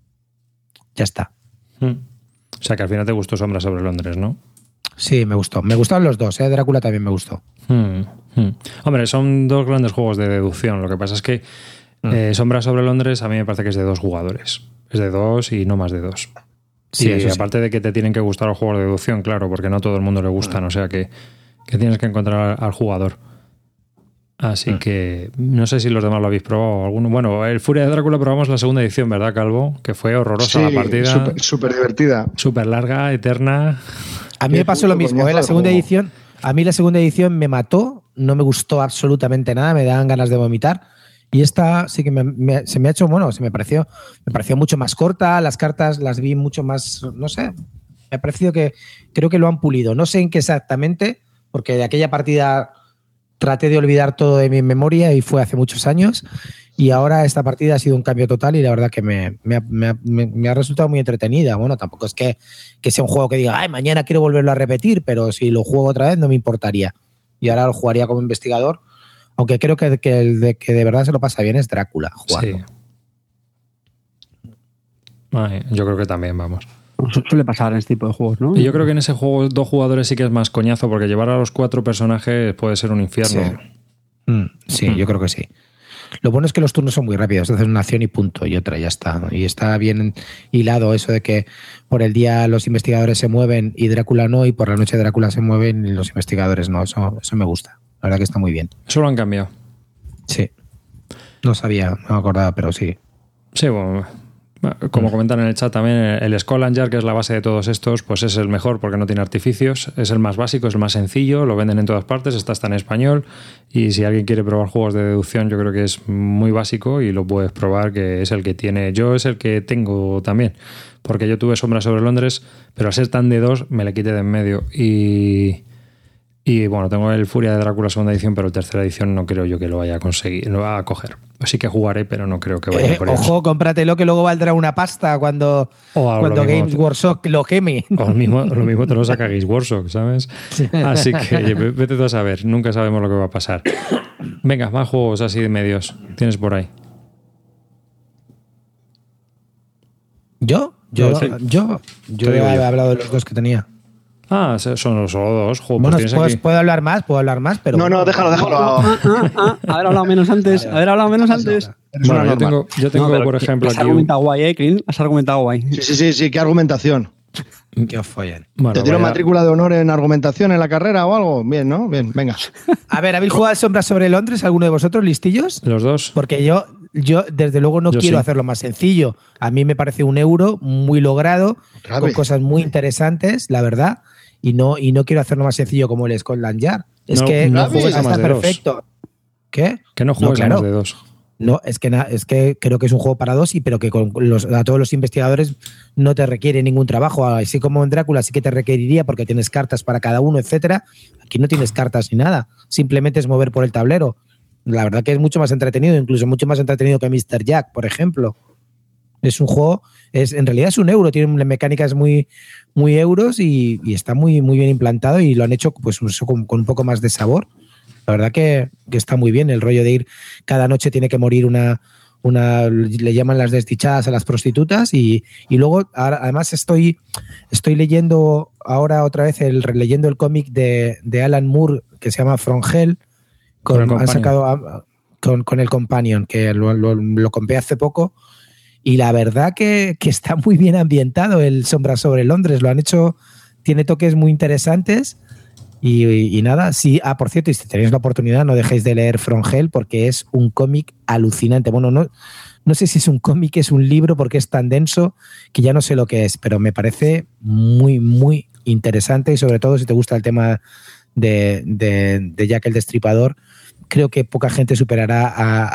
Ya está. O sea, que al final te gustó Sombra sobre Londres, ¿no? Sí, me gustó. Me gustaron los dos, ¿eh? Drácula también me gustó. Hombre, son dos grandes juegos de deducción. Lo que pasa es que Sombra sobre Londres a mí me parece que es de 2 jugadores. Es de 2 y no más de 2. Sí, aparte de que te tienen que gustar los juegos de deducción, claro, porque no a todo el mundo le gustan, o sea que tienes que encontrar al jugador. Así que no sé si los demás lo habéis probado. Alguno. Bueno, el Furia de Drácula probamos la segunda edición, ¿verdad, Calvo? Que fue horrorosa la partida. Súper divertida. Súper larga, eterna. A mí me pasó lo mismo, ¿eh? La segunda edición me mató, no me gustó absolutamente nada, me daban ganas de vomitar. Y esta sí que se me ha hecho, bueno, me pareció mucho más corta, las cartas las vi mucho más, no sé, me ha parecido que creo que lo han pulido. No sé en qué exactamente, porque de aquella partida traté de olvidar todo de mi memoria y fue hace muchos años. Y ahora esta partida ha sido un cambio total y la verdad que me ha resultado muy entretenida. Bueno, tampoco es que sea un juego que diga, ay, mañana quiero volverlo a repetir, pero si lo juego otra vez no me importaría. Y ahora lo jugaría como investigador. Aunque creo que el de que de verdad se lo pasa bien es Drácula jugando. Sí. Ay, yo creo que también, vamos. Suele pasar en este tipo de juegos, ¿no? Y yo creo que en ese juego 2 jugadores sí que es más coñazo, porque llevar a los 4 personajes puede ser un infierno. Sí, yo creo que sí. Lo bueno es que los turnos son muy rápidos, haces una acción y punto, y otra, ya está. Y está bien hilado eso de que por el día los investigadores se mueven y Drácula no, y por la noche Drácula se mueven y los investigadores no. Eso me gusta. La verdad que está muy bien. Eso lo han cambiado. Sí. No sabía, no me acordaba, pero sí. Sí, bueno, como comentan en el chat también, el Skull and Jar, que es la base de todos estos, pues es el mejor porque no tiene artificios, es el más básico, es el más sencillo, lo venden en todas partes, está hasta en español, y si alguien quiere probar juegos de deducción, yo creo que es muy básico y lo puedes probar, que es el que tiene. Yo es el que tengo también, porque yo tuve Sombra sobre Londres, pero al ser tan de 2 me le quité de en medio, y bueno, tengo el Furia de Drácula segunda edición, pero tercera edición no creo yo que lo vaya a conseguir, lo va a coger. Así que jugaré, pero no creo que vaya por Ojo, cómpratelo, que luego valdrá una pasta cuando Games Workshop lo queme. O lo mismo te lo saca Games Workshop, ¿sabes? Sí. Así que vete tú a saber, nunca sabemos lo que va a pasar. Venga, más juegos así de medios tienes por ahí. Yo he hablado de los dos que tenía. Ah, son solo dos juegos. Bueno, pues puedo hablar más, pero... No, déjalo. Haber hablado menos antes. Bueno, yo tengo por ejemplo, aquí... Has argumentado guay, Clint. Has argumentado guay. Sí, qué argumentación. Que os follen. Bueno, ¿te dieron matrícula de honor en argumentación en la carrera o algo? Bien, ¿no? Bien, venga. A ver, ¿habéis jugado Sombras sobre Londres alguno de vosotros, listillos? Los dos. Porque yo desde luego no quiero hacerlo más sencillo. A mí me parece un euro muy logrado, con cosas muy interesantes, la verdad, y no quiero hacerlo más sencillo como el Skull and Jar. Es que no juegues a más de perfecto. Dos. ¿Qué? Que no juegues a más de dos. No, es que creo que es un juego para dos, pero que a todos los investigadores no te requiere ningún trabajo. Así como en Drácula sí que te requeriría porque tienes cartas para cada uno, etcétera. Aquí no tienes cartas ni nada. Simplemente es mover por el tablero. La verdad que es mucho más entretenido, incluso mucho más entretenido que Mr. Jack, por ejemplo. Es un juego, en realidad es un euro, tiene mecánicas muy, muy euros y está muy, muy bien implantado, y lo han hecho pues con un poco más de sabor. La verdad que está muy bien el rollo de ir cada noche tiene que morir una le llaman las desdichadas a las prostitutas, y luego ahora, además estoy leyendo ahora otra vez releyendo el cómic de Alan Moore que se llama From Hell. Han sacado con el Companion, que lo compré hace poco, y la verdad que está muy bien ambientado el Sombra sobre Londres. Lo han hecho, tiene toques muy interesantes, y nada, sí. Por cierto, y si tenéis la oportunidad, no dejéis de leer From Hell, porque es un cómic alucinante. Bueno, no sé si es un cómic, es un libro, porque es tan denso que ya no sé lo que es, pero me parece muy, muy interesante, y sobre todo si te gusta el tema de Jack el Destripador. Creo que poca gente superará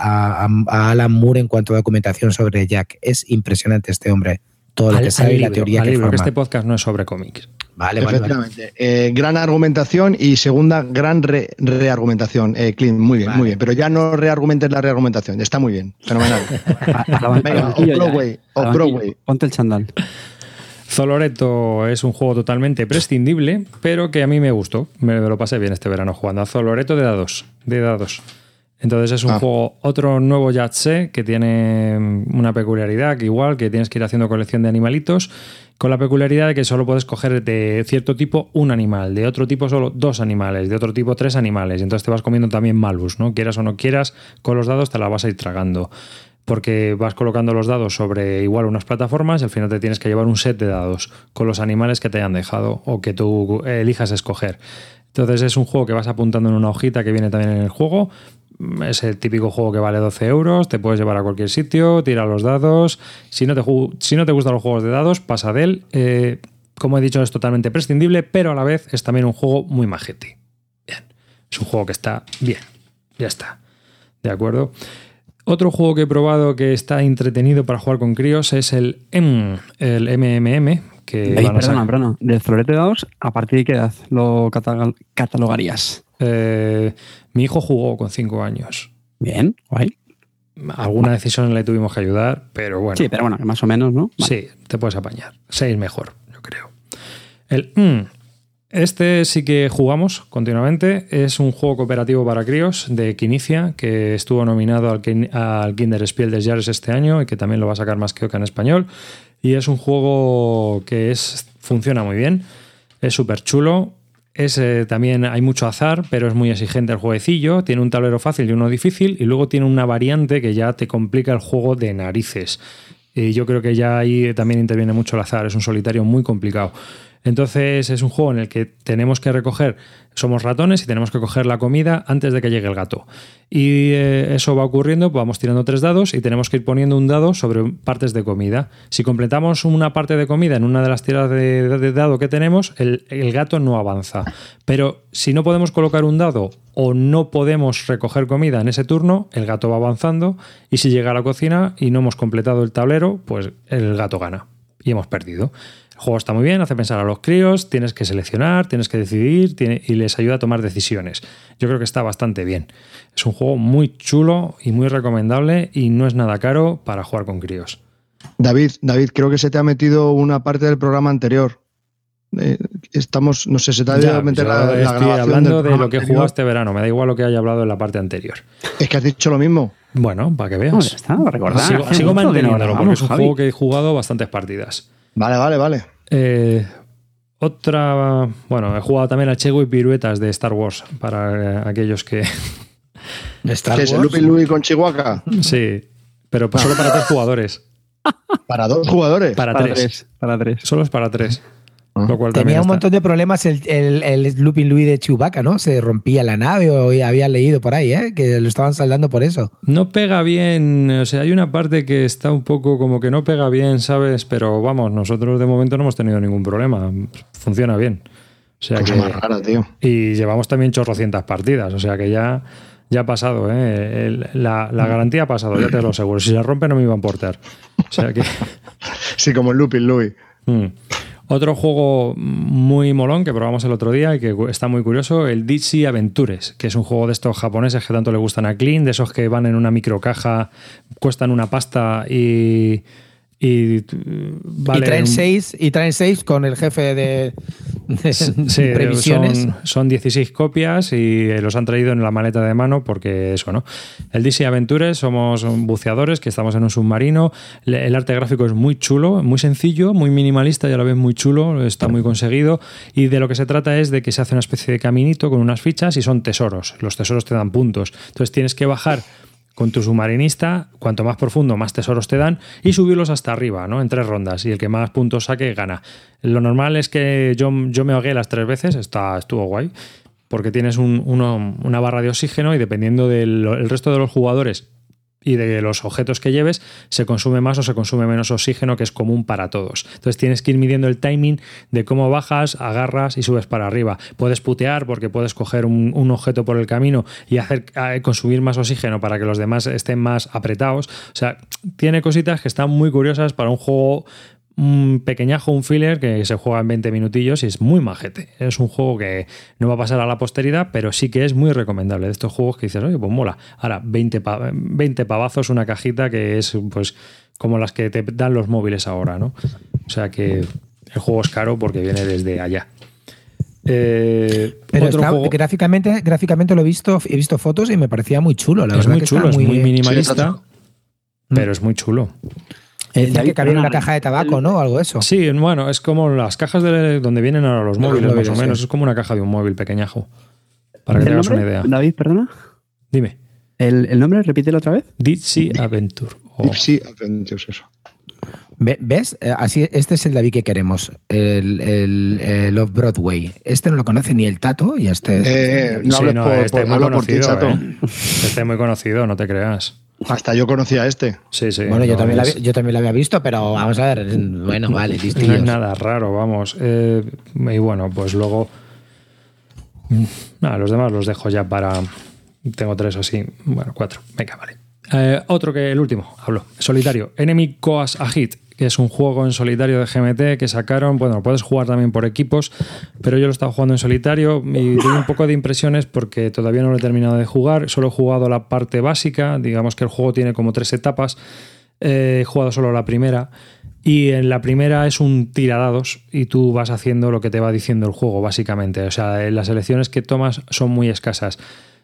a Alan Moore en cuanto a documentación sobre Jack. Es impresionante este hombre, todo lo que sabe y la teoría que forma. Que este podcast no es sobre cómics. Vale, efectivamente. Vale. Gran argumentación, y segunda gran reargumentación. Clint, muy bien, muy bien. Pero ya no reargumentes la reargumentación. Está muy bien. Fenomenal. Venga, Broadway. Ponte el chándal. Zoloreto es un juego totalmente prescindible, pero que a mí me gustó. Me lo pasé bien este verano jugando a Zoloreto de dados. Entonces es un juego, otro nuevo Yahtzee, que tiene una peculiaridad, que tienes que ir haciendo colección de animalitos, con la peculiaridad de que solo puedes coger de cierto tipo un animal, de otro tipo solo 2 animales, de otro tipo 3 animales. Entonces te vas comiendo también malus, ¿no? Quieras o no quieras, con los dados te la vas a ir tragando, porque vas colocando los dados sobre igual unas plataformas y al final te tienes que llevar un set de dados con los animales que te hayan dejado o que tú elijas escoger. Entonces es un juego que vas apuntando en una hojita que viene también en el juego. Es el típico juego que vale 12 euros, te puedes llevar a cualquier sitio, tira los dados. Si no te gustan los juegos de dados, pasa de él. Como he dicho, es totalmente prescindible, pero a la vez es también un juego muy majete. Bien, es un juego que está bien, ya está. ¿De acuerdo? Otro juego que he probado que está entretenido para jugar con críos es el MMM. Perdona. Del Zoloreto de dados, ¿a partir de qué edad lo catalogarías? Mi hijo jugó con 5 años. Bien, guay. Alguna decisión le tuvimos que ayudar, pero bueno. Sí, pero bueno, más o menos, ¿no? Vale. Sí, te puedes apañar. 6 mejor, yo creo. Este sí que jugamos continuamente. Es un juego cooperativo para críos de Quinicia, que estuvo nominado al Kinderspiel des Jahres este año y que también lo va a sacar más que Oca en español. Y es un juego que funciona muy bien. Es súper chulo. también hay mucho azar, pero es muy exigente el jueguecillo. Tiene un tablero fácil y uno difícil, y luego tiene una variante que ya te complica el juego de narices. Y yo creo que ya ahí también interviene mucho el azar. Es un solitario muy complicado. Entonces es un juego en el que tenemos que recoger, somos ratones y tenemos que coger la comida antes de que llegue el gato. Y eso va ocurriendo, pues vamos tirando 3 dados y tenemos que ir poniendo un dado sobre partes de comida. Si completamos una parte de comida en una de las tiradas de dado que tenemos, el gato no avanza. Pero si no podemos colocar un dado o no podemos recoger comida en ese turno, el gato va avanzando, y si llega a la cocina y no hemos completado el tablero, pues el gato gana y hemos perdido. El juego está muy bien, hace pensar a los críos, tienes que seleccionar, tienes que decidir y les ayuda a tomar decisiones. Yo creo que está bastante bien. Es un juego muy chulo y muy recomendable, y no es nada caro para jugar con críos. David, creo que se te ha metido una parte del programa anterior. No sé, se te ha ido a meter la estoy grabación hablando de lo que anterior. jugado este verano, me da igual lo que haya hablado en la parte anterior. Es que has dicho lo mismo. Bueno, para que veas. No, ya está, recordar. Sigo manteniéndolo, porque es un Javi. juego que he jugado bastantes partidas. Vale. Otra, bueno, he jugado también al Chego y Piruetas de Star Wars, para aquellos que... Star ¿Qué es el Wars. Lupin Louie con Chihuahua? Sí, pero solo para 3 jugadores. ¿Para 2 jugadores? Para 3. Para 3. Solo es para 3. Lo cual también Tenía un está- montón de problemas el Lupin Louie de Chewbacca, ¿no? Se rompía la nave, o había leído por ahí, que lo estaban saldando por eso. No pega bien, o sea, hay una parte que está un poco como que no pega bien, ¿sabes? Pero vamos, nosotros de momento no hemos tenido ningún problema. Funciona bien. O sea Cosa que... más rara, tío. Y llevamos también 800 partidas, o sea que ya ha pasado, ¿eh? La garantía ha pasado, ya te lo aseguro. Si se rompe no me iba a importar. O sea que... Sí, como el Lupin Louie. Otro juego muy molón que probamos el otro día y que está muy curioso, el Dixie Adventures, que es un juego de estos japoneses que tanto le gustan a Clean, de esos que van en una microcaja, cuestan una pasta y vale, y traen seis con el jefe de sí, previsiones. son 16 copias y los han traído en la maleta de mano porque eso, ¿no? El DC Adventures, somos buceadores que estamos en un submarino. El arte gráfico es muy chulo, muy sencillo, muy minimalista y a la vez muy chulo, está muy conseguido, y de lo que se trata es de que se hace una especie de caminito con unas fichas y son tesoros. Los tesoros te dan puntos. Entonces tienes que bajar con tu submarinista, cuanto más profundo, más tesoros te dan, y subirlos hasta arriba, ¿no? En 3 rondas, y el que más puntos saque gana. Lo normal es que yo me ahogué las 3 veces, estuvo guay, porque tienes una barra de oxígeno y dependiendo del resto de los jugadores y de los objetos que lleves, se consume más o se consume menos oxígeno, que es común para todos. Entonces tienes que ir midiendo el timing de cómo bajas, agarras y subes para arriba. Puedes putear porque puedes coger un objeto por el camino y consumir más oxígeno para que los demás estén más apretados. O sea, tiene cositas que están muy curiosas para un juego pequeñajo, un filler que se juega en 20 minutillos y es muy majete. Es un juego que no va a pasar a la posteridad, pero sí que es muy recomendable. De estos juegos que dices, oye, pues mola. Ahora, 20 pavazos una cajita que es pues como las que te dan los móviles ahora, ¿no? O sea que el juego es caro porque viene desde allá. Pero otro juego... gráficamente lo he visto fotos y me parecía muy chulo. La es verdad muy que chulo, está es muy minimalista, Sí, pero es muy chulo. Decía que cabía en una caja de tabaco, ¿no? O algo de eso. Sí, bueno, es como las cajas donde vienen ahora los móviles, móviles, más o menos. sí. Es como una caja de un móvil pequeñajo. Para que te hagas una idea. David, perdona. Dime. ¿El nombre? Repítelo otra vez. Dixie Adventure. Sí, Adventures, eso. ¿Ves? Así, este es el David que queremos, el Off-Broadway. Este no lo conoce ni el Tato y este... No hables este es muy habla por ti, conocido. chato. Este es muy conocido, no te creas. Hasta yo conocía a este. Sí, sí. Bueno, yo no también es- yo también lo había visto, pero vamos a ver. Bueno, vale, No listillos. es nada raro, vamos. Y bueno, pues luego... Nada, los demás los dejo ya para... Tengo 3 así. Bueno, 4. Venga, vale. Otro que el último, hablo. Solitario. Enemy Coas a Hit, que es un juego en solitario de GMT que sacaron. Bueno, puedes jugar también por equipos, pero yo lo he estado jugando en solitario y tengo un poco de impresiones porque todavía no lo he terminado de jugar. Solo he jugado la parte básica. Digamos que el juego tiene como 3 etapas. He jugado solo la primera. Y en la primera es un tiradados y tú vas haciendo lo que te va diciendo el juego, básicamente. O sea, las elecciones que tomas son muy escasas.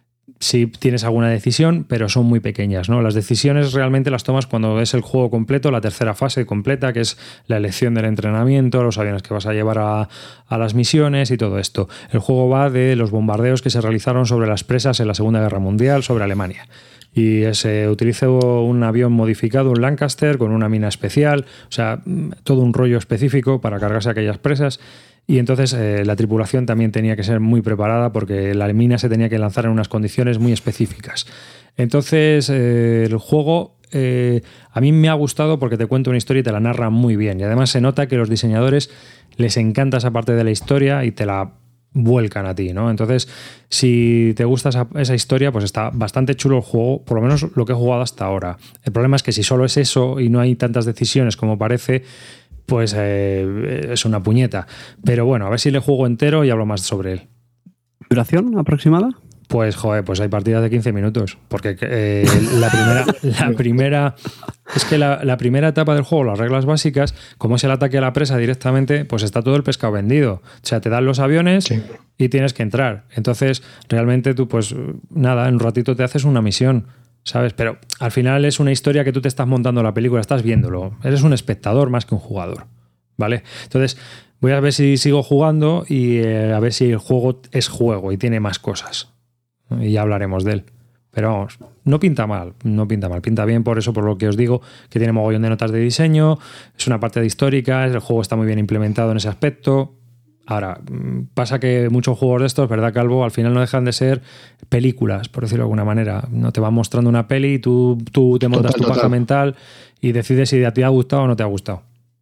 sí tienes alguna decisión, pero son muy pequeñas, ¿no? Las decisiones realmente las tomas cuando es el juego completo, la tercera fase completa, que es la elección del entrenamiento, los aviones que vas a llevar a las misiones y todo esto. El juego va de los bombardeos que se realizaron sobre las presas en la Segunda Guerra Mundial, sobre Alemania. Y se utilizó un avión modificado, un Lancaster, con una mina especial, o sea, todo un rollo específico para cargarse aquellas presas. Y entonces la tripulación también tenía que ser muy preparada porque la mina se tenía que lanzar en unas condiciones muy específicas. Entonces el juego a mí me ha gustado porque te cuenta una historia y te la narra muy bien. Y además se nota que los diseñadores les encanta esa parte de la historia y te la vuelcan a ti, ¿no? Entonces, si te gusta esa historia, pues está bastante chulo el juego, por lo menos lo que he jugado hasta ahora. El problema es que si solo es eso y no hay tantas decisiones como parece, pues es una puñeta. Pero bueno, a ver si le juego entero y hablo más sobre él. ¿Duración aproximada? Pues, pues hay partidas de 15 minutos. Porque la primera es que la primera etapa del juego, las reglas básicas, como es el ataque a la presa directamente, pues está todo el pescado vendido. O sea, te dan los aviones y tienes que entrar. Entonces, realmente tú, pues nada, en un ratito te haces una misión, ¿sabes? Pero al final es una historia que tú te estás montando la película, estás viéndolo. Eres un espectador más que un jugador, ¿vale? Entonces, voy a ver si sigo jugando y a ver si el juego es juego y tiene más cosas. Y ya hablaremos de él. Pero vamos, no pinta mal, pinta bien por lo que os digo, que tiene mogollón de notas de diseño, es una parte de histórica, el juego está muy bien implementado en ese aspecto. Ahora, pasa que muchos juegos de estos, ¿verdad, Calvo? Al final no dejan de ser películas, por decirlo de alguna manera. No te van mostrando una peli y tú te montas tu paja mental y decides si te ha gustado o no te ha gustado.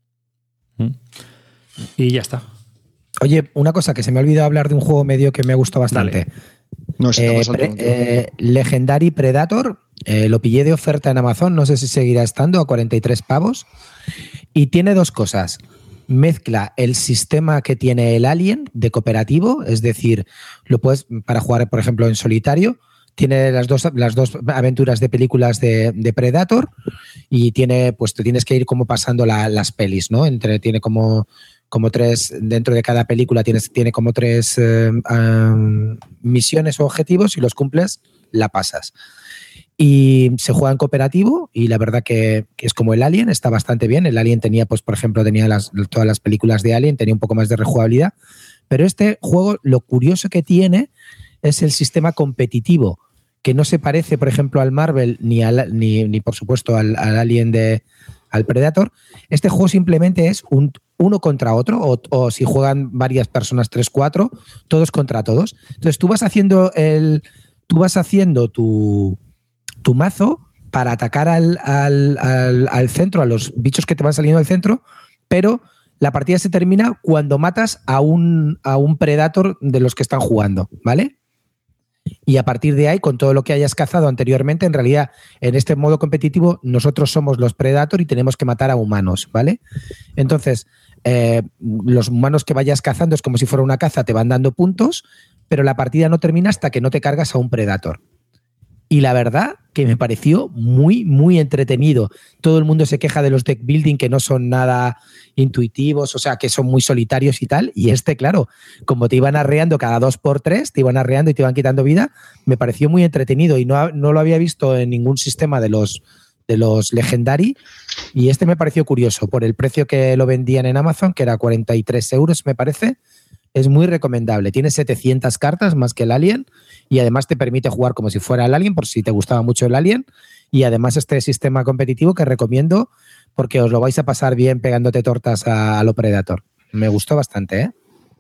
Y ya está. Oye, una cosa que se me ha olvidado hablar de un juego medio que me ha gustado bastante. Dale. No sé, Legendary Predator, lo pillé de oferta en Amazon, no sé si seguirá estando, a 43 pavos. Y tiene dos cosas. Mezcla el sistema que tiene el Alien de cooperativo, es decir, lo puedes para jugar, por ejemplo, en solitario. Tiene las dos aventuras de películas de Predator y tiene, pues te tienes que ir como pasando las pelis, ¿no? Tiene como tres, dentro de cada película tiene como tres misiones o objetivos y los cumples, la pasas. Y se juega en cooperativo y la verdad que es como el Alien, está bastante bien. El Alien tenía, pues por ejemplo, todas las películas de Alien, tenía un poco más de rejugabilidad. Pero este juego, lo curioso que tiene es el sistema competitivo, que no se parece, por ejemplo, al Marvel ni por supuesto al Alien al Predator. Este juego simplemente es uno contra otro, o si juegan varias personas, 3-4, todos contra todos. Entonces tú vas haciendo tu mazo para atacar al centro, a los bichos que te van saliendo del centro, pero la partida se termina cuando matas a un Predator de los que están jugando, ¿vale? Y a partir de ahí, con todo lo que hayas cazado anteriormente, en realidad, en este modo competitivo, nosotros somos los Predator y tenemos que matar a humanos, ¿vale? Entonces, los humanos que vayas cazando es como si fuera una caza, te van dando puntos, pero la partida no termina hasta que no te cargas a un Predator. Y la verdad que me pareció muy, muy entretenido. Todo el mundo se queja de los deck building que no son nada intuitivos, o sea, que son muy solitarios y tal. Y claro, como te iban arreando cada 2x3, te iban arreando y te iban quitando vida, me pareció muy entretenido y no lo había visto en ningún sistema de los Legendary. Y me pareció curioso por el precio que lo vendían en Amazon, que era 43 euros, me parece. Es muy recomendable. Tiene 700 cartas más que el Alien y además te permite jugar como si fuera el Alien, por si te gustaba mucho el Alien. Y además este sistema competitivo que recomiendo porque os lo vais a pasar bien pegándote tortas a lo Predator. Me gustó bastante, ¿eh?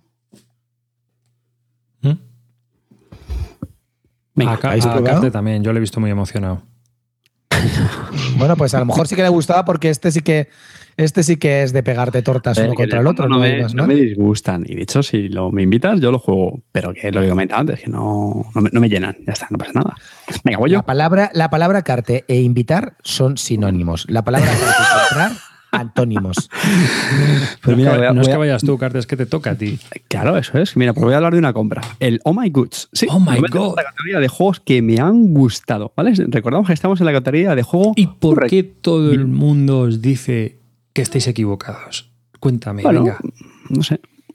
A Carte también, yo lo he visto muy emocionado. Bueno, pues a lo mejor sí que le gustaba porque este sí que es de pegarte tortas uno contra el otro. No me disgustan. Y de hecho, si me invitas, yo lo juego. Pero que lo que comentaba antes, que no me llenan. Ya está, no pasa nada. Venga, voy yo. La palabra carte e invitar son sinónimos. La palabra carte y comprar, antónimos. Pues mira, no es que vayas tú, Carte, es que te toca a ti. Claro, eso es. Mira, pues voy a hablar de una compra. El Oh My Goods. Sí, Oh My God. La categoría de juegos que me han gustado, ¿vale? Recordamos que estamos en la categoría de juego. ¿Y por qué todo el mundo os dice que estéis equivocados? Cuéntame, bueno, venga. No sé.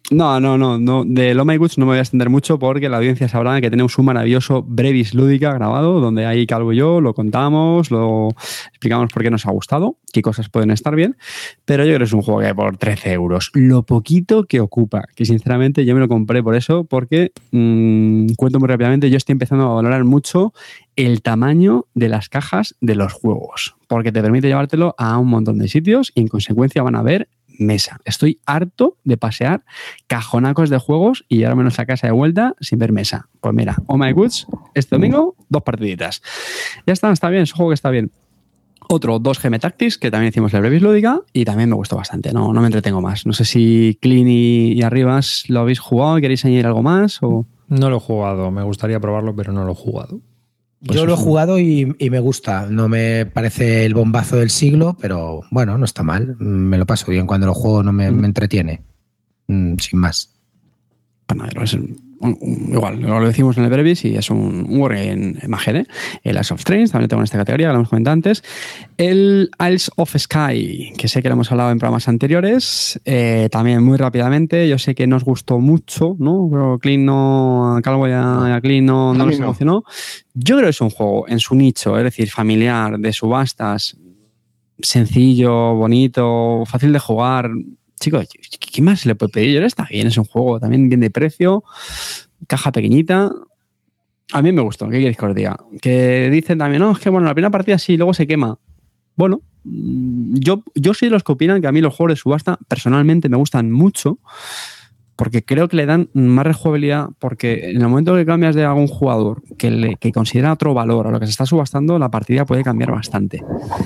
No. De Oh My Goods no me voy a extender mucho porque la audiencia sabrá que tenemos un maravilloso Brevis Lúdica grabado donde ahí Calvo y yo lo contamos, lo explicamos por qué nos ha gustado, qué cosas pueden estar bien, pero yo creo que es un juego que por 13 euros, lo poquito que ocupa, que sinceramente yo me lo compré por eso, porque cuento muy rápidamente, yo estoy empezando a valorar mucho el tamaño de las cajas de los juegos, porque te permite llevártelo a un montón de sitios y en consecuencia van a ver mesa. Estoy harto de pasear cajonacos de juegos y llevármelos a casa de vuelta sin ver mesa. Pues mira, Oh My Goods, este domingo, 2 partiditas. Ya está bien, es un juego que está bien. Otro, 2GM Tactics, que también hicimos la Brevis Lúdica y también me gustó bastante. No me entretengo más. No sé si Clean y Arribas lo habéis jugado, ¿queréis añadir algo más? O... No lo he jugado, me gustaría probarlo, pero no lo he jugado. Pues yo lo he jugado y me gusta. No me parece el bombazo del siglo, pero bueno, no está mal. Me lo paso bien cuando lo juego, no me entretiene. Sin más. Bueno, es igual, lo decimos en el Brevis y es un wargame majere. El Ice of Trains, también lo tengo en esta categoría, lo hemos comentado antes. El Isles of Sky, que sé que lo hemos hablado en programas anteriores, también muy rápidamente. Yo sé que nos gustó mucho, ¿no? Pero Clean no, a Calvo y a Clean no nos emocionó. Yo creo que es un juego en su nicho, es decir, familiar, de subastas, sencillo, bonito, fácil de jugar. Chicos, ¿qué más se le puede pedir? Está bien, es un juego también bien de precio, caja pequeñita. A mí me gustó, ¿qué queréis que os diga? Que dicen también, no, es que bueno, la primera partida sí, luego se quema. Bueno, yo soy de los que opinan que a mí los juegos de subasta personalmente me gustan mucho porque creo que le dan más rejugabilidad, porque en el momento que cambias de algún jugador que considera otro valor a lo que se está subastando, la partida puede cambiar bastante.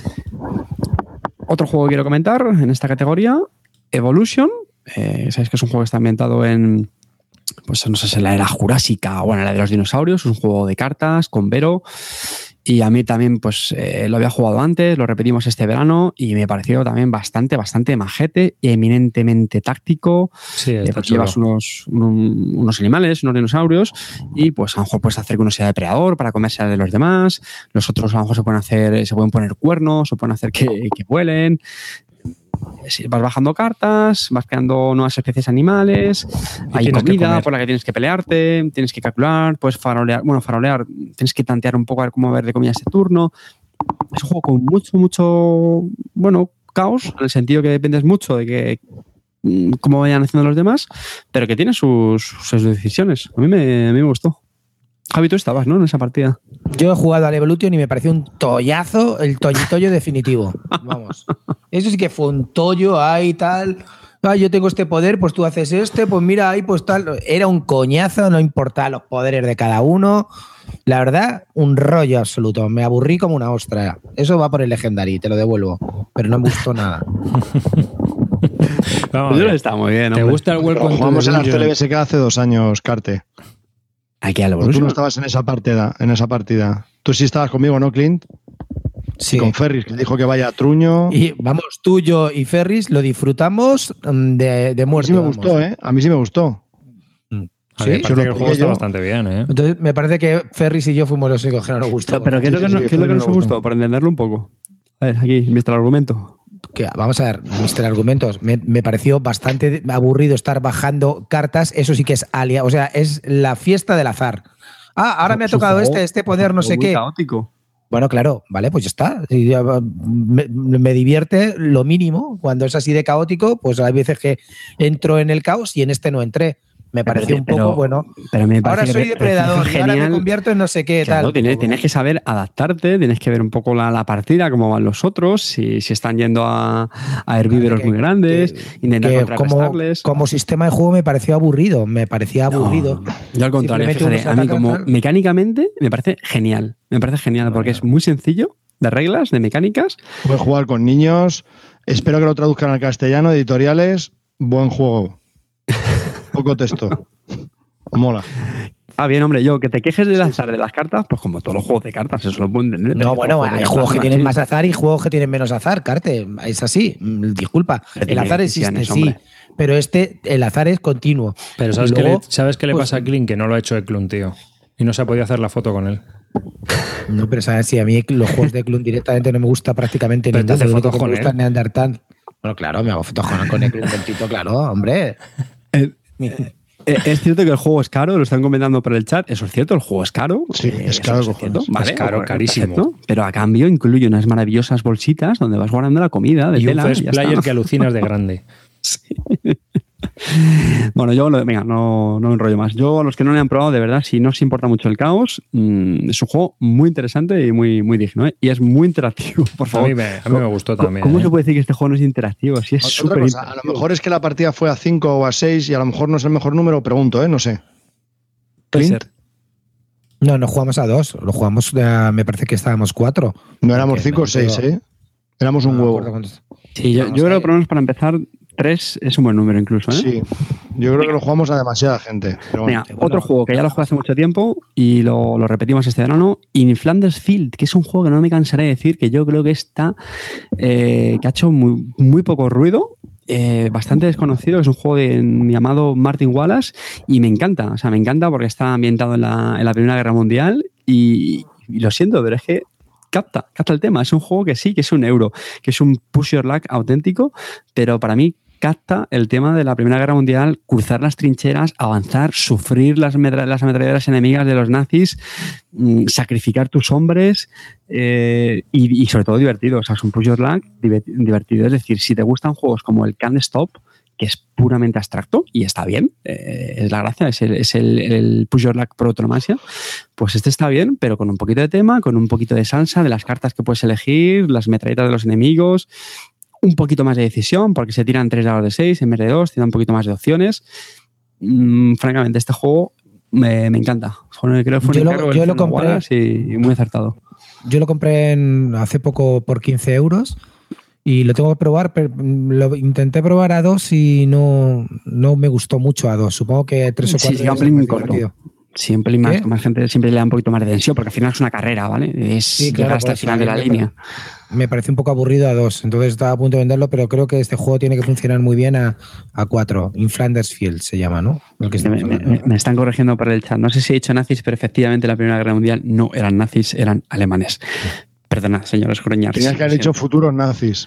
Otro juego que quiero comentar en esta categoría, Evolution. Sabéis que es un juego que está ambientado en, pues no sé si en la era jurásica o en la de los dinosaurios. Es un juego de cartas con Vero. Y a mí también pues lo había jugado antes, lo repetimos este verano y me pareció también bastante majete y eminentemente táctico. Sí, pues llevas unos animales, unos dinosaurios y pues a lo mejor puedes hacer que uno sea depredador para comerse a de los demás. Los otros a lo mejor se pueden poner cuernos, se pueden hacer que vuelen. Vas bajando cartas, vas creando nuevas especies animales, hay comida por la que tienes que pelearte, tienes que calcular, puedes farolear, tienes que tantear un poco a ver cómo ver de comida este turno. Es un juego con mucho, caos, en el sentido que dependes mucho de que cómo vayan haciendo los demás, pero que tiene sus decisiones. A mí me gustó. Javi, tú estabas, ¿no?, en esa partida. Yo he jugado al Evolution y me pareció un tollazo, el tollitoyo definitivo. Vamos. Eso sí que fue un tollo ahí tal. Yo tengo este poder, pues tú haces este, pues mira ahí, pues tal. Era un coñazo, no importaba los poderes de cada uno. La verdad, un rollo absoluto. Me aburrí como una ostra. Eso va por el Legendary, te lo devuelvo. Pero no me gustó nada. Vamos, está muy bien. ¿Te gusta el Welcome to the Jugamos en la CLBSK hace 2 años, Carte. Aquí al Tú no estabas en esa partida. Tú sí estabas conmigo, ¿no, Clint? Sí. Y con Ferris, que dijo que vaya a truño. Y vamos, tú, yo y Ferris lo disfrutamos de muerte. A mí sí me gustó, ¿eh? A mí sí me gustó. A mí me parece que el juego está bastante bien, ¿eh? Entonces me parece que Ferris y yo fuimos los únicos que no nos gustó. Pero ¿qué es lo que nos gustó? Para entenderlo un poco. A ver, aquí, visto el argumento. Vamos a ver, Mr. Argumentos, me pareció bastante aburrido estar bajando cartas, eso sí que es alia, o sea, es la fiesta del azar. Ahora me ha tocado este poder, no sé qué. Caótico. Bueno, claro, vale, pues ya está. Me divierte lo mínimo. Cuando es así de caótico, pues hay veces que entro en el caos y en este no entré. Me pareció un poco, bueno. Pero me ahora soy depredador y ahora me convierto en no sé qué, claro, tal. Tienes que saber adaptarte, tienes que ver un poco la partida, cómo van los otros, si están yendo a herbívoros muy grandes, intentar contrarrestarles. Como sistema de juego me pareció aburrido, aburrido. Yo al contrario, fíjate, a mí como mecánicamente me parece genial. Porque es muy sencillo, de reglas, de mecánicas. Puedes jugar con niños, espero que lo traduzcan al castellano, editoriales, buen juego. Poco texto. Mola. Bien, hombre, que te quejes del azar de las cartas, pues como todos los juegos de cartas, eso lo puedo entender. No, bueno, hay juegos que tienen más azar y juegos que tienen menos azar, Carte. Es así. Disculpa. El azar existe, sí. Pero el azar es continuo. Pero ¿sabes qué le pasa a Clint? Que no lo ha hecho Eklund, tío. Y no se ha podido hacer la foto con él. No, pero sabes, si a mí los juegos de Eklund directamente no me gusta prácticamente ninguno. ¿Te haces fotos con él? Me gusta Neandertal. Bueno, claro, me hago fotos con Eklund, claro, hombre. Es cierto que el juego es caro, lo están comentando por el chat. Eso es cierto, el juego es caro. Sí, es caro. Es cierto, ¿vale? Es caro, carísimo. Perfecto, pero a cambio incluye unas maravillosas bolsitas donde vas guardando la comida de y tela. un first player que alucinas de grande. Sí. Bueno, yo, venga, no me enrollo más. Yo, a los que no le han probado, de verdad, si no os importa mucho el caos, es un juego muy interesante y muy, muy digno, ¿eh? Y es muy interactivo, por favor. A mí me gustó también. ¿Cómo se puede decir que este juego no es interactivo? Si es súper interactivo. A lo mejor es que la partida fue a 5 o a 6 y a lo mejor no es el mejor número, pregunto, no sé. Puede ser. No jugamos a 2, lo jugamos, me parece que estábamos 4. No éramos 5 o 6, Éramos un huevo. Sí, yo creo que por lo menos para empezar 3 es un buen número incluso, ¿eh? Sí, yo creo que lo jugamos a demasiada gente. Pero bueno. Venga, otro juego que ya lo jugué hace mucho tiempo y lo repetimos este verano, In Flanders Field, que es un juego que no me cansaré de decir, que yo creo que que ha hecho muy, muy poco ruido, bastante desconocido, que es un juego llamado Martin Wallace y me encanta, o sea, me encanta porque está ambientado en la Primera Guerra Mundial y lo siento, pero es que capta el tema. Es un juego que sí, que es un euro, que es un push your luck auténtico, pero para mí capta el tema de la Primera Guerra Mundial, cruzar las trincheras, avanzar, sufrir las ametralladoras enemigas de los nazis, sacrificar tus hombres y sobre todo divertido. O sea, es un push your luck divertido. Es decir, si te gustan juegos como el Can't Stop, que es puramente abstracto y está bien, es la gracia, es el push your luck por autonomasia, pues este está bien, pero con un poquito de tema, con un poquito de salsa, de las cartas que puedes elegir, las metralletas de los enemigos, un poquito más de decisión, porque se tiran 3 dados de 6 en vez de 2, tiene un poquito más de opciones. Francamente, este juego me encanta. Creo que fue yo lo compré y muy acertado. Yo lo compré hace poco por 15 euros y lo tengo que probar, pero lo intenté probar a 2 y no me gustó mucho a 2. Supongo que 3 o 4 siempre más gente siempre le da un poquito más de tensión, porque al final es una carrera, ¿vale? Sí, claro, hasta el final de la línea. Me parece un poco aburrido a 2, entonces estaba a punto de venderlo, pero creo que este juego tiene que funcionar muy bien a 4. In Flanders Field se llama, ¿no? Me están corrigiendo por el chat. No sé si he dicho nazis, pero efectivamente en la Primera Guerra Mundial no eran nazis, eran alemanes. Perdona, señores Groñars. Tenías que haber dicho futuros nazis.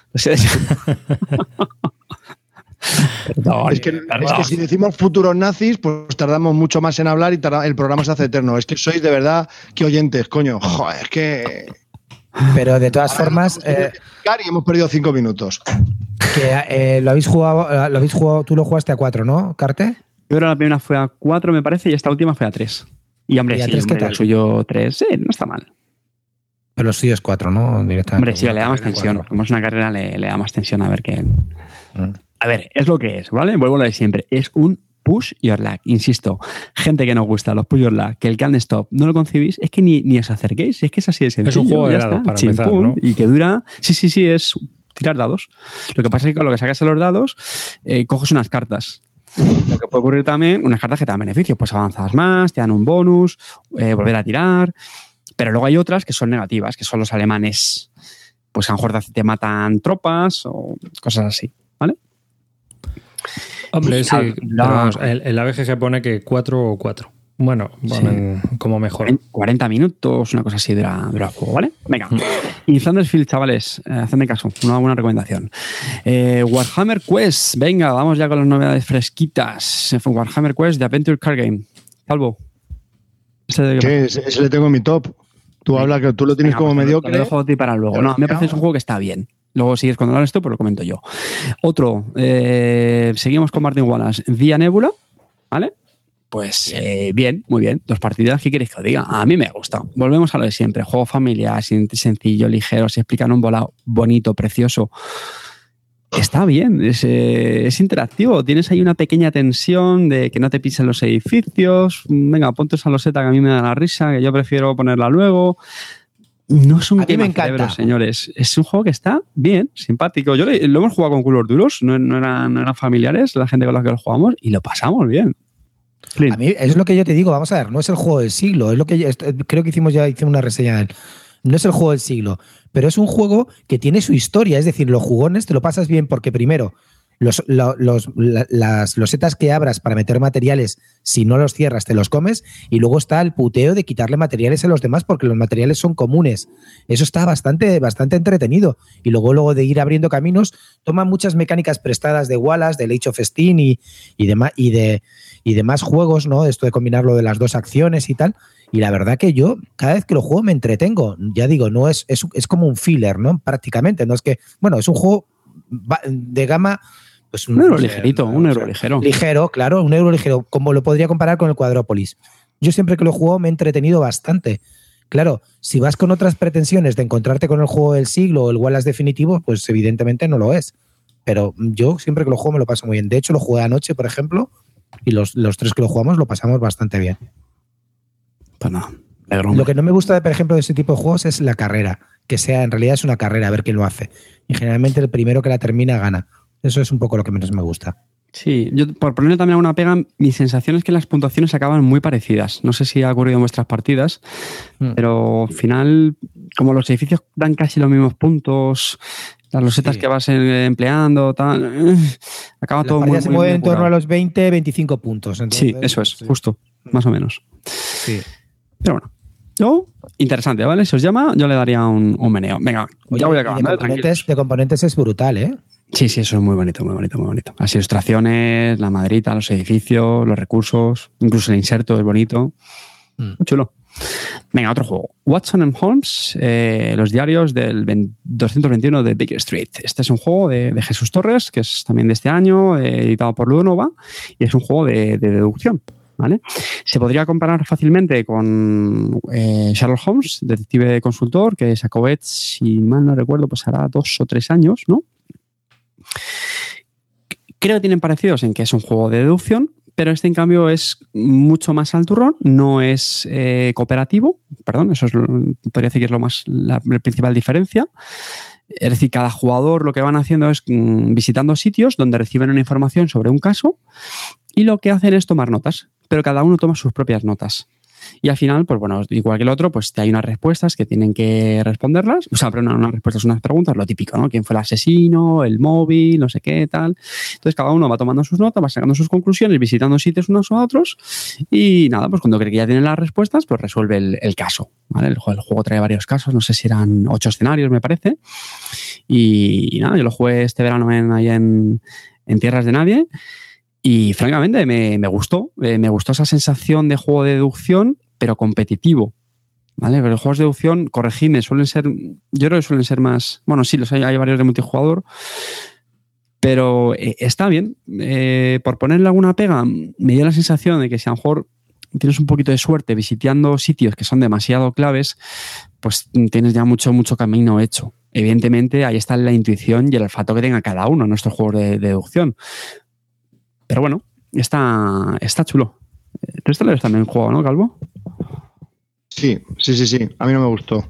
Perdón, es que si decimos futuros nazis, pues tardamos mucho más en hablar y el programa se hace eterno. Es que sois de verdad que oyentes, coño. Joder, es que... Pero de todas formas... y hemos perdido 5 minutos. Que lo habéis jugado, tú lo jugaste a 4, ¿no, Carte? Yo creo que la primera fue a 4, me parece, y esta última fue a 3. Y hombre, a 3, ¿qué tal? El suyo 3, sí, no está mal. Pero lo suyo es 4, ¿no? Directamente. Hombre, sí, le da más tensión. Como es una carrera, le da más tensión a ver qué... A ver, es lo que es, ¿vale? Vuelvo a lo de siempre. Es un push your luck, insisto. Gente que nos gusta los push your luck, que el Can't Stop no lo concibís, es que ni os acerquéis, es que es así de sencillo. Es un juego de dados para empezar, ¿no? Y que dura... Sí, es tirar dados. Lo que pasa es que con lo que sacas de los dados, coges unas cartas. Lo que puede ocurrir también, unas cartas que te dan beneficios, pues avanzas más, te dan un bonus, volver a tirar... Pero luego hay otras que son negativas, que son los alemanes. Pues a lo mejor te matan tropas o cosas así, ¿vale? Hombre, sí. Vamos, en la BGG pone que 4 o 4. Bueno, ponen como mejor. 40 minutos, una cosa así dura el juego, ¿vale? Venga. Y Flanders Field, chavales, hacedme caso, una buena recomendación. Warhammer Quest, venga, vamos ya con las novedades fresquitas. Warhammer Quest, The Adventure Card Game. Salvo. Ese le tengo en mi top. Tú hablas que tú lo tienes como mediocre. Lo dejo a ti para luego. No, me parece que es un juego que está bien. Luego sigues cuando hablas esto, pues lo comento yo. Otro, seguimos con Martin Wallace. Vía Nebula, ¿vale? Pues bien, muy bien. 2 partidas, ¿qué queréis que os diga? A mí me gusta. Volvemos a lo de siempre. Juego familiar, sencillo, ligero, se explica en un volado bonito, precioso. Está bien, es interactivo. Tienes ahí una pequeña tensión de que no te pisen los edificios. Venga, ponte esa loseta que a mí me da la risa, que yo prefiero ponerla luego. No es un a mí me encanta, señores. Es un juego que está bien, simpático. Lo hemos jugado con culos duros, no eran familiares la gente con la que lo jugamos y lo pasamos bien. A mí es lo que yo te digo, vamos a ver, no es el juego del siglo, es lo que creo que hicimos una reseña de él. No es el juego del siglo, pero es un juego que tiene su historia, es decir, los jugones te lo pasas bien porque primero Las losetas que abras para meter materiales, si no los cierras, te los comes. Y luego está el puteo de quitarle materiales a los demás porque los materiales son comunes. Eso está bastante entretenido. Y luego de ir abriendo caminos, toma muchas mecánicas prestadas de Wallace, de Age of Steam y demás juegos, ¿no? Esto de combinar lo de las dos acciones y tal. Y la verdad que yo, cada vez que lo juego, me entretengo. Ya digo, no es como un filler, ¿no? Prácticamente. No es que, bueno, es un juego de gama. Pues un euro ligerito, un euro ligero. Ligero, claro, un euro ligero, como lo podría comparar con el Quadrópolis. Yo siempre que lo juego me he entretenido bastante. Claro, si vas con otras pretensiones de encontrarte con el juego del siglo o el Wallace definitivo, pues evidentemente no lo es. Pero yo siempre que lo juego me lo paso muy bien. De hecho, lo jugué anoche, por ejemplo, y los tres que lo jugamos lo pasamos bastante bien. Pues nada, lo que no me gusta, por ejemplo, de ese tipo de juegos es la carrera. Que sea, en realidad es una carrera, a ver quién lo hace. Y generalmente el primero que la termina gana. Eso es un poco lo que menos me gusta. Sí, yo por ponerle también una pega, mi sensación es que las puntuaciones acaban muy parecidas. No sé si ha ocurrido en vuestras partidas, pero al final, como los edificios dan casi los mismos puntos, las losetas que vas empleando, tal, acaba todo muy... Se mueve en torno a los 20, 25 puntos. Entonces, sí, eso es, justo, más o menos. Sí. Pero bueno. Yo, interesante, ¿vale? Si os llama, yo le daría un meneo. Venga, ya voy acabando. De componentes es brutal, ¿eh? Sí, eso es muy bonito, muy bonito, muy bonito. Las ilustraciones, la maderita, los edificios, los recursos, incluso el inserto es bonito. Muy chulo. Venga, otro juego. Watson and Holmes, los diarios del 221 de Baker Street. Este es un juego de Jesús Torres, que es también de este año, editado por Ludonova, y es un juego de deducción. ¿Vale? Se podría comparar fácilmente con Sherlock Holmes, detective consultor, que sacó Edge, si mal no recuerdo, pues hará 2 o 3 años, ¿no? Creo que tienen parecidos en que es un juego de deducción, pero este en cambio es mucho más al turrón, no es cooperativo, perdón, eso podría decir que es la principal diferencia. Es decir, cada jugador lo que van haciendo es visitando sitios donde reciben una información sobre un caso y lo que hacen es tomar notas, pero cada uno toma sus propias notas. Y al final, pues bueno, igual que el otro, pues hay unas respuestas que tienen que responderlas. O sea, pero no unas respuestas, unas preguntas, lo típico, ¿no? ¿Quién fue el asesino? ¿El móvil? No sé qué, tal. Entonces cada uno va tomando sus notas, va sacando sus conclusiones, visitando sitios unos a otros y nada, pues cuando cree que ya tiene las respuestas, pues resuelve el caso, ¿vale? El juego trae varios casos, no sé si eran 8 escenarios, me parece. Y nada, yo lo jugué este verano ahí en Tierras de Nadie. Y francamente me gustó esa sensación de juego de deducción, pero competitivo, ¿vale? Pero los juegos de deducción, corregidme, yo creo que suelen ser más... Bueno, sí, hay varios de multijugador, pero está bien. Por ponerle alguna pega, me dio la sensación de que si a lo mejor tienes un poquito de suerte visitando sitios que son demasiado claves, pues tienes ya mucho camino hecho. Evidentemente, ahí está la intuición y el olfato que tenga cada uno en nuestros juegos de deducción. Pero bueno, está chulo. Tú este lo ves también en juego, ¿no, Calvo? Sí. A mí no me gustó.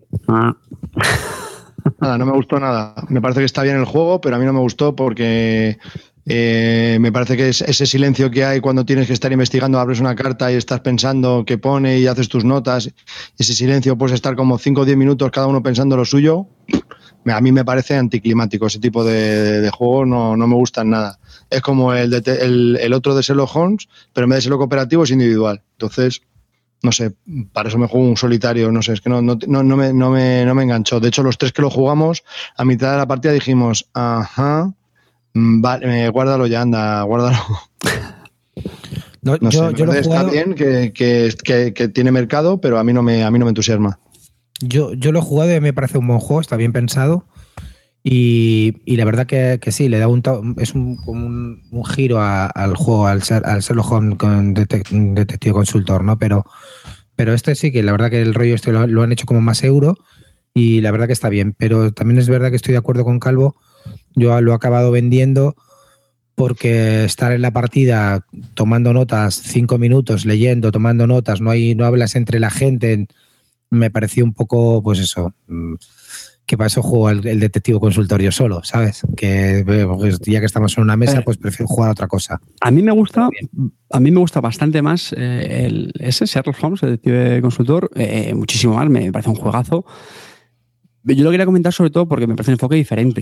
Nada, no me gustó nada. Me parece que está bien el juego, pero a mí no me gustó porque me parece que ese silencio que hay cuando tienes que estar investigando, abres una carta y estás pensando qué pone y haces tus notas. Ese silencio, puedes estar como 5 o 10 minutos cada uno pensando lo suyo. A mí me parece anticlimático. Ese tipo de juegos no me gustan nada. Es como el otro de Sherlock Holmes, pero en vez de serlo cooperativo es individual. Entonces, no sé, para eso me juego un solitario, no sé, es que no me enganchó. De hecho, los 3 que lo jugamos, a mitad de la partida dijimos, ajá, vale, guárdalo ya, anda, guárdalo. No sé, yo lo he jugado... Está bien que tiene mercado, pero a mí no me entusiasma. Yo lo he jugado y me parece un buen juego, está bien pensado. Y la verdad que sí, le da un giro al juego, al Sherlock Holmes con detective consultor, ¿no? Pero este sí, que la verdad que el rollo este lo han hecho como más euro y la verdad que está bien. Pero también es verdad que estoy de acuerdo con Calvo, yo lo he acabado vendiendo porque estar en la partida tomando notas 5 minutos, leyendo, tomando notas, no hablas entre la gente, me pareció un poco, pues eso... que para eso juego el detective consultor yo solo, ¿sabes? Que pues, ya que estamos en una mesa, pues prefiero jugar a otra cosa. A mí me gusta bastante más ese Sherlock Holmes, el detective consultor, muchísimo más, me parece un juegazo. Yo lo quería comentar sobre todo porque me parece un enfoque diferente.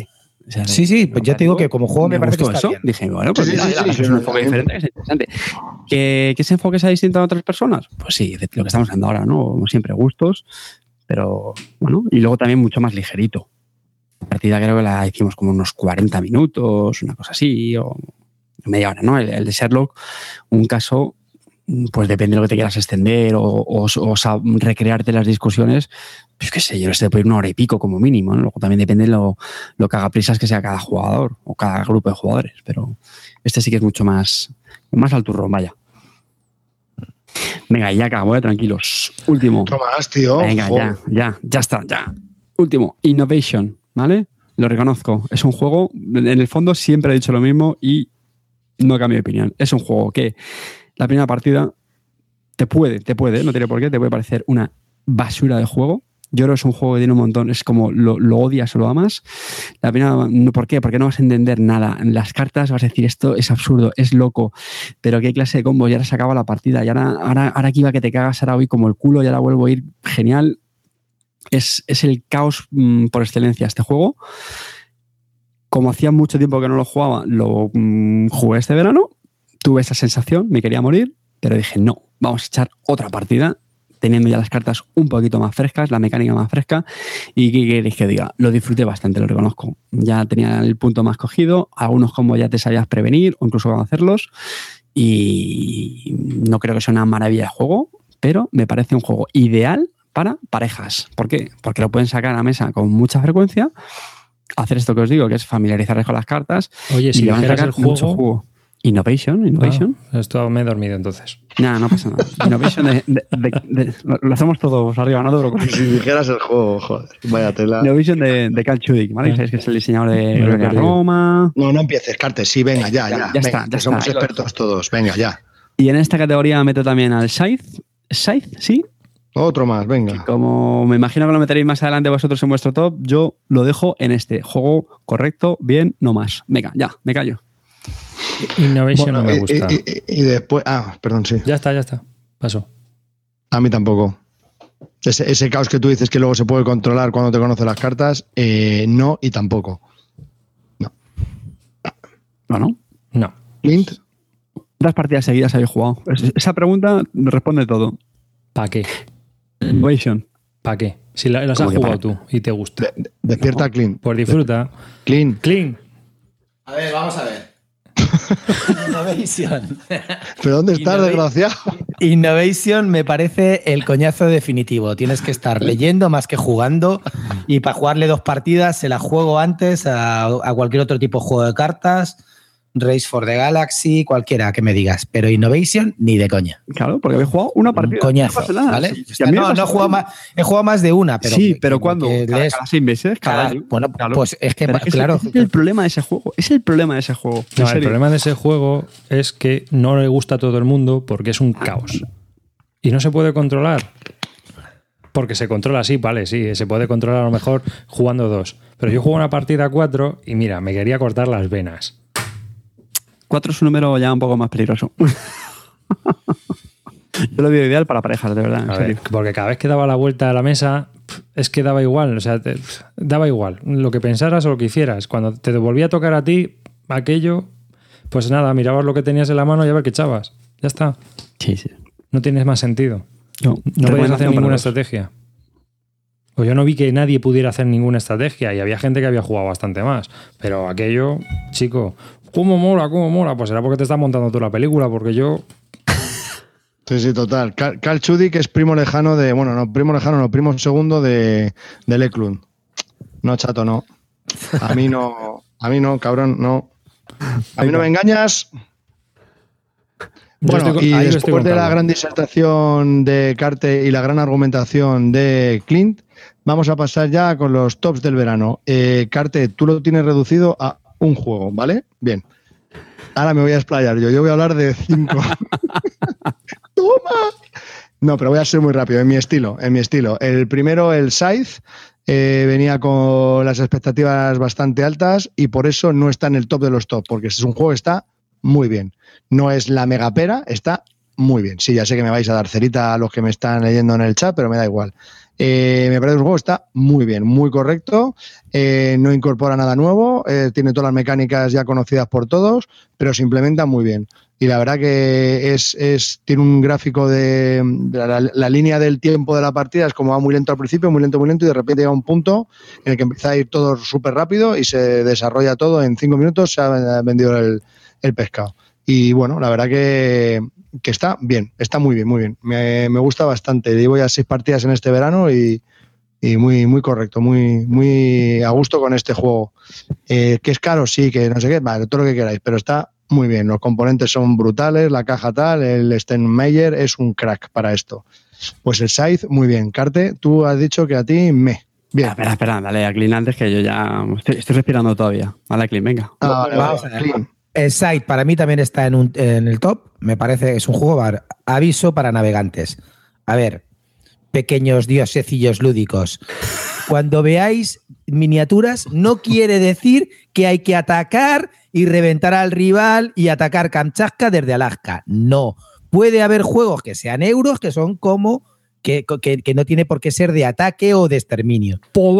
O sea, Sí, pues ya te digo que como juego me parece que gustó está eso. bien. Dije, bueno, pues Sí, es un enfoque diferente, que es interesante. ¿Que ese enfoque sea distinto a otras personas? Pues sí, lo que estamos haciendo ahora, ¿no? Como siempre, gustos, pero bueno, y luego también mucho más ligerito. La partida creo que la hicimos como unos 40 minutos, una cosa así, o media hora, ¿no? El de Sherlock, un caso, pues depende de lo que te quieras extender o recrearte las discusiones, pues qué sé, yo este puede ir 1 hora y pico como mínimo, ¿no? Luego también depende de lo que haga prisas que sea cada jugador o cada grupo de jugadores, pero este sí que es mucho más al turrón, vaya. Venga, ya acabo, tranquilos. Último. Tomás, tío. Venga, joder. ya está. Último, Innovation, ¿vale? Lo reconozco. Es un juego, en el fondo siempre he dicho lo mismo y no cambio de opinión. Es un juego que la primera partida te puede, no tiene por qué, te puede parecer una basura de juego. Yo creo que es un juego que tiene un montón, es como lo odias o lo amas. La primera, ¿por qué? Porque no vas a entender nada. En las cartas vas a decir, esto es absurdo, es loco, pero qué clase de combo, ya ahora se acaba la partida, y ahora aquí va que te cagas, ahora voy como el culo, y ahora vuelvo a ir genial. Es el caos por excelencia este juego. Como hacía mucho tiempo que no lo jugaba, lo jugué este verano, tuve esa sensación, me quería morir, pero dije, no, vamos a echar otra partida, teniendo ya las cartas un poquito más frescas, la mecánica más fresca, y ¿qué queréis que diga? Lo disfruté bastante, lo reconozco. Ya tenía el punto más cogido, algunos combos ya te sabías prevenir o incluso cómo hacerlos, y no creo que sea una maravilla de juego, pero me parece un juego ideal para parejas. ¿Por qué? Porque lo pueden sacar a mesa con mucha frecuencia, hacer esto que os digo, que es familiarizarles con las cartas. Oye, si y le van a dijeras sacar el mucho juego... jugo. Innovation. Esto me he dormido entonces. Nada, no pasa nada. Innovation lo hacemos todos arriba, no te preocupes. Si dijeras el juego, joder, vaya tela. Innovation de Cal Chudik, ¿vale? Sabéis que es el diseñador de Me lo he Gloria perdido. Roma. No empieces, Cartes. Sí, venga, ya. Ya Venga, está, que ya somos está. expertos todos. Venga, ya. Y en esta categoría meto también al Scythe, ¿sí? Otro más, venga. Como me imagino que lo meteréis más adelante vosotros en vuestro top, yo lo dejo en este. Juego correcto, bien, no más. Venga, ya, me callo. Innovation no me gusta. Y después... perdón, sí. Ya está. Paso. A mí tampoco. Ese caos que tú dices que luego se puede controlar cuando te conoces las cartas, no y tampoco. Bueno, No. Clint, ¿cuántas partidas seguidas habéis jugado? Esa pregunta responde todo. ¿Para qué? Innovation. ¿Para qué? Si las has ¿Cómo que jugado para? tú y te gusta. despierta, Clint. Pues disfruta. Clint. Clean. A ver, vamos a ver. Innovation. ¿Pero dónde estás, desgraciado? Innovation me parece el coñazo definitivo. Tienes que estar leyendo más que jugando, y para jugarle 2 partidas se la juego antes a cualquier otro tipo de juego de cartas, Race for the Galaxy, cualquiera que me digas, pero Innovation ni de coña. Claro, porque habéis jugado una partida. Coñazo, no pasa nada. ¿vale? Sí, a mí me No pasa he jugado igual. más, he jugado más de una, pero Sí, pero ¿cuándo? que Cada lees- 6 meses, cada año. Bueno, Claro. pues es que, Pero claro. es el problema de ese juego. Es el problema de ese juego. En No, el serio. problema de ese juego es que no le gusta a todo el mundo porque es un caos. Y no se puede controlar. Porque se controla así, vale, sí, se puede controlar a lo mejor jugando 2. Pero yo juego una partida 4 y mira, me quería cortar las venas. 4 es un número ya un poco más peligroso. Yo lo veo ideal para parejas, de verdad. En A serio. ver, porque cada vez que daba la vuelta a la mesa, es que daba igual. O sea, daba igual. Lo que pensaras o lo que hicieras. Cuando te volvía a tocar a ti aquello, pues nada, mirabas lo que tenías en la mano y a ver qué echabas. Ya está. Sí. No tienes más sentido. No, No puedes hacer ninguna para estrategia. O yo no vi que nadie pudiera hacer ninguna estrategia y había gente que había jugado bastante más. Pero aquello, chico, ¿cómo mola? ¿Cómo mola? Pues será porque te estás montando tú la película, porque yo... Sí, total. Cal Chudik es primo lejano de... Bueno, no, primo segundo de Eklund. No, chato, no. A mí no, cabrón, no. A mí no me engañas. Bueno, y ahí estoy después con de la Carlos. gran disertación de Carte y la gran argumentación de Clint, vamos a pasar ya con los tops del verano. Carte, tú lo tienes reducido a un juego, ¿vale? Bien. Ahora me voy a explayar yo. Yo voy a hablar de 5. ¡Toma! No, pero voy a ser muy rápido, en mi estilo. El primero, el Scythe, venía con las expectativas bastante altas y por eso no está en el top de los top, porque es un juego que está muy bien. No es la megapera, está muy bien. Sí, ya sé que me vais a dar cerita a los que me están leyendo en el chat, pero me da igual. Me parece que el juego está muy bien, muy correcto, no incorpora nada nuevo, tiene todas las mecánicas ya conocidas por todos, pero se implementa muy bien. Y la verdad que tiene un gráfico de la línea del tiempo de la partida, es como va muy lento al principio, muy lento, y de repente llega un punto en el que empieza a ir todo súper rápido y se desarrolla todo. En 5 minutos se ha vendido el pescado. Y bueno, la verdad que está bien, está muy bien, muy bien. Me gusta bastante. Llevo ya 6 partidas en este verano y muy, muy correcto, muy a gusto con este juego. Que es caro, sí, que no sé qué, vale, todo lo que queráis, pero está muy bien. Los componentes son brutales, la caja tal, el Steinmeier es un crack para esto. Pues el Scythe, muy bien. Carte, tú has dicho que a ti bien. Espera, dale a Clean antes, que yo ya estoy respirando todavía. Dale a Clean, venga. Vamos a ver. El Scythe para mí también está en el top. Me parece que es un juego aviso para navegantes. A ver, pequeños diosecillos lúdicos. Cuando veáis miniaturas, no quiere decir que hay que atacar y reventar al rival y atacar Kamchatka desde Alaska. No. Puede haber juegos que sean euros, que son como que no tiene por qué ser de ataque o de exterminio.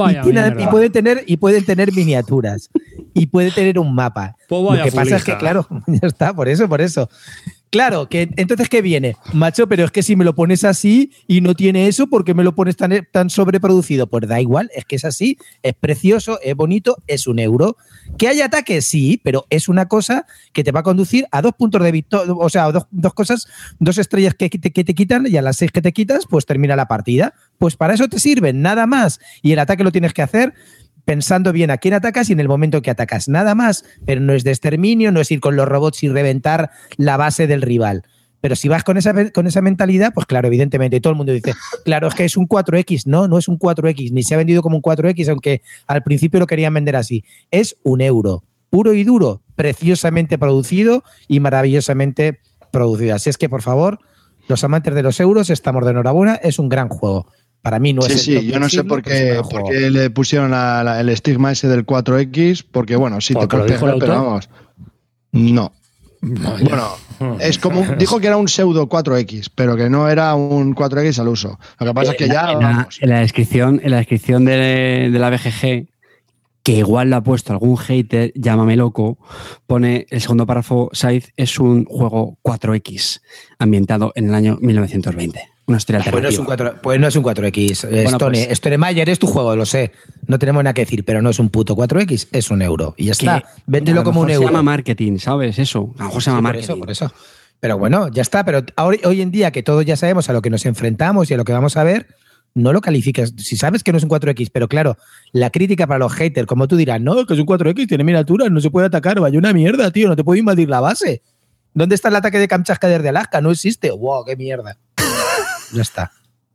Y pueden tener miniaturas. Y puede tener un mapa. Lo que pasa es que, claro, ya está, por eso. Claro, que entonces, ¿qué viene? Macho, pero es que si me lo pones así y no tiene eso, ¿por qué me lo pones tan sobreproducido? Pues da igual, es que es así, es precioso, es bonito, es un euro. ¿Que haya ataque? Sí, pero es una cosa que te va a conducir a 2 puntos de victoria, o sea, dos cosas, 2 estrellas que te quitan, y a las 6 que te quitas, pues termina la partida. Pues para eso te sirven, nada más. Y el ataque lo tienes que hacer pensando bien a quién atacas y en el momento que atacas, nada más, pero no es de exterminio, no es ir con los robots y reventar la base del rival. Pero si vas con esa mentalidad, pues claro, evidentemente, todo el mundo dice, claro, es que es un 4X. No es un 4X, ni se ha vendido como un 4X, aunque al principio lo querían vender así. Es un euro, puro y duro, preciosamente producido y maravillosamente producido. Así es que, por favor, los amantes de los euros, estamos de enhorabuena, es un gran juego. Para mí no es. Sí, yo no sé por qué le pusieron el estigma ese del 4X, porque bueno, sí te puedes pegar, pero vamos. No. Bueno, es como dijo que era un pseudo 4X, pero que no era un 4X al uso. Lo que pasa es que en la descripción de la BGG, que igual lo ha puesto algún hater, llámame loco, pone el segundo párrafo: Scythe es un juego 4X ambientado en el año 1920. Una historia alternativa. Pues no es un 4X. Bueno, Steinmeier es tu juego, lo sé. No tenemos nada que decir, pero no es un puto 4X, es un euro. Y ya está. Véndelo como un euro. Se llama marketing, ¿sabes? Eso. A lo mejor se llama marketing. Por eso. Pero bueno, ya está. Pero hoy en día, que todos ya sabemos a lo que nos enfrentamos y a lo que vamos a ver, no lo califiques. Si sabes que no es un 4X, pero claro, la crítica para los haters, como tú dirás, no, que es un 4X, tiene miniaturas, no se puede atacar, vaya una mierda, tío, no te puedo invadir la base. ¿Dónde está el ataque de Kamchatka desde Alaska? No existe. ¡Wow, qué mierda! Ya está.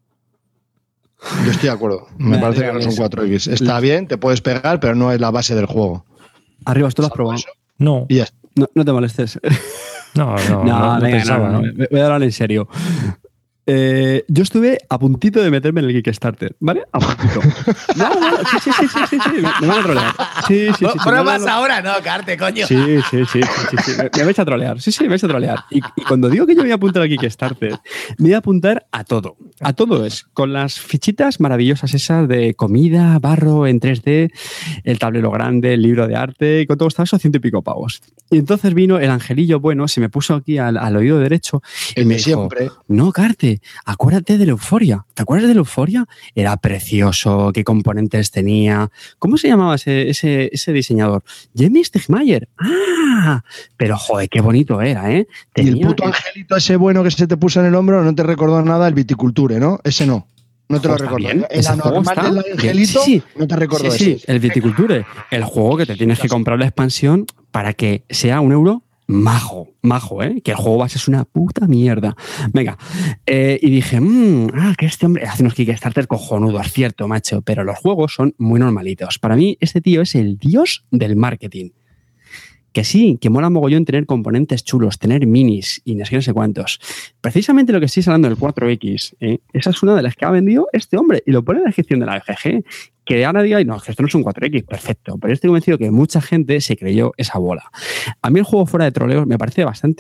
Yo estoy de acuerdo. Me parece que no es un 4X. Está bien, te puedes pegar, pero no es la base del juego. Arriba, ¿tú lo has probado? No. Y ya está. No te molestes. No pensaba, ¿no? Voy a hablar en serio. Yo estuve a puntito de meterme en el Kickstarter, ¿vale? A puntito. No, sí. Me van a trolear. Sí. Pruebas ahora, no, Carte, coño. Sí. Me vais a trolear. Sí, me vais a trolear. Y cuando digo que yo me voy a apuntar al Kickstarter, me voy a apuntar a todo. A todo es. Con las fichitas maravillosas esas de comida, barro en 3D, el tablero grande, el libro de arte, y con todo esto eso, 100 y pico pavos. Y entonces vino el angelillo bueno, se me puso aquí al oído derecho y me dijo, siempre. No, Carte, acuérdate de la Euforia. ¿Te acuerdas de la Euforia? Era precioso, qué componentes tenía. ¿Cómo se llamaba ese diseñador? Jamie Stegmaier. ¡Ah! Pero, joder, qué bonito era, ¿eh? Tenía, y el puto angelito ese bueno que se te puso en el hombro no te recordó nada el Viticulture, ¿no? Ese no. No te lo recordó. En la normal del angelito no te recordó ese. Sí, el Viticulture. El juego que te tienes que comprar la expansión para que sea un euro majo, que el juego base es una puta mierda. Venga, y dije, que este hombre hace unos Kickstarter cojonudos, es cierto, macho, pero los juegos son muy normalitos. Para mí, este tío es el dios del marketing. Que sí, que mola mogollón tener componentes chulos, tener minis y no sé cuántos. Precisamente lo que estáis hablando del 4X, esa es una de las que ha vendido este hombre y lo pone en la descripción de la BGG. Que ahora diga, no, que esto no es un 4X, perfecto. Pero yo estoy convencido que mucha gente se creyó esa bola. A mí el juego fuera de troleos me parece bastante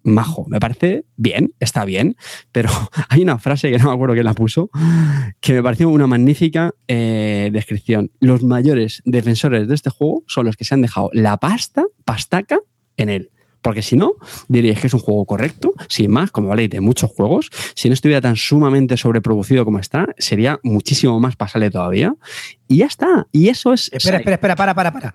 majo, me parece bien, está bien, pero hay una frase que no me acuerdo quién la puso, que me pareció una magnífica descripción. Los mayores defensores de este juego son los que se han dejado la pastaca en él. Porque si no, diríais que es un juego correcto, sin más, como habléis de muchos juegos. Si no estuviera tan sumamente sobreproducido como está, sería muchísimo más pasable todavía. Y ya está. Y eso es... Espera, para.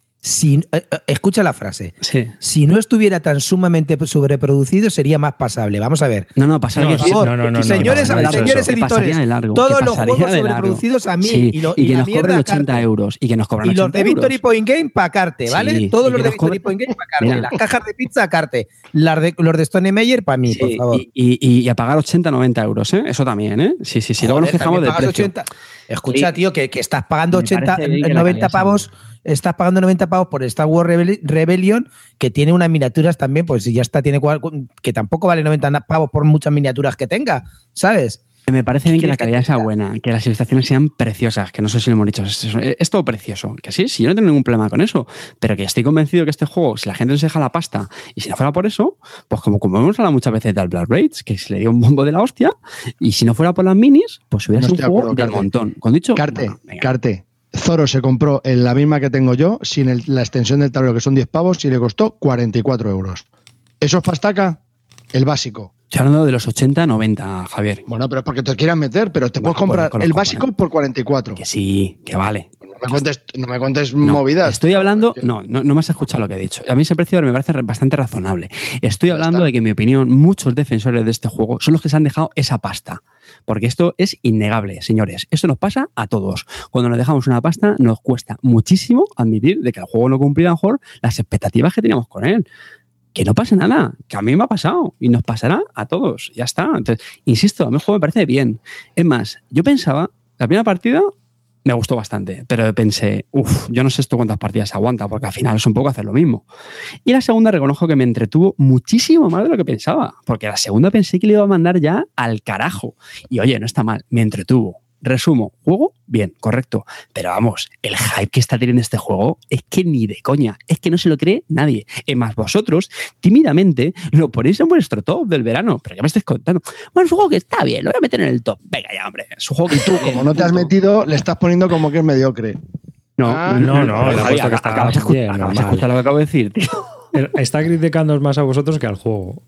Escucha la frase. Sí. Si no estuviera tan sumamente sobreproducido, sería más pasable. Vamos a ver. No, pasable. Señores editores, todos los juegos sobreproducidos a mí y que nos cobren 80 euros. Y que nos cobran 80 euros. Y los de Victory Point Game para carte, ¿vale? Sí, todos los de Victory Point Game para carte. Mira. Las cajas de pizza a carte. Los de Stone Meyer para mí, por favor. Y a pagar 80, 90 euros, ¿eh? Eso también, ¿eh? Sí. Joder, luego nos quejamos del precio. 80. Escucha, tío, que estás pagando 80, 90 pavos. Estás pagando 90 pavos por Star Wars Rebellion, que tiene unas miniaturas también, pues si ya está, que tampoco vale 90 pavos por muchas miniaturas que tenga, ¿sabes? Me parece bien que la calidad sea buena, que las ilustraciones sean preciosas, que no sé si lo hemos dicho, es todo precioso, que sí, yo no tengo ningún problema con eso, pero que estoy convencido que este juego, si la gente no se deja la pasta, y si no fuera por eso, pues como hemos hablado muchas veces del Blood Rage, que se le dio un bombo de la hostia, y si no fuera por las minis, pues hubiera sido un juego del montón. Con dicho, Carte. Zoro se compró en la misma que tengo yo, sin la extensión del tablero, que son 10 pavos, y le costó 44 euros. ¿Eso es pastaca? El básico. Estoy hablando de los 80, 90, Javier. Bueno, pero es porque te quieran meter, pero te puedes comprar el básico por 44. Que sí, que vale. No me cuentes movidas. Estoy hablando... No me has escuchado lo que he dicho. A mí ese precio me parece bastante razonable. Estoy hablando de que, en mi opinión, muchos defensores de este juego son los que se han dejado esa pasta. Porque esto es innegable, señores. Esto nos pasa a todos. Cuando nos dejamos una pasta, nos cuesta muchísimo admitir de que el juego no cumplía mejor las expectativas que teníamos con él. Que no pasa nada, que a mí me ha pasado y nos pasará a todos. Ya está. Entonces, insisto, a mí el juego me parece bien. Es más, yo pensaba, la primera partida me gustó bastante, pero pensé, yo no sé esto cuántas partidas aguanta, porque al final es un poco hacer lo mismo. Y la segunda reconozco que me entretuvo muchísimo más de lo que pensaba, porque la segunda pensé que le iba a mandar ya al carajo. Y oye, no está mal, me entretuvo. Resumo, juego, bien, correcto. Pero vamos, el hype que está teniendo este juego es que ni de coña, es que no se lo cree nadie. Es más, vosotros, tímidamente, lo ponéis en vuestro top del verano. Pero ya me estáis contando. Bueno, es un juego que está bien, lo voy a meter en el top. Venga ya, hombre, es un juego que tú, como no te has metido, le estás poniendo como que es mediocre. No, le he puesto que está acabas de escuchar lo que acabo de decir, tío. Está criticando más a vosotros que al juego.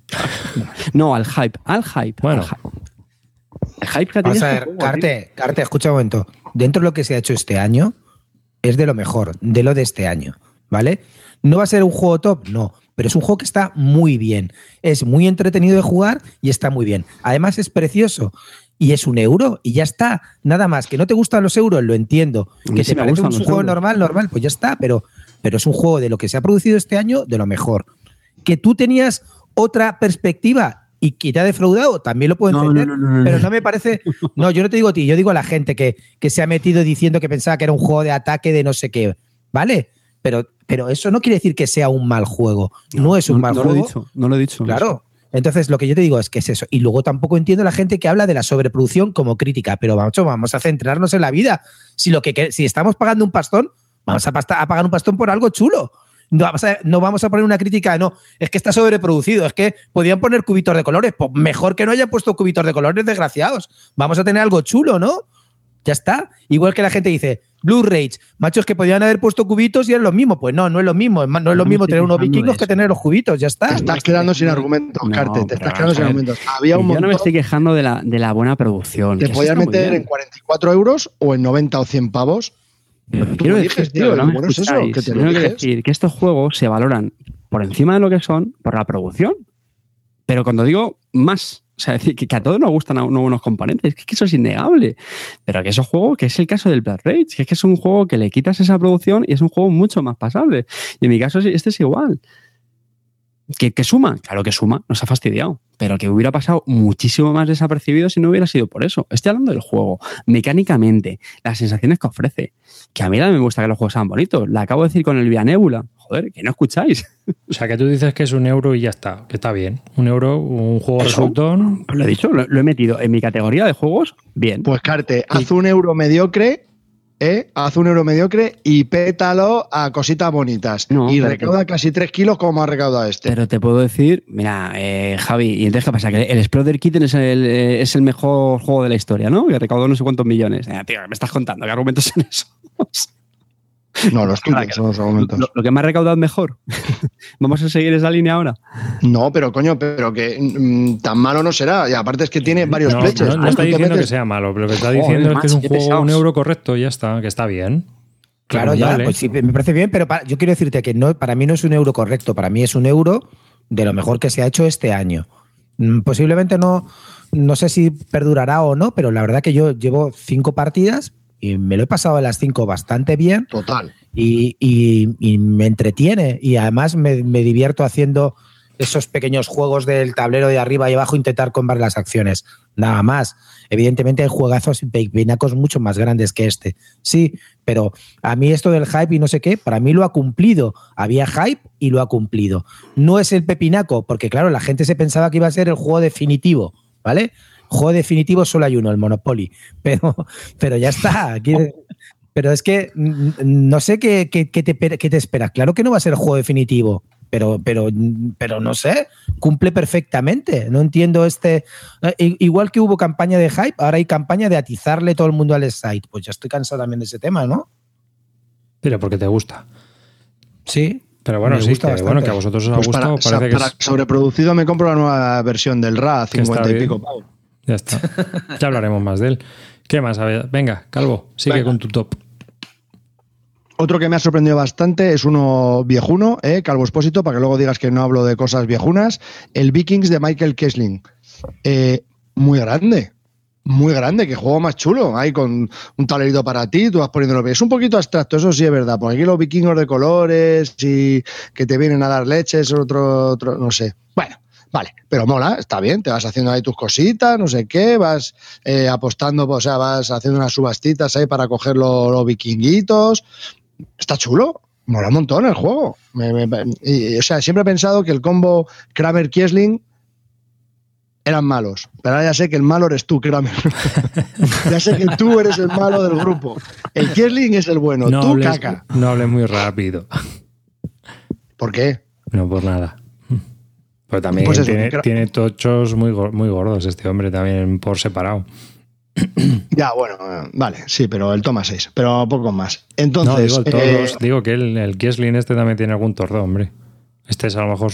No, al hype. Bueno. Al hype. El hype que Vamos a ver, Carte, escucha un momento. Dentro de lo que se ha hecho este año, es de lo mejor, de lo de este año, ¿vale? ¿No va a ser un juego top? No, pero es un juego que está muy bien. Es muy entretenido de jugar y está muy bien. Además es precioso. Y es €1 y ya está. Nada más. Que no te gustan los euros, lo entiendo. Que te parece un juego normal, pues ya está. Pero es un juego de lo que se ha producido este año, de lo mejor. Que tú tenías otra perspectiva y que te ha defraudado, también lo puedo entender, pero no me parece... No, yo no te digo a ti, yo digo a la gente que se ha metido diciendo que pensaba que era un juego de ataque de no sé qué, ¿vale? Pero eso no quiere decir que sea un mal juego. No es un mal juego. No lo he dicho. Claro. Entonces, lo que yo te digo es que es eso. Y luego tampoco entiendo a la gente que habla de la sobreproducción como crítica, pero vamos a centrarnos en la vida. Si estamos pagando un pastón, vamos a pagar un pastón por algo chulo. No vamos a poner una crítica, no, es que está sobreproducido, es que podían poner cubitos de colores, pues mejor que no hayan puesto cubitos de colores, desgraciados. Vamos a tener algo chulo, ¿no? Ya está. Igual que la gente dice, Blue Rage, machos que podían haber puesto cubitos y es lo mismo. Pues no es lo mismo. No es lo mismo tener unos vikingos que tener los cubitos, ya está. Te estás quedando sin argumentos, Carte, te estás quedando sin argumentos. Yo no me estoy quejando de la buena producción. Te podías meter en 44 euros o en 90 o 100 pavos. Quiero decir que estos juegos se valoran por encima de lo que son por la producción. Pero cuando digo más, o sea, decir que a todos nos gustan unos buenos componentes, es que eso es innegable. Pero que esos juegos, que es el caso del Blood Rage, que es que es un juego que le quitas esa producción y es un juego mucho más pasable. Y en mi caso este es igual. ¿Que suma? Claro que suma, nos ha fastidiado. Pero que hubiera pasado muchísimo más desapercibido si no hubiera sido por eso. Estoy hablando del juego, mecánicamente, las sensaciones que ofrece. Que a mí también me gusta que los juegos sean bonitos. La acabo de decir con el Via Nebula. Joder, que no escucháis. O sea, que tú dices que es €1 y ya está, que está bien. €1, un juego resultón. Pues lo he dicho, lo he metido en mi categoría de juegos, bien. Pues Carte, haz €1 mediocre haz un euro mediocre y pétalo a cositas bonitas. No, y pero recauda casi 3 kilos como ha recaudado este. Pero te puedo decir, mira, Javi, ¿y entonces qué pasa? Que el Exploder Kitten es el mejor juego de la historia, ¿no? Que recaudó no sé cuántos millones. Tío, me estás contando, ¿qué argumentos son esos? No, los tuyos son los argumentos. Lo que me ha recaudado es mejor. ¿Vamos a seguir esa línea ahora? No, pero coño, pero que tan malo no será. Y aparte es que tiene varios pleches. No está diciendo que sea malo, pero lo que está diciendo es que es un juego, un euro correcto, ya está, que está bien. Claro, ya, pues sí, me parece bien, pero yo quiero decirte que no, para mí no es un euro correcto, para mí es un euro de lo mejor que se ha hecho este año. Posiblemente no sé si perdurará o no, pero la verdad que yo llevo 5 partidas y me lo he pasado en las 5 bastante bien. Total. Y me entretiene y además me divierto haciendo esos pequeños juegos del tablero de arriba y abajo, intentar combar las acciones. Nada más. Evidentemente hay juegazos y pinacos mucho más grandes que este. Sí, pero a mí esto del hype y no sé qué, para mí lo ha cumplido. Había hype y lo ha cumplido. No es el pepinaco, porque claro, la gente se pensaba que iba a ser el juego definitivo, ¿vale? Juego definitivo solo hay uno, el Monopoly. Pero ya está. Pero es que no sé qué te esperas. Claro que no va a ser el juego definitivo, pero no sé, cumple perfectamente. No entiendo igual que hubo campaña de hype, ahora hay campaña de atizarle todo el mundo al site. Pues ya estoy cansado también de ese tema, ¿no? Pero porque te gusta. Sí. Pero bueno, sí, que a vosotros os ha gustado. Para sobreproducido me compro la nueva versión del RA, 50 y pico pavos. Ya está. Ya hablaremos más de él. ¿Qué más? A ver, venga, Calvo, sigue con tu top. Otro que me ha sorprendido bastante es uno viejuno, Calvo Expósito, para que luego digas que no hablo de cosas viejunas. El Vikings de Michael Kessling. Muy grande, que juego más chulo. Ahí con un tablerito para ti, tú vas poniéndolo. Es un poquito abstracto, eso sí es verdad, porque aquí los vikingos de colores y que te vienen a dar leches, otro no sé. Bueno. Vale, pero mola, está bien, te vas haciendo ahí tus cositas, no sé qué, vas apostando, o sea, vas haciendo unas subastitas ahí para coger los vikinguitos. Está chulo, mola un montón el juego. O sea, siempre he pensado que el combo Kramer-Kiesling eran malos, pero ahora ya sé que el malo eres tú, Kramer. Ya sé que tú eres el malo del grupo. El Kiesling es el bueno, no tú hables, caca. No hables muy rápido. ¿Por qué? No, por nada. Pero también pues tiene tochos muy gordos este hombre también por separado. Ya, bueno, vale, sí, el toma 6, pero poco más. Entonces, digo que el Kiesling este también tiene algún tordo, hombre. Este es a lo mejor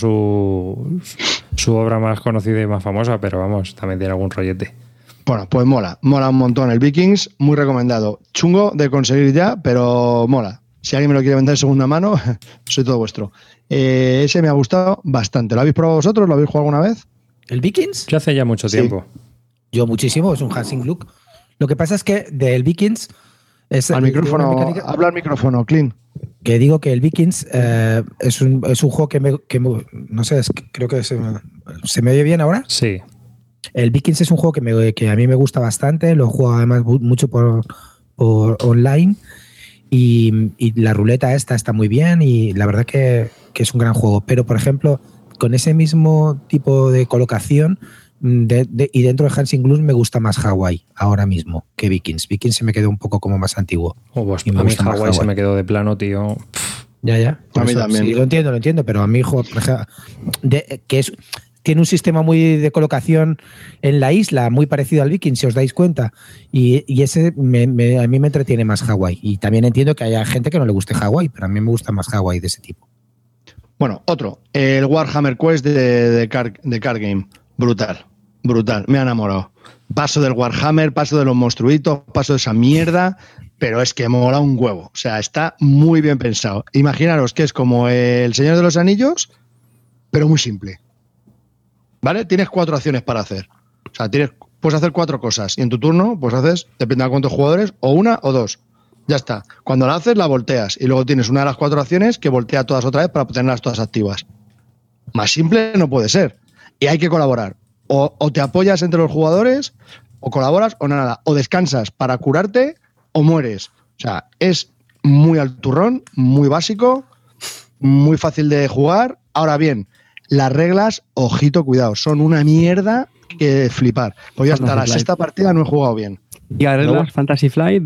su obra más conocida y más famosa, pero vamos, también tiene algún rollete. Bueno, pues mola un montón el Vikings, muy recomendado. Chungo de conseguir ya, pero mola. Si alguien me lo quiere vender de segunda mano, soy todo vuestro. Ese me ha gustado bastante. ¿Lo habéis probado vosotros? ¿Lo habéis jugado alguna vez? ¿El Vikings? Yo hace ya mucho tiempo. Yo muchísimo, es un Hansing Look. Lo que pasa es que del Vikings... Habla al micrófono, Clean. Que digo que el Vikings es un juego que no sé, creo que ¿se me oye bien ahora? Sí. El Vikings es un juego que a mí me gusta bastante, lo juego además mucho por online. Y la ruleta está muy bien y la verdad que es un gran juego. Pero, por ejemplo, con ese mismo tipo de colocación y dentro de Hansing Glue me gusta más Hawaii ahora mismo que Vikings. Vikings se me quedó un poco como más antiguo. Pues a mí Hawaii se me quedó de plano, tío. Ya. A mí también. Sí, lo entiendo, pero a mi hijo, tiene un sistema muy de colocación en la isla, muy parecido al Viking, si os dais cuenta. Y ese a mí me entretiene más Hawái. Y también entiendo que haya gente que no le guste Hawái, pero a mí me gusta más Hawái de ese tipo. Bueno, otro. El Warhammer Quest de Card Game. Brutal. Me ha enamorado. Paso del Warhammer, paso de los monstruitos, paso de esa mierda, pero es que mola un huevo. O sea, está muy bien pensado. Imaginaros que es como el Señor de los Anillos, pero muy simple. ¿Vale? Tienes 4 acciones para hacer. O sea, puedes hacer 4 cosas y en tu turno, pues haces, depende de cuántos jugadores, o 1 o 2. Ya está. Cuando la haces, la volteas y luego tienes una de las 4 acciones que voltea todas otra vez para tenerlas todas activas. Más simple no puede ser. Y hay que colaborar. O te apoyas entre los jugadores, o colaboras, o nada. O descansas para curarte, o mueres. O sea, es muy al turrón, muy básico, muy fácil de jugar. Ahora bien, las reglas, ojito, cuidado, son una mierda que flipar. Pues ya hasta la 6ª partida no he jugado bien. Y Guerrillas Fantasy Flight,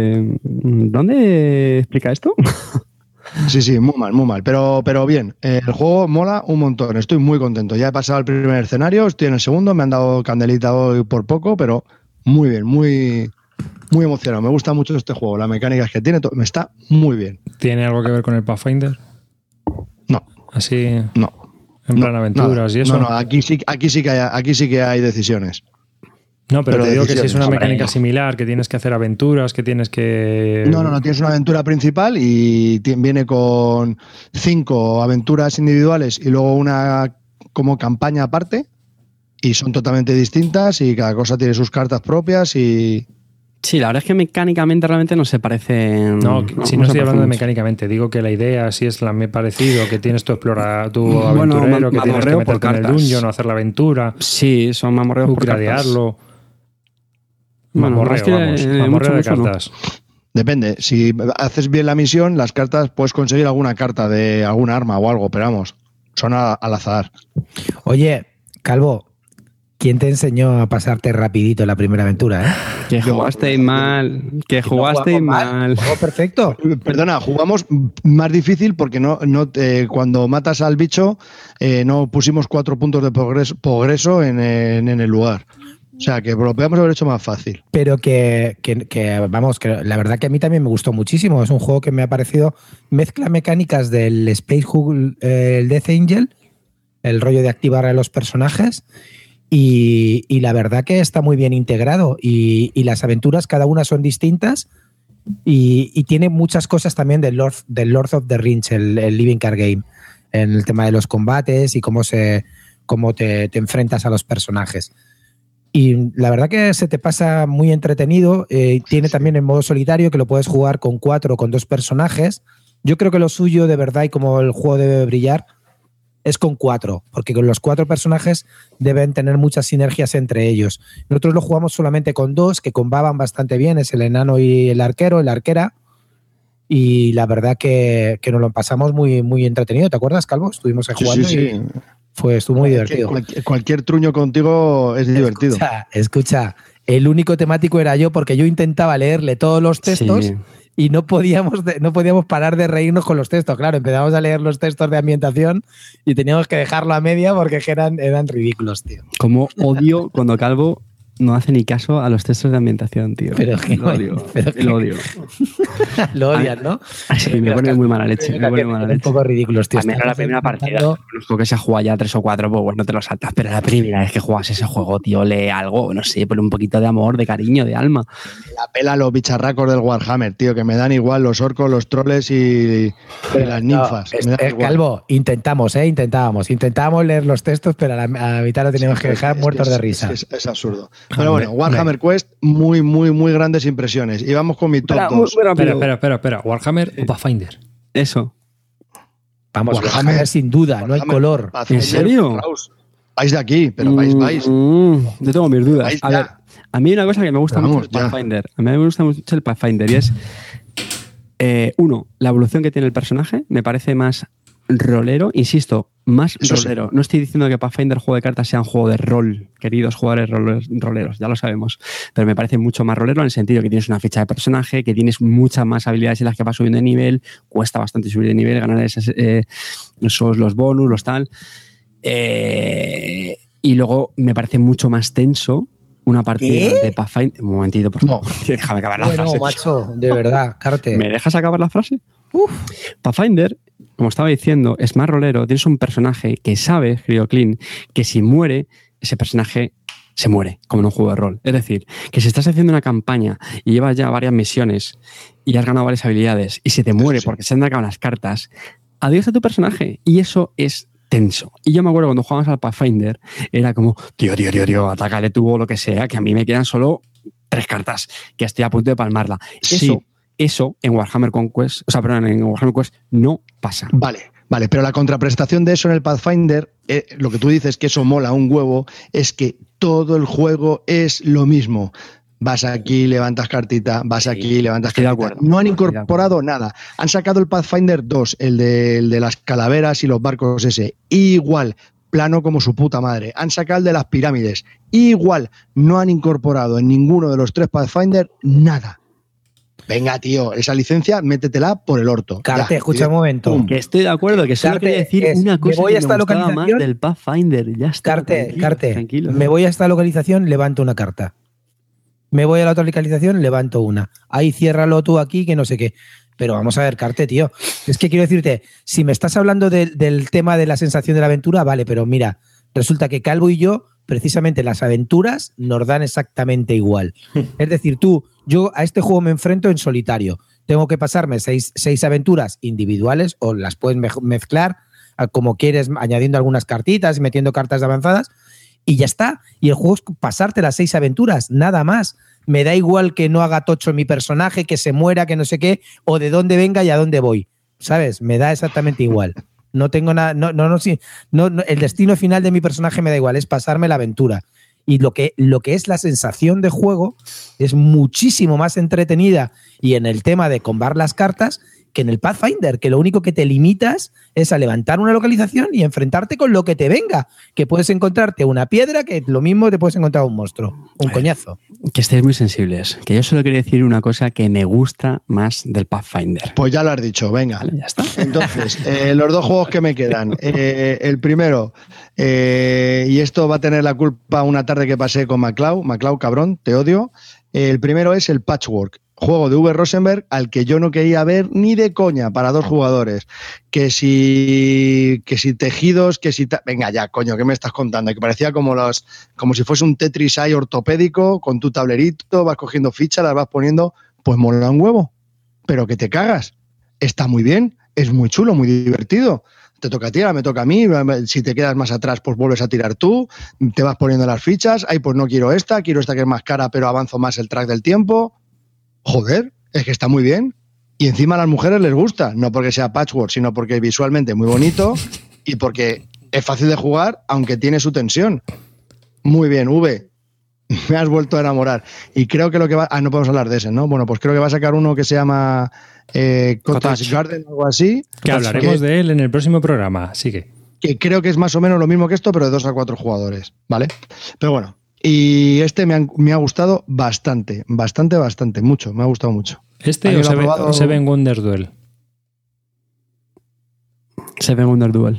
¿dónde explica esto? Sí, muy mal, pero bien, el juego mola un montón, estoy muy contento, ya he pasado el primer escenario, estoy en el segundo, me han dado candelita hoy por poco, pero muy bien, muy emocionado, me gusta mucho este juego, las mecánicas que tiene, me está muy bien. ¿Tiene algo que ver con el Pathfinder? No. Así, no. En plan aventuras y eso. No, aquí sí que hay decisiones. No, pero te digo que si es una mecánica similar, que tienes que hacer aventuras, que tienes que... No, tienes una aventura principal y viene con 5 aventuras individuales y luego una como campaña aparte y son totalmente distintas y cada cosa tiene sus cartas propias y... Sí, la verdad es que mecánicamente realmente no se parecen... No estoy hablando de mecánicamente, digo que la idea sí es me parecido, que tienes tu aventurero, que tienes que meterte en el dungeon o hacer la aventura. Sí, son mamorreos por cartas. Mamorreo de cartas. No. Depende, si haces bien la misión, las cartas puedes conseguir alguna carta de alguna arma o algo, pero vamos, son al azar. Oye, Calvo, ¿quién te enseñó a pasarte rapidito la primera aventura? Que jugasteis mal, Oh, perfecto. Perdona, jugamos más difícil porque cuando matas al bicho no pusimos 4 puntos de progreso en el lugar. O sea, que lo podíamos haber hecho más fácil. Pero que la verdad que a mí también me gustó muchísimo. Es un juego que me ha parecido mezcla mecánicas del Space Hulk, el Death Angel, el rollo de activar a los personajes, y la verdad que está muy bien integrado. Y las aventuras, cada una son distintas, y tiene muchas cosas también del Lord of the Rings, el Living Card Game, en el tema de los combates y cómo te enfrentas a los personajes. Y la verdad que se te pasa muy entretenido. Tiene también el modo solitario, que lo puedes jugar con 4 o con 2 personajes. Yo creo que lo suyo de verdad, y como el juego debe brillar, es con 4, porque con los 4 personajes deben tener muchas sinergias entre ellos. Nosotros lo jugamos solamente con 2, que combaban bastante bien, es el enano y el arquero, la arquera. Y la verdad que nos lo pasamos muy, muy entretenido. ¿Te acuerdas, Calvo? Estuvimos ahí jugando sí. Y estuvo muy divertido. Cualquier truño contigo es divertido. Escucha, el único temático era yo, porque yo intentaba leerle todos los textos y no podíamos parar de reírnos con los textos. Claro, empezamos a leer los textos de ambientación y teníamos que dejarlo a media porque eran ridículos, tío. Como odio cuando Calvo no hace ni caso a los textos de ambientación, tío. Pero que lo odio. Lo odias, ¿no? Sí, me pone muy mala leche. Un poco ridículos, tío. A mí era la primera partida. Conozco que se juega ya 3 o 4, pues bueno, te lo saltas. Pero la primera vez que juegas ese juego, tío, lee algo, no sé, pone un poquito de amor, de cariño, de alma. La pela los bicharracos del Warhammer, tío, que me dan igual los orcos, los troles y las ninfas. Calvo, intentábamos leer los textos, pero a la mitad lo teníamos que dejar muertos de risa. Es absurdo. Pero bueno, Warhammer Quest, muy, muy, muy grandes impresiones. Y vamos con mi top 2. Espera. ¿Warhammer o Pathfinder? Eso. Vamos, Warhammer sin duda, no hay color. ¿En serio? Vais de aquí, pero vais. Yo tengo mis dudas. A ver, a mí hay una cosa que me gusta mucho el Pathfinder. A mí me gusta mucho el Pathfinder y es... la evolución que tiene el personaje me parece más rolero, insisto, más eso rolero. Sí. No estoy diciendo que Pathfinder, juego de cartas, sea un juego de rol, queridos jugadores roleros, ya lo sabemos, pero me parece mucho más rolero en el sentido que tienes una ficha de personaje, que tienes muchas más habilidades en las que vas subiendo de nivel, cuesta bastante subir de nivel, ganar los bonus, los tal. Y luego me parece mucho más tenso una partida de Pathfinder. Un momentito, por favor. Déjame acabar la frase. No, macho, de verdad, Carte. ¿Me dejas acabar la frase? Pathfinder, como estaba diciendo, es más rolero. Tienes un personaje que sabe, querido Clint, que si muere, ese personaje se muere, como en un juego de rol. Es decir, que si estás haciendo una campaña y llevas ya varias misiones y has ganado varias habilidades y se te muere porque se han acabado las cartas, adiós a tu personaje. Y eso es tenso. Y yo me acuerdo cuando jugábamos al Pathfinder, era como, tío, atácale tú o lo que sea, que a mí me quedan solo 3 cartas, que estoy a punto de palmarla. Eso en Warhammer Conquest, en Warhammer Quest no pasa. Vale, pero la contraprestación de eso en el Pathfinder, lo que tú dices que eso mola un huevo, es que todo el juego es lo mismo. Vas aquí, levantas cartita, aquí, levantas cartita. De acuerdo. No han incorporado nada. Han sacado el Pathfinder 2, el de las calaveras y los barcos ese. Igual, plano como su puta madre. Han sacado el de las pirámides. Igual, no han incorporado en ninguno de los 3 Pathfinder nada. Venga, tío, esa licencia, métetela por el orto. Carte, escucha un momento. Que estoy de acuerdo, que solo quería decir una cosa voy a que esta me gustaba más localización. del Pathfinder. Ya está. Carte, tranquilo. me voy a esta localización, levanto una carta. Me voy a la otra localización, levanto una. Ahí ciérralo tú aquí, que no sé qué. Pero vamos a ver, Carte, tío. Es que quiero decirte, si me estás hablando del tema de la sensación de la aventura, vale, pero mira, resulta que Calvo y yo, precisamente las aventuras, nos dan exactamente igual. Es decir, yo a este juego me enfrento en solitario. Tengo que pasarme 6 aventuras individuales o las puedes mezclar como quieres, añadiendo algunas cartitas y metiendo cartas de avanzadas y ya está. Y el juego es pasarte las 6 aventuras, nada más. Me da igual que no haga tocho mi personaje, que se muera, que no sé qué, o de dónde venga y a dónde voy. ¿Sabes? Me da exactamente igual. No tengo nada, el destino final de mi personaje me da igual, es pasarme la aventura. Y lo que es la sensación de juego es muchísimo más entretenida y en el tema de combar las cartas que en el Pathfinder, que lo único que te limitas es a levantar una localización y enfrentarte con lo que te venga, que puedes encontrarte una piedra, que lo mismo te puedes encontrar un monstruo, un coñazo. Que estéis muy sensibles. Que yo solo quería decir una cosa que me gusta más del Pathfinder. Pues ya lo has dicho, venga. Vale, ya está. Entonces, los 2 juegos que me quedan. El primero, y esto va a tener la culpa una tarde que pasé con MacLeod. MacLeod, cabrón, te odio. El primero es el Patchwork. Juego de Uwe Rosenberg al que yo no quería ver ni de coña para 2 jugadores. Que si tejidos, que si... Venga ya, coño, ¿qué me estás contando? Que parecía como si fuese un Tetris ahí ortopédico con tu tablerito, vas cogiendo fichas, las vas poniendo, pues mola un huevo. Pero que te cagas. Está muy bien, es muy chulo, muy divertido. Te toca a ti, ahora me toca a mí. Si te quedas más atrás, pues vuelves a tirar tú. Te vas poniendo las fichas. Ay, pues no quiero esta que es más cara, pero avanzo más el track del tiempo. Joder, es que está muy bien. Y encima a las mujeres les gusta, no porque sea patchwork, sino porque visualmente es muy bonito y porque es fácil de jugar, aunque tiene su tensión. Muy bien, V, me has vuelto a enamorar. Y creo que lo que va... no podemos hablar de ese, ¿no? Bueno, pues creo que va a sacar uno que se llama Cottage Garden o algo así. Que hablaremos de él en el próximo programa, sigue. Que creo que es más o menos lo mismo que esto, pero de 2 a 4 jugadores, ¿vale? Pero bueno. Y este me ha gustado bastante, mucho, me ha gustado mucho. ¿Este o Seven Wonders Duel? Seven Wonders Duel.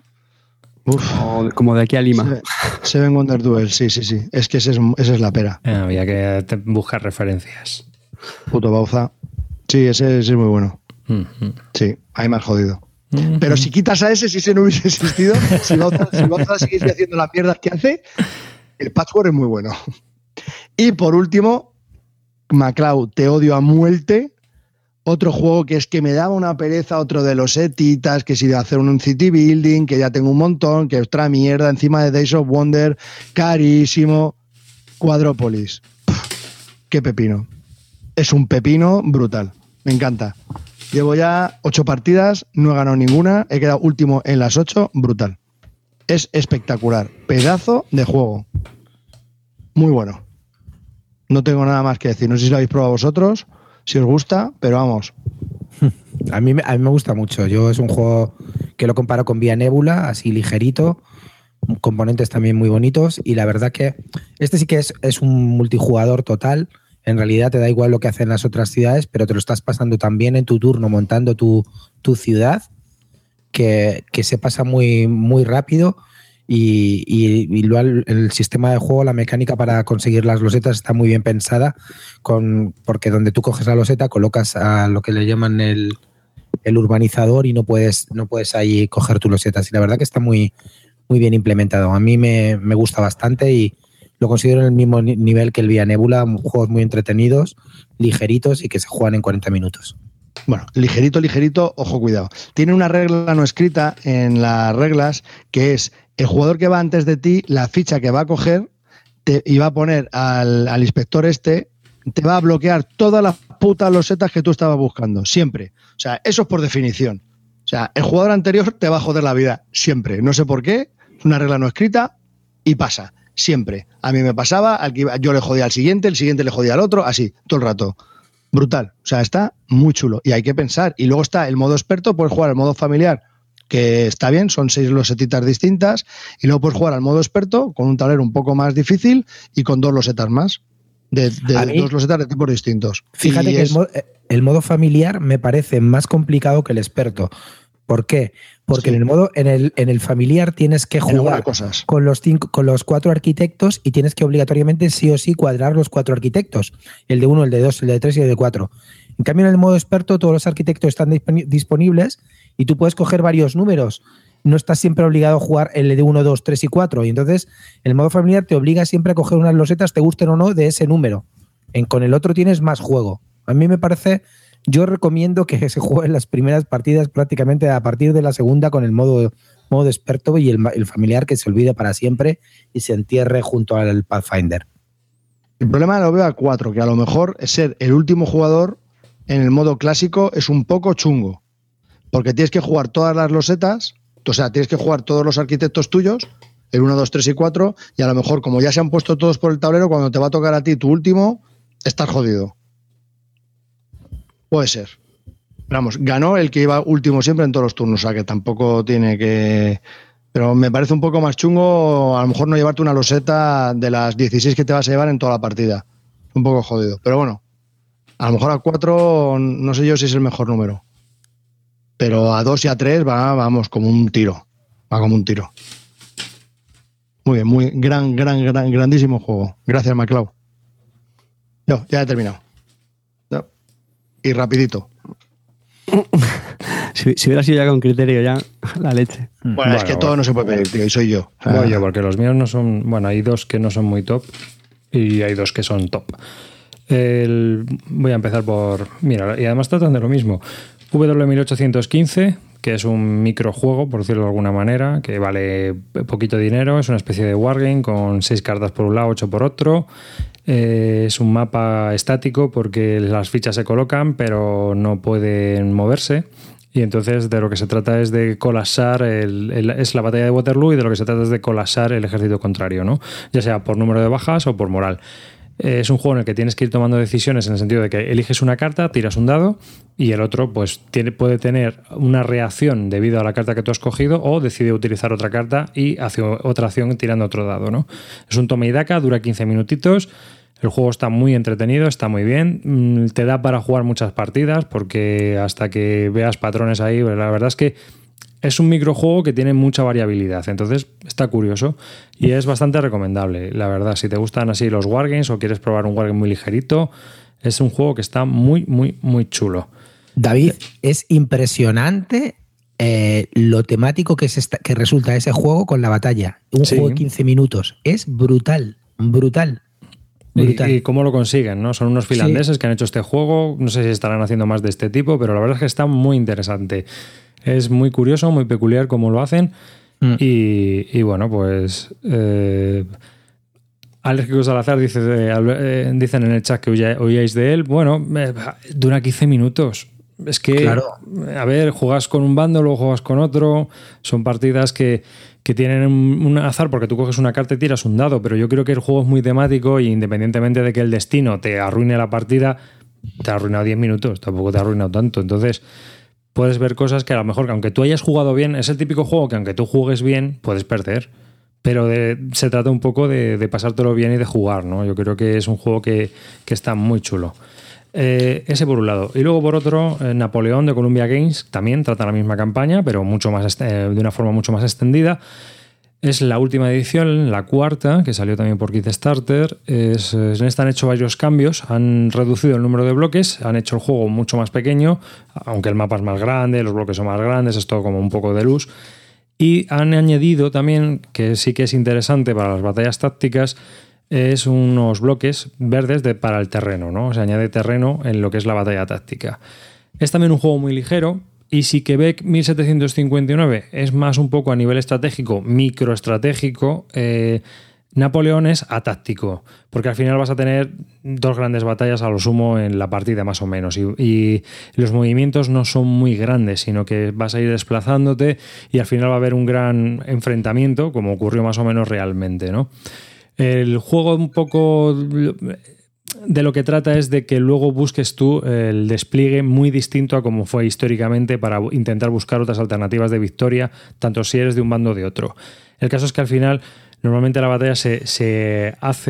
Como de aquí a Lima. Seven Wonders Duel, sí. Es que esa es la pera. Había que buscar referencias. Puto Bauza. Sí, ese es muy bueno. Sí, ahí me has jodido. Pero si quitas a ese, si ese no hubiese existido, si Bauza siguiese haciendo la mierda que hace... El Patchwork es muy bueno. Y por último, MacLeod, te odio a muerte. Otro juego que es que me daba una pereza, otro de los etitas, que si de hacer un city building, que ya tengo un montón, que otra mierda encima de Days of Wonder, carísimo. Quadrópolis. Qué pepino. Es un pepino brutal. Me encanta. Llevo ya 8 partidas, no he ganado ninguna, he quedado último en las 8, brutal. Es espectacular. Pedazo de juego. Muy bueno. No tengo nada más que decir. No sé si lo habéis probado vosotros, si os gusta, pero vamos. A mí me gusta mucho. Yo es un juego que lo comparo con Vía Nebula, así ligerito, componentes también muy bonitos y la verdad que este sí que es un multijugador total. En realidad te da igual lo que hacen las otras ciudades, pero te lo estás pasando también en tu turno, montando tu ciudad. Que se pasa muy, muy rápido y el sistema de juego, la mecánica para conseguir las losetas está muy bien pensada porque donde tú coges la loseta colocas a lo que le llaman el urbanizador y no puedes ahí coger tus losetas y la verdad que está muy, muy bien implementado. A mí me gusta bastante y lo considero en el mismo nivel que el Vía Nebula, juegos muy entretenidos, ligeritos y que se juegan en 40 minutos. Bueno, ligerito, ojo, cuidado. Tiene una regla no escrita en las reglas que es el jugador que va antes de ti, la ficha que va a coger y va a poner al inspector te va a bloquear todas las putas losetas que tú estabas buscando, siempre. O sea, eso es por definición. O sea, el jugador anterior te va a joder la vida, siempre. No sé por qué, es una regla no escrita y pasa, siempre. A mí me pasaba, yo le jodía al siguiente, el siguiente le jodía al otro, así, todo el rato. Brutal, o sea, está muy chulo y hay que pensar. Y luego está el modo experto, puedes jugar el modo familiar que está bien, son 6 losetitas distintas, y luego puedes jugar al modo experto con un tablero un poco más difícil y con 2 losetas más, de 2 losetas de tipos distintos. Fíjate que el modo familiar me parece más complicado que el experto. ¿Por qué? Porque sí. en el familiar tienes que jugar con los 4 arquitectos y tienes que obligatoriamente sí o sí cuadrar los 4 arquitectos. El de 1, el de 2, el de 3 y el de 4. En cambio, en el modo experto todos los arquitectos están disponibles y tú puedes coger varios números. No estás siempre obligado a jugar el de 1, 2, 3 y 4. Y entonces el modo familiar te obliga siempre a coger unas losetas, te gusten o no, de ese número. Con el otro tienes más juego. A mí me parece... Yo recomiendo que se jueguen las primeras partidas prácticamente a partir de la segunda con el modo experto y el familiar que se olvide para siempre y se entierre junto al Pathfinder. El problema lo veo a 4, que a lo mejor ser el último jugador en el modo clásico es un poco chungo, porque tienes que jugar todas las losetas, o sea, tienes que jugar todos los arquitectos tuyos, el 1, 2, 3 y 4, y a lo mejor como ya se han puesto todos por el tablero, cuando te va a tocar a ti tu último, estás jodido. Puede ser. Vamos, ganó el que iba último siempre en todos los turnos, o sea que tampoco tiene que... Pero me parece un poco más chungo a lo mejor no llevarte una loseta de las 16 que te vas a llevar en toda la partida. Un poco jodido. Pero bueno, a lo mejor a 4 no sé yo si es el mejor número. Pero a 2 y a 3 vamos como un tiro. Va como un tiro. Muy bien, muy grandísimo juego. Gracias, MacLeod. Yo, ya he terminado. Y rapidito. Si hubiera sido ya con criterio, ya la leche. Bueno, es que todo no se puede pedir, tío, y soy yo. Voy yo, porque los míos no son... Bueno, hay 2 que no son muy top y hay 2 que son top. Voy a empezar por... Mira, y además tratan de lo mismo. W1815, que es un microjuego, por decirlo de alguna manera, que vale poquito dinero, es una especie de wargame con 6 cartas por un lado, 8 por otro. Es un mapa estático porque las fichas se colocan pero no pueden moverse, y entonces de lo que se trata es de colapsar es la batalla de Waterloo, y de lo que se trata es de colapsar el ejército contrario, ¿no? Ya sea por número de bajas o por moral. Es un juego en el que tienes que ir tomando decisiones en el sentido de que eliges una carta, tiras un dado y el otro pues puede tener una reacción debido a la carta que tú has cogido, o decide utilizar otra carta y hace otra acción tirando otro dado, ¿no? Es un toma y daca, dura 15 minutitos. El juego está muy entretenido, está muy bien. Te da para jugar muchas partidas porque hasta que veas patrones ahí, la verdad es que es un microjuego que tiene mucha variabilidad, entonces está curioso y es bastante recomendable, la verdad. Si te gustan así los wargames o quieres probar un wargame muy ligerito, es un juego que está muy, muy, muy chulo. David, es impresionante lo temático que resulta ese juego con la batalla. Un juego de 15 minutos. Es brutal, brutal. Y cómo lo consiguen, ¿no? Son unos finlandeses que han hecho este juego, no sé si estarán haciendo más de este tipo, pero la verdad es que está muy interesante. Es muy curioso, muy peculiar cómo lo hacen. Y bueno, pues Alérgico Salazar dicen en el chat que oíais de él. Bueno, dura 15 minutos. Es que, claro. A ver, juegas con un bando, luego juegas con otro. Son partidas que tienen un azar porque tú coges una carta y tiras un dado, pero yo creo que el juego es muy temático y independientemente de que el destino te arruine la partida, te ha arruinado 10 minutos, tampoco te ha arruinado tanto. Entonces puedes ver cosas que a lo mejor, aunque tú hayas jugado bien, es el típico juego que aunque tú juegues bien, puedes perder. Pero se trata un poco de pasártelo bien y de jugar, ¿no? Yo creo que es un juego que está muy chulo. Ese por un lado. Y luego por otro, Napoleón de Columbia Games también trata la misma campaña, pero mucho más de una forma mucho más extendida. Es la última edición, la cuarta, que salió también por Kickstarter. En esta han hecho varios cambios, han reducido el número de bloques, han hecho el juego mucho más pequeño, aunque el mapa es más grande, los bloques son más grandes, es todo como un poco de luz. Y han añadido también, que sí que es interesante para las batallas tácticas, es unos bloques verdes para el terreno, ¿no? Se añade terreno en lo que es la batalla táctica. Es también un juego muy ligero. Y si Quebec 1759 es más un poco a nivel estratégico, microestratégico, Napoleón es atáctico, porque al final vas a tener 2 grandes batallas a lo sumo en la partida más o menos, y los movimientos no son muy grandes, sino que vas a ir desplazándote y al final va a haber un gran enfrentamiento, como ocurrió más o menos realmente, ¿no? El juego un poco... de lo que trata es de que luego busques tú el despliegue muy distinto a como fue históricamente para intentar buscar otras alternativas de victoria, tanto si eres de un bando o de otro. El caso es que al final normalmente la batalla se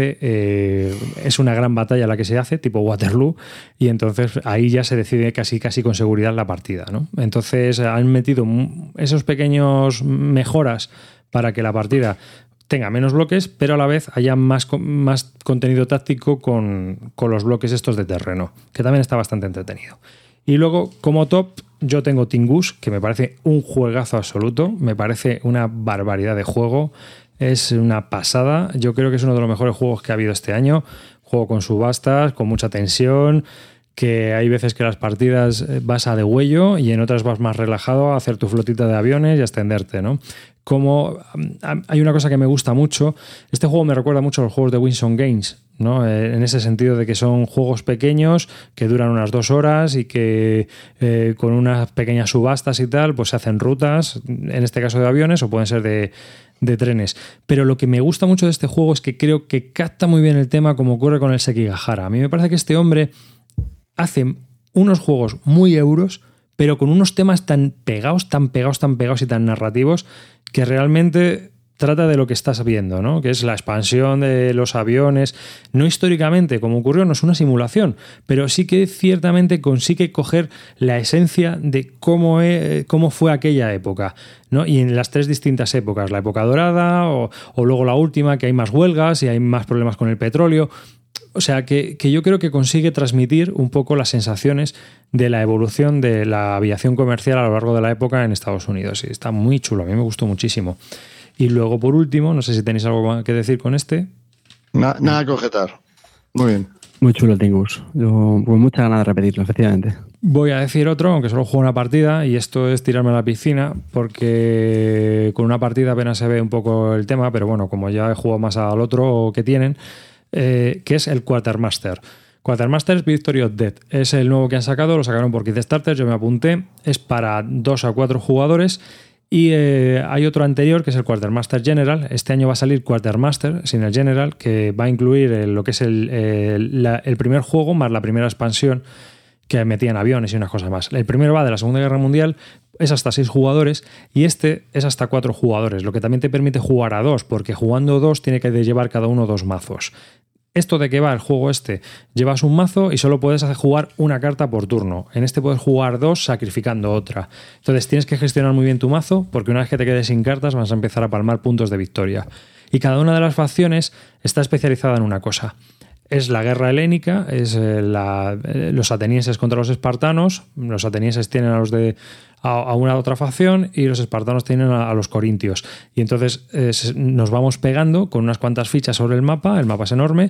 hace, es una gran batalla la que se hace, tipo Waterloo, y entonces ahí ya se decide casi con seguridad la partida, ¿no? Entonces han metido esos pequeños mejoras para que la partida tenga menos bloques, pero a la vez haya más contenido táctico con los bloques estos de terreno, que también está bastante entretenido. Y luego, como top, yo tengo Tingus, que me parece un juegazo absoluto, me parece una barbaridad de juego, es una pasada, yo creo que es uno de los mejores juegos que ha habido este año, juego con subastas, con mucha tensión, que hay veces que las partidas vas a degüello y en otras vas más relajado a hacer tu flotita de aviones y a extenderte, ¿no? Como hay una cosa que me gusta mucho, este juego me recuerda mucho a los juegos de Wilson Games, ¿no? En ese sentido de que son juegos pequeños que duran unas 2 horas y que con unas pequeñas subastas y tal, pues se hacen rutas, en este caso de aviones o pueden ser de trenes. Pero lo que me gusta mucho de este juego es que creo que capta muy bien el tema como ocurre con el Sekigahara. A mí me parece que este hombre hace unos juegos muy euros, pero con unos temas tan pegados y tan narrativos que realmente trata de lo que estás viendo, ¿no? Que es la expansión de los aviones. No históricamente, como ocurrió, no es una simulación, pero sí que ciertamente consigue coger la esencia de cómo fue aquella época, ¿no? Y en las 3 distintas épocas, la época dorada o luego la última, que hay más huelgas y hay más problemas con el petróleo. O sea, que yo creo que consigue transmitir un poco las sensaciones de la evolución de la aviación comercial a lo largo de la época en Estados Unidos. Y está muy chulo, a mí me gustó muchísimo. Y luego, por último, no sé si tenéis algo que decir con este. Nada que objetar. Muy bien. Muy chulo Tingus. Yo con mucha ganas de repetirlo, efectivamente. Voy a decir otro, aunque solo juego una partida, y esto es tirarme a la piscina, porque con una partida apenas se ve un poco el tema, pero bueno, como ya he jugado más al otro que tienen, que es el Quartermaster. Quartermaster Victory of Death. Es el nuevo que han sacado, lo sacaron por Kickstarter, yo me apunté. Es para 2 a 4 jugadores. Y hay otro anterior que es el Quartermaster General. Este año va a salir Quartermaster sin el General, que va a incluir lo que es el primer juego más la primera expansión, que metían aviones y unas cosas más. El primero va de la Segunda Guerra Mundial, es hasta 6 jugadores y este es hasta 4 jugadores, lo que también te permite jugar a 2, porque jugando 2 tiene que llevar cada uno 2 mazos. ¿Esto de qué va el juego este? Llevas un mazo y solo puedes jugar una carta por turno. En este puedes jugar 2 sacrificando otra. Entonces tienes que gestionar muy bien tu mazo, porque una vez que te quedes sin cartas vas a empezar a palmar puntos de victoria. Y cada una de las facciones está especializada en una cosa. Es la guerra helénica, es los atenienses contra los espartanos. Los atenienses tienen a una otra facción y los espartanos tienen a los corintios. Y entonces nos vamos pegando con unas cuantas fichas sobre el mapa es enorme,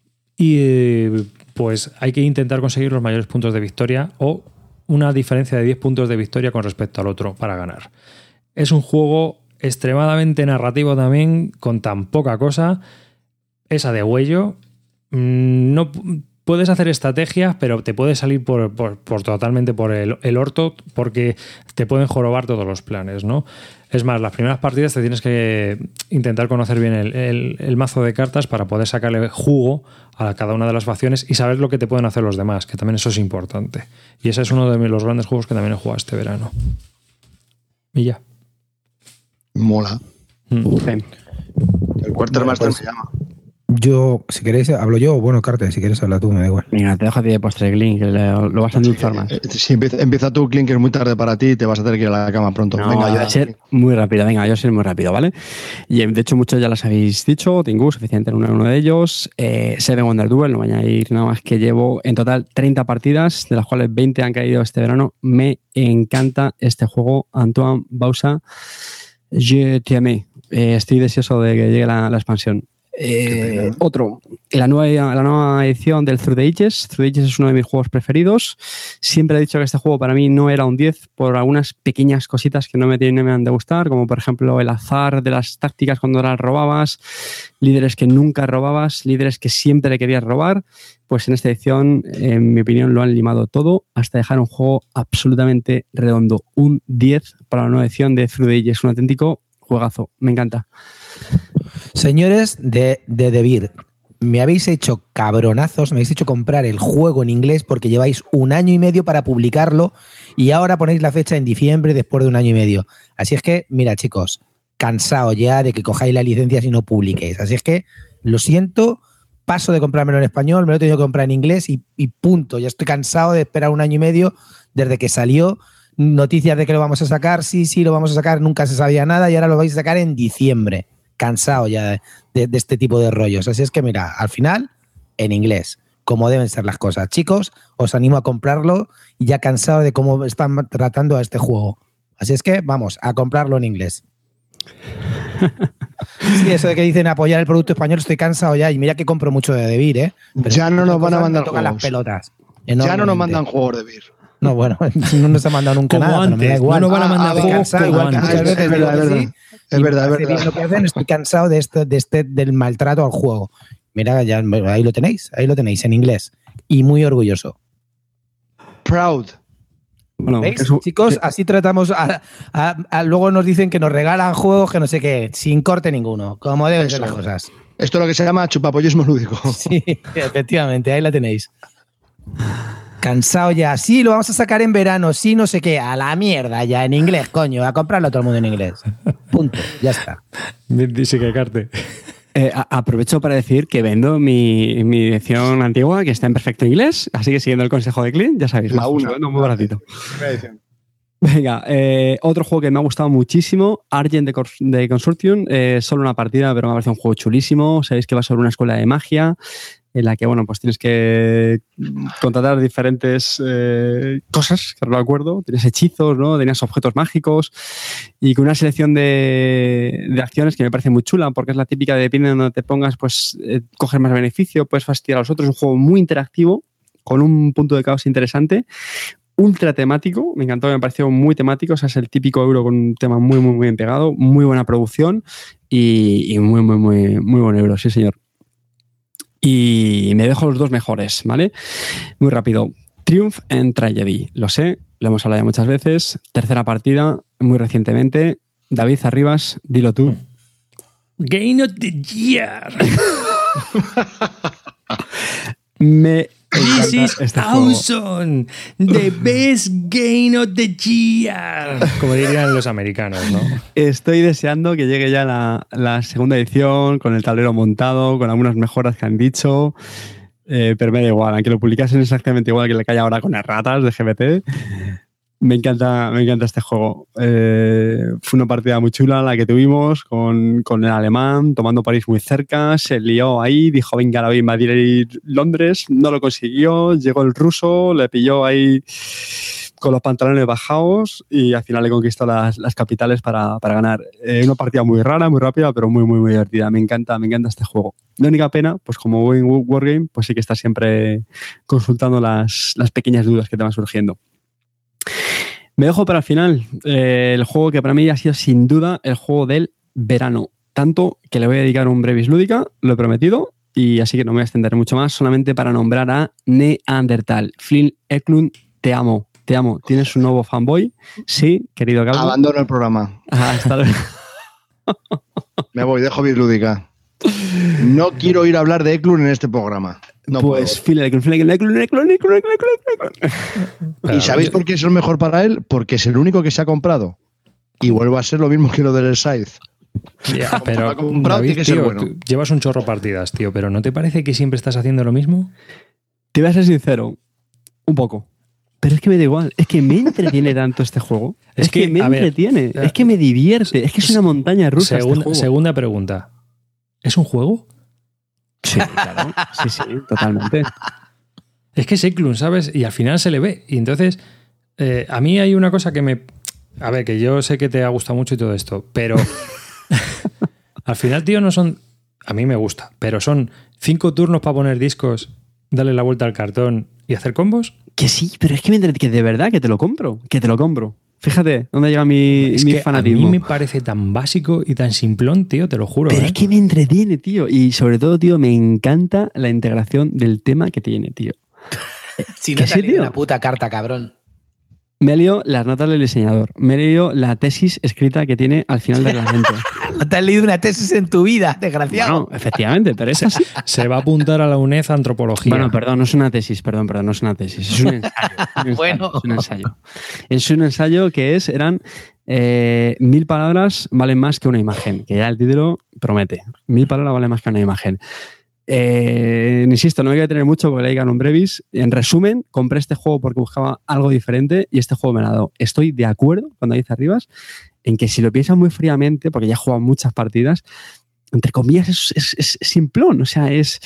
y pues hay que intentar conseguir los mayores puntos de victoria o una diferencia de 10 puntos de victoria con respecto al otro para ganar. Es un juego extremadamente narrativo también, con tan poca cosa, es a degüello. No puedes hacer estrategias, pero te puedes salir totalmente por el orto, porque te pueden jorobar todos los planes, ¿no? Es más, las primeras partidas te tienes que intentar conocer bien el mazo de cartas para poder sacarle jugo a cada una de las facciones y saber lo que te pueden hacer los demás, que también eso es importante. Y ese es uno de los grandes juegos que también he jugado este verano. Y ya. Mola. Sí. El Quartermaster me llama. Yo, si queréis, hablo yo. Bueno, Carter, si quieres habla tú, me da igual. Venga, te dejo a ti de postre, Glyn, que lo vas a endulzar más. Si empieza tú, Clint, que es muy tarde para ti, te vas a tener que ir a la cama pronto. No, Venga, yo voy a ser muy rápido, ¿vale? Y de hecho muchos ya los habéis dicho, Tingus, efectivamente uno de ellos, Seven Wonder Duel, no voy a añadir nada más, que llevo en total 30 partidas, de las cuales 20 han caído este verano. Me encanta este juego, Antoine Bauza, Je t'aime. Estoy deseoso de que llegue la expansión. Otro, la nueva edición del Through the Ages. Through the Ages es uno de mis juegos preferidos. Siempre he dicho que este juego para mí no era un 10 por algunas pequeñas cositas que no me han de gustar, como por ejemplo el azar de las tácticas cuando las robabas, líderes que nunca robabas, líderes que siempre le querías robar. Pues en esta edición, en mi opinión, lo han limado todo hasta dejar un juego absolutamente redondo. Un 10 para la nueva edición de Through the Ages. Un auténtico juegazo. Me encanta. Señores de Devir, me habéis hecho cabronazos, me habéis hecho comprar el juego en inglés porque lleváis 1 año y medio para publicarlo y ahora ponéis la fecha en diciembre después de 1 año y medio. Así es que, mira, chicos, cansado ya de que cojáis las licencias y no publiquéis. Así es que, lo siento, paso de comprármelo en español, me lo he tenido que comprar en inglés y punto. Ya estoy cansado de esperar 1 año y medio desde que salió. Noticias de que lo vamos a sacar, sí, lo vamos a sacar, nunca se sabía nada y ahora lo vais a sacar en diciembre. Cansado ya de este tipo de rollos. Así es que mira, al final, en inglés, como deben ser las cosas. Chicos, os animo a comprarlo y ya cansado de cómo están tratando a este juego. Así es que vamos, a comprarlo en inglés. Sí, eso de que dicen apoyar el producto español, estoy cansado ya y mira que compro mucho de Devir, ¿eh? Pero ya no nos van a mandar juegos. Las pelotas. Ya no nos mandan juegos de Devir. No, bueno, no nos ha mandado nunca como nada, antes, pero me da igual. no nos van a mandar juegos como igual que antes. muchas veces Es verdad, digo que es sí, es y verdad, me es parece verdad. bien lo que hacen, estoy cansado del maltrato al juego. Mira, ya, ahí lo tenéis en inglés. Y muy orgulloso. Proud. Bueno, ¿Veis? eso- Chicos, así tratamos luego nos dicen que nos regalan juegos que no sé qué, sin corte ninguno, como deben ser Eso. las cosas. Esto es lo que se llama chupapollismo lúdico. Sí, efectivamente, ahí la tenéis. Cansado ya. Sí, lo vamos a sacar en verano. Sí, no sé qué. A la mierda ya, en inglés, coño. A comprarlo todo el mundo en inglés. Punto. Ya está. Dice que carte. Aprovecho para decir que vendo mi edición antigua, que está en perfecto inglés, así que siguiendo el consejo de Clint, ya sabéis, La una. lo vendo muy baratito. Venga, otro juego que me ha gustado muchísimo, Argent de Consortium, solo una partida, pero me ha parecido un juego chulísimo. Sabéis que va sobre una escuela de magia en la que, bueno, pues tienes que contratar diferentes cosas, que no me acuerdo. Tienes hechizos, ¿no? Tenías objetos mágicos y con una selección de acciones que me parece muy chula, porque es la típica de depende de donde te pongas, pues coges más beneficio, puedes fastidiar a los otros. Es un juego muy interactivo, con un punto de caos interesante, ultra temático, me encantó, me pareció muy temático. O sea, es el típico euro con un tema muy, muy, muy bien pegado, muy buena producción y muy, muy, muy, muy buen euro, sí, señor. Y me dejo los 2 mejores, ¿vale? Muy rápido. Triumph and Tragedy. Lo sé, lo hemos hablado ya muchas veces. Tercera partida, muy recientemente. David Arribas, dilo tú. Game of the Year. Me This encanta is este juego. awesome. The best game of the year. Como dirían los americanos, ¿no? Estoy deseando que llegue ya la segunda edición con el tablero montado, con algunas mejoras que han dicho. Pero me da igual, aunque lo publicasen exactamente igual que le cae ahora con las ratas de GBT. Me encanta este juego. Fue una partida muy chula la que tuvimos con el alemán, tomando París muy cerca, se lió ahí, dijo, venga, la voy a invadir Londres, no lo consiguió, llegó el ruso, le pilló ahí con los pantalones bajados y al final le conquistó las capitales para ganar. Una partida muy rara, muy rápida, pero muy, muy, muy divertida. Me encanta este juego. La única pena, pues como buen Wargame, pues sí que está siempre consultando las pequeñas dudas que te van surgiendo. Me dejo para el final el juego que para mí ha sido sin duda el juego del verano. Tanto que le voy a dedicar un brevis lúdica, lo he prometido, y así que no me voy a extender mucho más, solamente para nombrar a Neandertal. Flynn Eklund, te amo. ¿Tienes un nuevo fanboy? Sí, querido Calvo. Abandono el programa. Hasta luego. Me voy, dejo Bislúdica. No quiero ir a hablar de Eklund en este programa. No pues puedo. Flynn Eklund. ¿Y sabéis por qué es el mejor para él? Porque es el único que se ha comprado. Y vuelve a ser lo mismo que lo del Scythe. Ya, pero ha comprado, David, tiene que ser tío, bueno. tú llevas un chorro partidas, tío, pero ¿no te parece que siempre estás haciendo lo mismo? Te voy a ser sincero, un poco. Pero es que me da igual, es que me entretiene tanto este juego. Es que me entretiene, es que me divierte, es que es una montaña rusa. Segunda pregunta. ¿Es un juego? Sí, claro. Sí, totalmente. Es que es Eklund, ¿sabes? Y al final se le ve. Y entonces, a mí hay una cosa que me... A ver, que yo sé que te ha gustado mucho y todo esto, pero al final, tío, no son... A mí me gusta, pero son 5 turnos para poner discos, darle la vuelta al cartón y hacer combos. Que sí, pero es que me entretiene, que de verdad que te lo compro. Fíjate dónde llega mi fanatismo. A mí me parece tan básico y tan simplón, tío, te lo juro. Pero es que me entretiene, tío. Y sobre todo, tío, me encanta la integración del tema que tiene, tío. Si no te una puta carta, cabrón. Me he leído las notas del diseñador. Me he leído la tesis escrita que tiene al final del reglamento. No te has leído una tesis en tu vida, desgraciado. Bueno, efectivamente, pero es así. Se va a apuntar a la UNED Antropología. Bueno, perdón, no es una tesis, no es una tesis. Es un ensayo. Bueno. Es un ensayo. Es un ensayo que eran 1000 palabras valen más que una imagen, que ya el título promete. 1000 palabras valen más que una imagen. Insisto, no me voy a tener mucho porque le digan un brevis. En resumen, compré este juego porque buscaba algo diferente y este juego me lo ha dado. Estoy de acuerdo con David Arribas en que si lo piensas muy fríamente, porque ya he jugado muchas partidas, entre comillas es simplón. O sea, es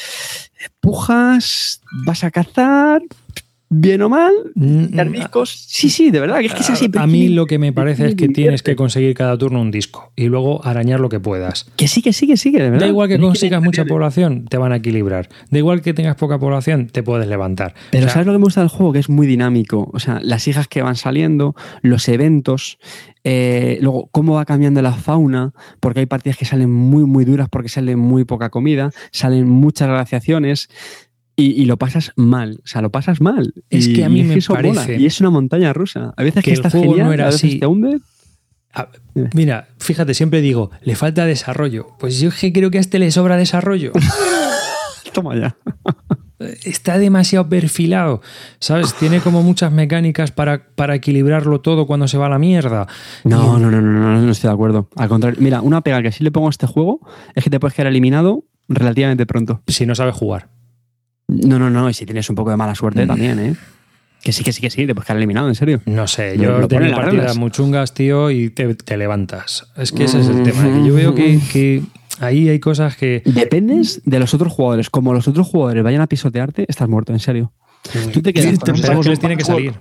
pujas, vas a cazar, bien o mal, discos. Sí, de verdad, que es así. A mí lo que me parece es que tienes que conseguir cada turno un disco y luego arañar lo que puedas. Que sí, de verdad. Da igual que consigas mucha población, te van a equilibrar. Da igual que tengas poca población, te puedes levantar. Pero ¿sabes lo que me gusta del juego? Que es muy dinámico. O sea, las hijas que van saliendo, los eventos, luego cómo va cambiando la fauna, porque hay partidas que salen muy, muy duras porque sale muy poca comida, salen muchas glaciaciones. Y lo pasas mal, o sea, lo pasas mal. Es que a mí me parece... mola, y es una montaña rusa. A veces que el estás juego genial, no era a veces así. te hunde. Mira, fíjate, siempre digo, le falta desarrollo. Pues yo creo que a este le sobra desarrollo. Toma ya. Está demasiado perfilado, ¿sabes? Tiene como muchas mecánicas para equilibrarlo todo cuando se va a la mierda. No estoy de acuerdo. Al contrario, mira, una pega que sí le pongo a este juego es que te puedes quedar eliminado relativamente pronto. Si no sabes jugar. No, y si tienes un poco de mala suerte también, ¿eh? Que sí, te puedes quedar eliminado, en serio. No sé, yo he tenido partidas muy chungas, tío, y te levantas. Es que ese es el tema. Que yo veo que ahí hay cosas que... Dependes de los otros jugadores. Como los otros jugadores vayan a pisotearte, estás muerto, en serio. Tú te quedas... Pero que les tiene que salir.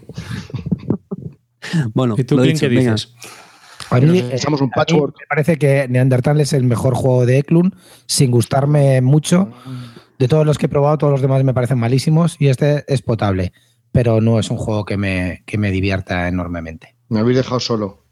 Bueno, ¿y tú quién qué dices? A mí, un patchwork. me parece que Neandertal es el mejor juego de Eklund, sin gustarme mucho. De todos los que he probado, todos los demás me parecen malísimos y este es potable, pero no es un juego que me divierta enormemente. Me habéis dejado solo.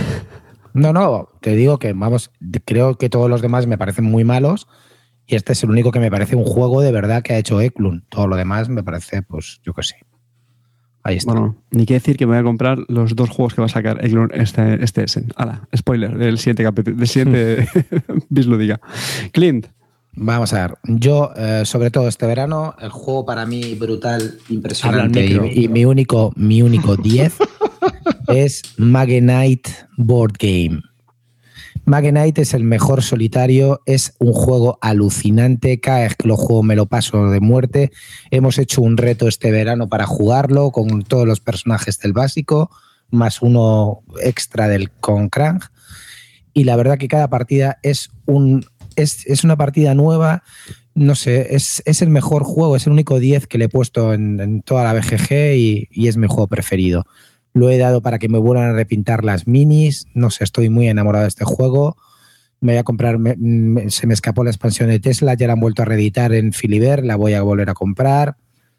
No, te digo que, vamos, creo que todos los demás me parecen muy malos y este es el único que me parece un juego de verdad que ha hecho Eklund. Todo lo demás me parece, pues, yo qué sé. Ahí está. Bueno, ni que decir que me voy a comprar los 2 juegos que va a sacar Eklund este Essen. Hala, spoiler del siguiente capítulo, del siguiente Bislúdica. Clint. Vamos a ver, yo sobre todo este verano, el juego para mí brutal, impresionante y mi único 10 es Magenite Board Game. Magenite es el mejor solitario, es un juego alucinante, cada vez que lo juego me lo paso de muerte. Hemos hecho un reto este verano para jugarlo con todos los personajes del básico, más uno extra con Krang, y la verdad que cada partida es una partida nueva, no sé, es el mejor juego, es el único 10 que le he puesto en toda la BGG y es mi juego preferido. Lo he dado para que me vuelvan a repintar las minis, no sé, estoy muy enamorado de este juego. Me voy a comprar, se me escapó la expansión de Tesla, ya la han vuelto a reeditar en Philiber, la voy a volver a comprar.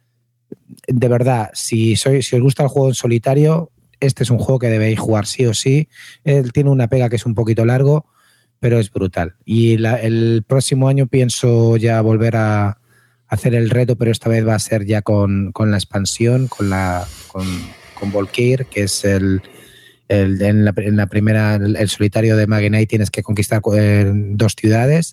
De verdad, si os gusta el juego en solitario, este es un juego que debéis jugar sí o sí. Él tiene una pega que es un poquito largo, pero es brutal. Y el próximo año pienso ya volver a hacer el reto, pero esta vez va a ser ya con la expansión, con Volkir, que es en la primera, el solitario de Magenite tienes que conquistar 2 ciudades.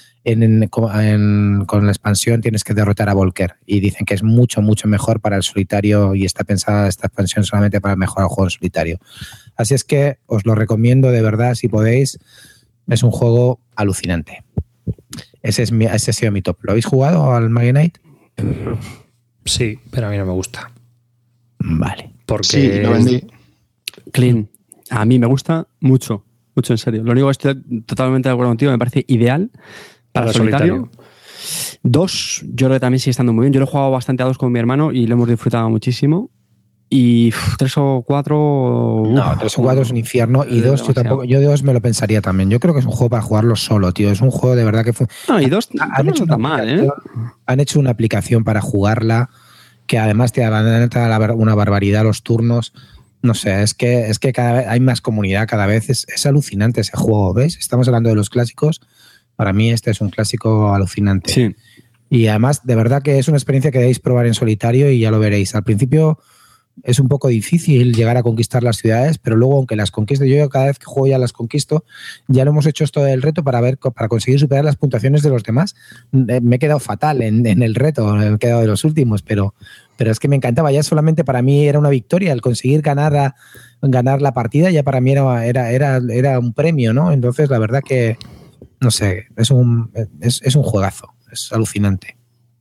Con la expansión tienes que derrotar a Volker. Y dicen que es mucho, mucho mejor para el solitario y está pensada esta expansión solamente para mejorar el juego en solitario. Así es que os lo recomiendo de verdad, si podéis. Es un juego alucinante. Ese ha sido mi top. ¿Lo habéis jugado al Magenite? Sí, pero a mí no me gusta. Vale. Porque sí, lo vendí. Clean. A mí me gusta mucho, en serio. Lo único que estoy totalmente de acuerdo contigo, me parece ideal para solitario. 2, yo creo que también sigue estando muy bien. Yo lo he jugado bastante a 2 con mi hermano y lo hemos disfrutado muchísimo. Y 3 o 4... No, 3 o 4 es un infierno. Y 2, yo 2 me lo pensaría también. Yo creo que es un juego para jugarlo solo, tío. Es un juego de verdad que fue. No, y 2 han hecho una aplicación para jugarla que además te adelanta una barbaridad los turnos. No sé, es que cada vez hay más comunidad, cada vez es alucinante ese juego, ¿ves? Estamos hablando de los clásicos. Para mí este es un clásico alucinante. Sí. Y además, de verdad que es una experiencia que debéis probar en solitario y ya lo veréis. Al principio es un poco difícil llegar a conquistar las ciudades, pero luego aunque las conquiste, yo cada vez que juego ya las conquisto, ya lo hemos hecho esto del reto para conseguir superar las puntuaciones de los demás. Me he quedado fatal en el reto, me he quedado de los últimos, pero es que me encantaba, ya solamente para mí era una victoria el conseguir ganar la partida, ya para mí era un premio, ¿no? Entonces la verdad que, no sé, es un juegazo, es alucinante.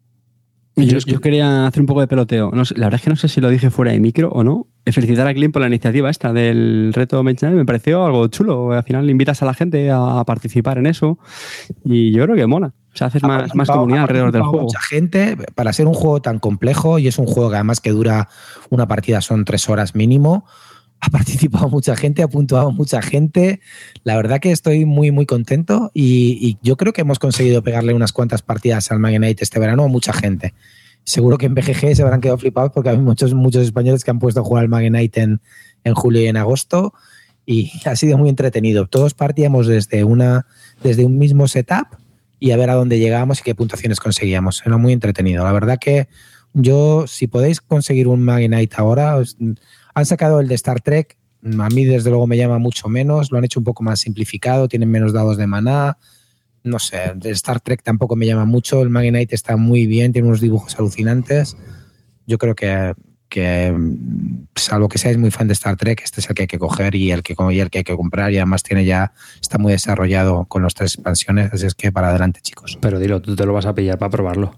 Yo quería hacer un poco de peloteo. No sé, la verdad es que no sé si lo dije fuera de micro o no. Felicitar a Clint por la iniciativa esta del reto Mage Knight. Me pareció algo chulo. Al final invitas a la gente a participar en eso y yo creo que mola. O sea, haces más comunidad alrededor del juego. Mucha gente, para ser un juego tan complejo, y es un juego que además que dura una partida, son 3 horas mínimo, ha participado mucha gente, ha puntuado mucha gente. La verdad que estoy muy, muy contento y yo creo que hemos conseguido pegarle unas cuantas partidas al Mage Knight este verano a mucha gente. Seguro que en BGG se habrán quedado flipados porque hay muchos españoles que han puesto a jugar al Mage Knight en julio y en agosto y ha sido muy entretenido. Todos partíamos desde un mismo setup y a ver a dónde llegábamos y qué puntuaciones conseguíamos. Era muy entretenido. La verdad que yo, si podéis conseguir un Mage Knight ahora... Han sacado el de Star Trek, a mí desde luego me llama mucho menos, lo han hecho un poco más simplificado, tienen menos dados de maná, no sé, el Star Trek tampoco me llama mucho, el Mage Knight está muy bien, tiene unos dibujos alucinantes, yo creo que salvo que seáis muy fan de Star Trek, este es el que hay que coger y el que hay que comprar y además está muy desarrollado con las 3 expansiones, así es que para adelante, chicos. Pero dilo, tú te lo vas a pillar para probarlo.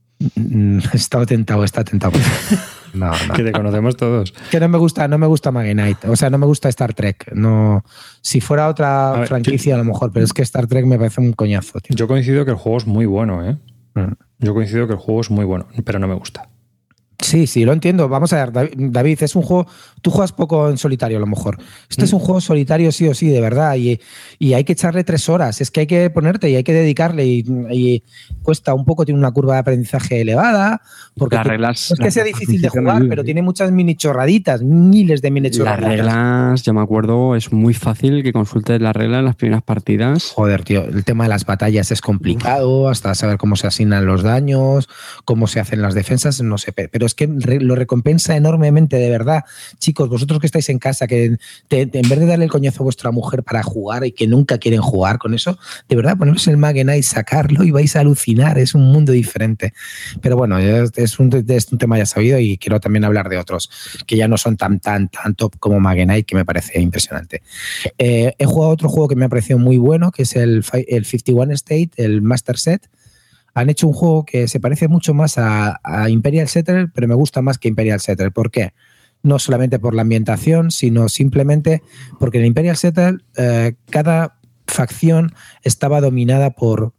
Está tentado. No. Que te conocemos todos. Que no me gusta Mage Knight. O sea, no me gusta Star Trek. No, si fuera otra franquicia a lo mejor, pero es que Star Trek me parece un coñazo, tío. Yo coincido que el juego es muy bueno, ¿eh? Yo coincido que el juego es muy bueno, pero no me gusta. Sí, lo entiendo. Vamos a ver, David, es un juego... Tú juegas poco en solitario a lo mejor. Este es un juego solitario sí o sí, de verdad. Y hay que echarle 3 horas. Es que hay que ponerte y hay que dedicarle. Y cuesta un poco, tiene una curva de aprendizaje elevada. Porque las reglas... No es que sea difícil de jugar, pero tiene muchas mini chorraditas, miles de mini chorraditas. Las reglas, yo me acuerdo, es muy fácil que consultes las reglas en las primeras partidas. Joder, tío, el tema de las batallas es complicado, hasta saber cómo se asignan los daños, cómo se hacen las defensas, no sé, pero es que lo recompensa enormemente, de verdad. Chicos, vosotros que estáis en casa, que en vez de darle el coñazo a vuestra mujer para jugar y que nunca quieren jugar con eso, de verdad, poneros el Mage Knight, sacarlo y vais a alucinar, es un mundo diferente. Pero bueno, es un tema ya sabido y quiero también hablar de otros que ya no son tan top como Mage Knight, que me parece impresionante. He jugado otro juego que me ha parecido muy bueno, que es el 51 State, el Master Set. Han hecho un juego que se parece mucho más a Imperial Settle, pero me gusta más que Imperial Settle. ¿Por qué? No solamente por la ambientación, sino simplemente porque en Imperial Settle cada facción estaba dominada por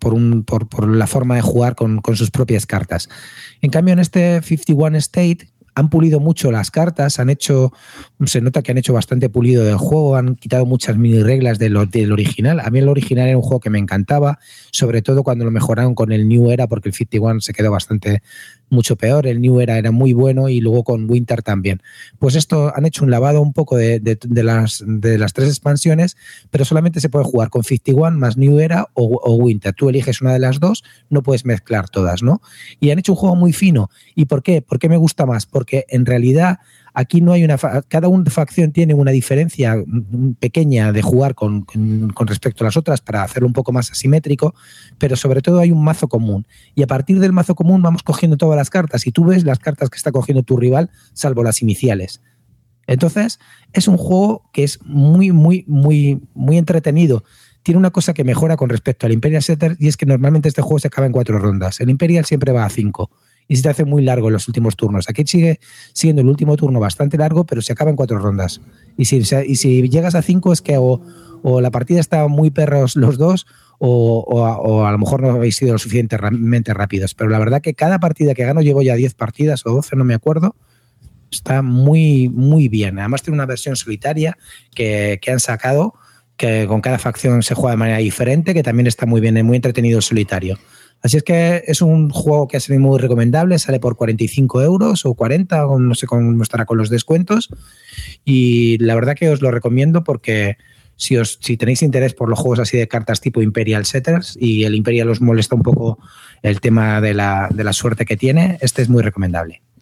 la forma de jugar con sus propias cartas. En cambio, en este 51 State han pulido mucho las cartas, se nota que han hecho bastante pulido del juego, han quitado muchas mini reglas del original. A mí el original era un juego que me encantaba, sobre todo cuando lo mejoraron con el New Era, porque el 51 se quedó mucho peor, el New Era muy bueno y luego con Winter también. Pues esto han hecho un lavado un poco de las 3 expansiones, pero solamente se puede jugar con 51 más New Era o Winter. Tú eliges una de las dos, no puedes mezclar todas, ¿no? Y han hecho un juego muy fino. ¿Y por qué? ¿Por qué me gusta más? Porque en realidad aquí no hay cada una facción tiene una diferencia pequeña de jugar con respecto a las otras para hacerlo un poco más asimétrico, pero sobre todo hay un mazo común. Y a partir del mazo común vamos cogiendo todas las cartas y tú ves las cartas que está cogiendo tu rival, salvo las iniciales. Entonces, es un juego que es muy, muy, muy, muy entretenido. Tiene una cosa que mejora con respecto al Imperial Setter y es que normalmente este juego se acaba en 4 rondas. El Imperial siempre va a 5. Y se te hace muy largo en los últimos turnos. Aquí sigue siendo el último turno bastante largo, pero se acaba en 4 rondas. Y si llegas a 5 es que o la partida está muy perros los dos o a lo mejor no habéis sido lo suficientemente rápidos. Pero la verdad que cada partida que gano, llevo ya 10 partidas o 12, no me acuerdo, está muy, muy bien. Además tiene una versión solitaria que han sacado, que con cada facción se juega de manera diferente, que también está muy bien, muy entretenido el solitario. Así es que es un juego que ha sido muy recomendable, sale por 45 euros o 40, o no sé cómo estará con los descuentos, y la verdad que os lo recomiendo porque si tenéis interés por los juegos así de cartas tipo Imperial Setters y el Imperial os molesta un poco el tema de la suerte que tiene, este es muy recomendable.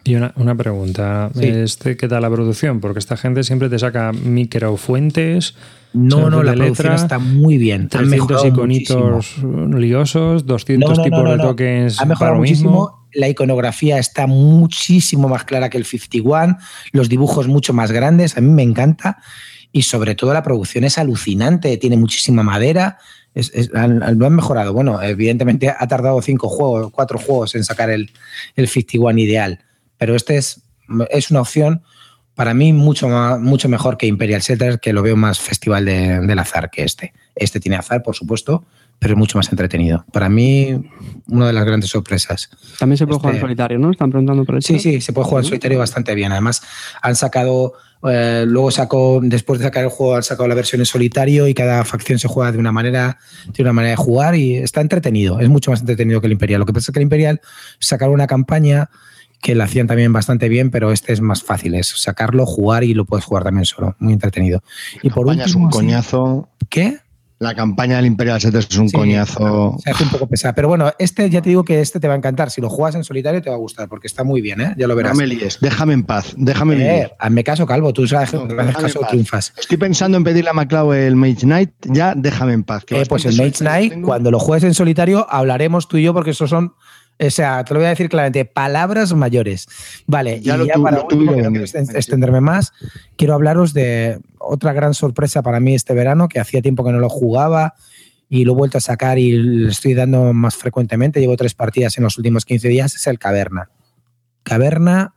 Y una pregunta, Sí. ¿qué tal la producción? Porque esta gente siempre te saca microfuentes. No, la de producción está muy bien. Han 300 mejorado iconitos liosos, 200 tipos de tokens Ha mejorado para lo muchísimo. mismo. La iconografía está muchísimo más clara que el 51, los dibujos mucho más grandes, a mí me encanta. Y sobre todo la producción es alucinante, tiene muchísima madera. Lo han mejorado. Bueno, evidentemente ha tardado 4 juegos en sacar el 51 ideal, pero este es una opción para mí mucho mejor que Imperial Settlers, que lo veo más festival del azar que este. Este tiene azar, por supuesto, pero es mucho más entretenido. Para mí, una de las grandes sorpresas. También se puede jugar en solitario, ¿no? Están preguntando por eso. Sí, se puede jugar en solitario bastante bien. Además, han sacado, después de sacar el juego, han sacado la versión en solitario y cada facción se juega de una manera de jugar y está entretenido. Es mucho más entretenido que el Imperial. Lo que pasa es que el Imperial sacaron una campaña que la hacían también bastante bien, pero este es más fácil. Es sacarlo, jugar y lo puedes jugar también solo. Muy entretenido. Y por último, es un coñazo. ¿Qué? La campaña del Imperial Settlers es un coñazo. Se hace un poco pesada. Pero bueno, ya te digo que este te va a encantar. Si lo juegas en solitario te va a gustar, porque está muy bien, ¿eh? Ya lo verás. No me líes, déjame en paz, déjame vivir. Hazme caso, Calvo. Tú sabes que me haces caso, triunfas. Estoy pensando en pedirle a MacLeod el Mage Knight. Ya déjame en paz. Pues el Mage Knight, cuando lo juegues en solitario, hablaremos tú y yo, porque esos son... O sea, te lo voy a decir claramente, palabras mayores. Vale, ya para último, que no quiero extenderme más, quiero hablaros de otra gran sorpresa para mí este verano, que hacía tiempo que no lo jugaba y lo he vuelto a sacar y le estoy dando más frecuentemente. Llevo 3 partidas en los últimos 15 días. Es el Caverna. Caverna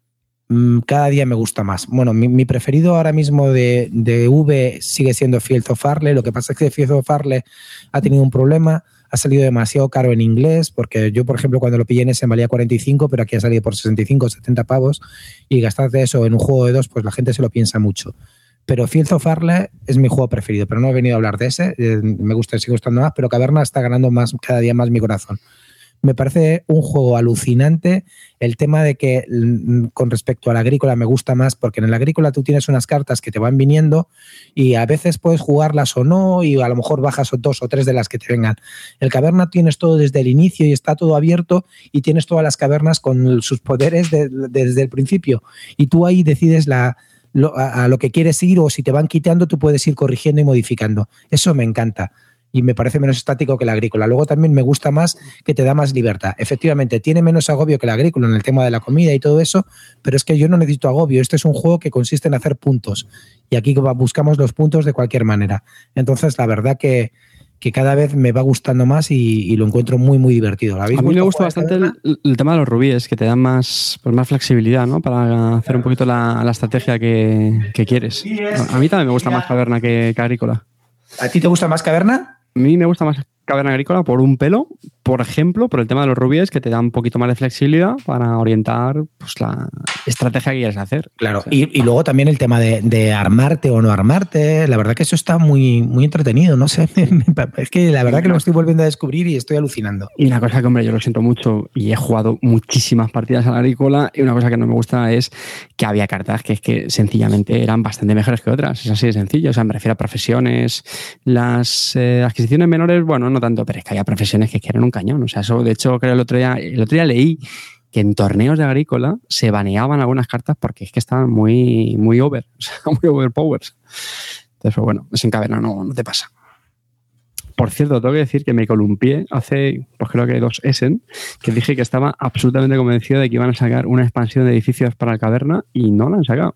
cada día me gusta más. Bueno, mi preferido ahora mismo de V sigue siendo Fields of Arle. Lo que pasa es que Fields of Arle ha tenido un problema. Ha salido demasiado caro en inglés, porque yo, por ejemplo, cuando lo pillé en ese valía 45, pero aquí ha salido por 65, 70 pavos, y gastarte eso en un juego de 2, pues la gente se lo piensa mucho. Pero Fields of Arle es mi juego preferido, pero no he venido a hablar de ese, sigue gustando más, pero Caverna está ganando cada día más mi corazón. Me parece un juego alucinante. El tema de que con respecto al agrícola me gusta más, porque en el agrícola tú tienes unas cartas que te van viniendo y a veces puedes jugarlas o no, y a lo mejor bajas 2 o 3 de las que te vengan. El Caverna tienes todo desde el inicio y está todo abierto, y tienes todas las cavernas con sus poderes desde el principio, y tú ahí decides a lo que quieres ir, o si te van quitando tú puedes ir corrigiendo y modificando. Eso me encanta. Y me parece menos estático que la agrícola. Luego también me gusta más que te da más libertad. Efectivamente, tiene menos agobio que la agrícola en el tema de la comida y todo eso, pero es que yo no necesito agobio. Este es un juego que consiste en hacer puntos, y aquí buscamos los puntos de cualquier manera. Entonces, la verdad que cada vez me va gustando más y lo encuentro muy, muy divertido. A mí me gusta bastante el tema de los rubíes, que te dan más flexibilidad, ¿no? Para hacer un poquito la estrategia que quieres. A mí también me gusta más Caverna que agrícola. ¿A ti te gusta más Caverna? A mí me gusta más Caverna Agrícola por un pelo, por ejemplo, por el tema de los rubíes, que te da un poquito más de flexibilidad para orientar pues, la estrategia que quieres hacer. Claro, o sea, y luego también el tema de armarte o no armarte. La verdad que eso está muy, muy entretenido, no sé. Es que la verdad que lo estoy volviendo a descubrir y estoy alucinando. Y una cosa que, hombre, yo lo siento mucho y he jugado muchísimas partidas a la Agrícola, y una cosa que no me gusta es que había cartas que es que sencillamente eran bastante mejores que otras. Es así de sencillo. O sea, me refiero a profesiones. Las adquisiciones menores, bueno, no tanto, pero es que había profesiones que eran un cañón. O sea, eso, de hecho, creo el otro día leí que en torneos de Agrícola se baneaban algunas cartas porque es que estaban muy, muy over, o sea, muy overpowers. Entonces, bueno, es en Caverna, no te pasa. Por cierto, tengo que decir que me columpié hace, pues creo que 2 Essen, que dije que estaba absolutamente convencido de que iban a sacar una expansión de edificios para el Caverna, y no la han sacado.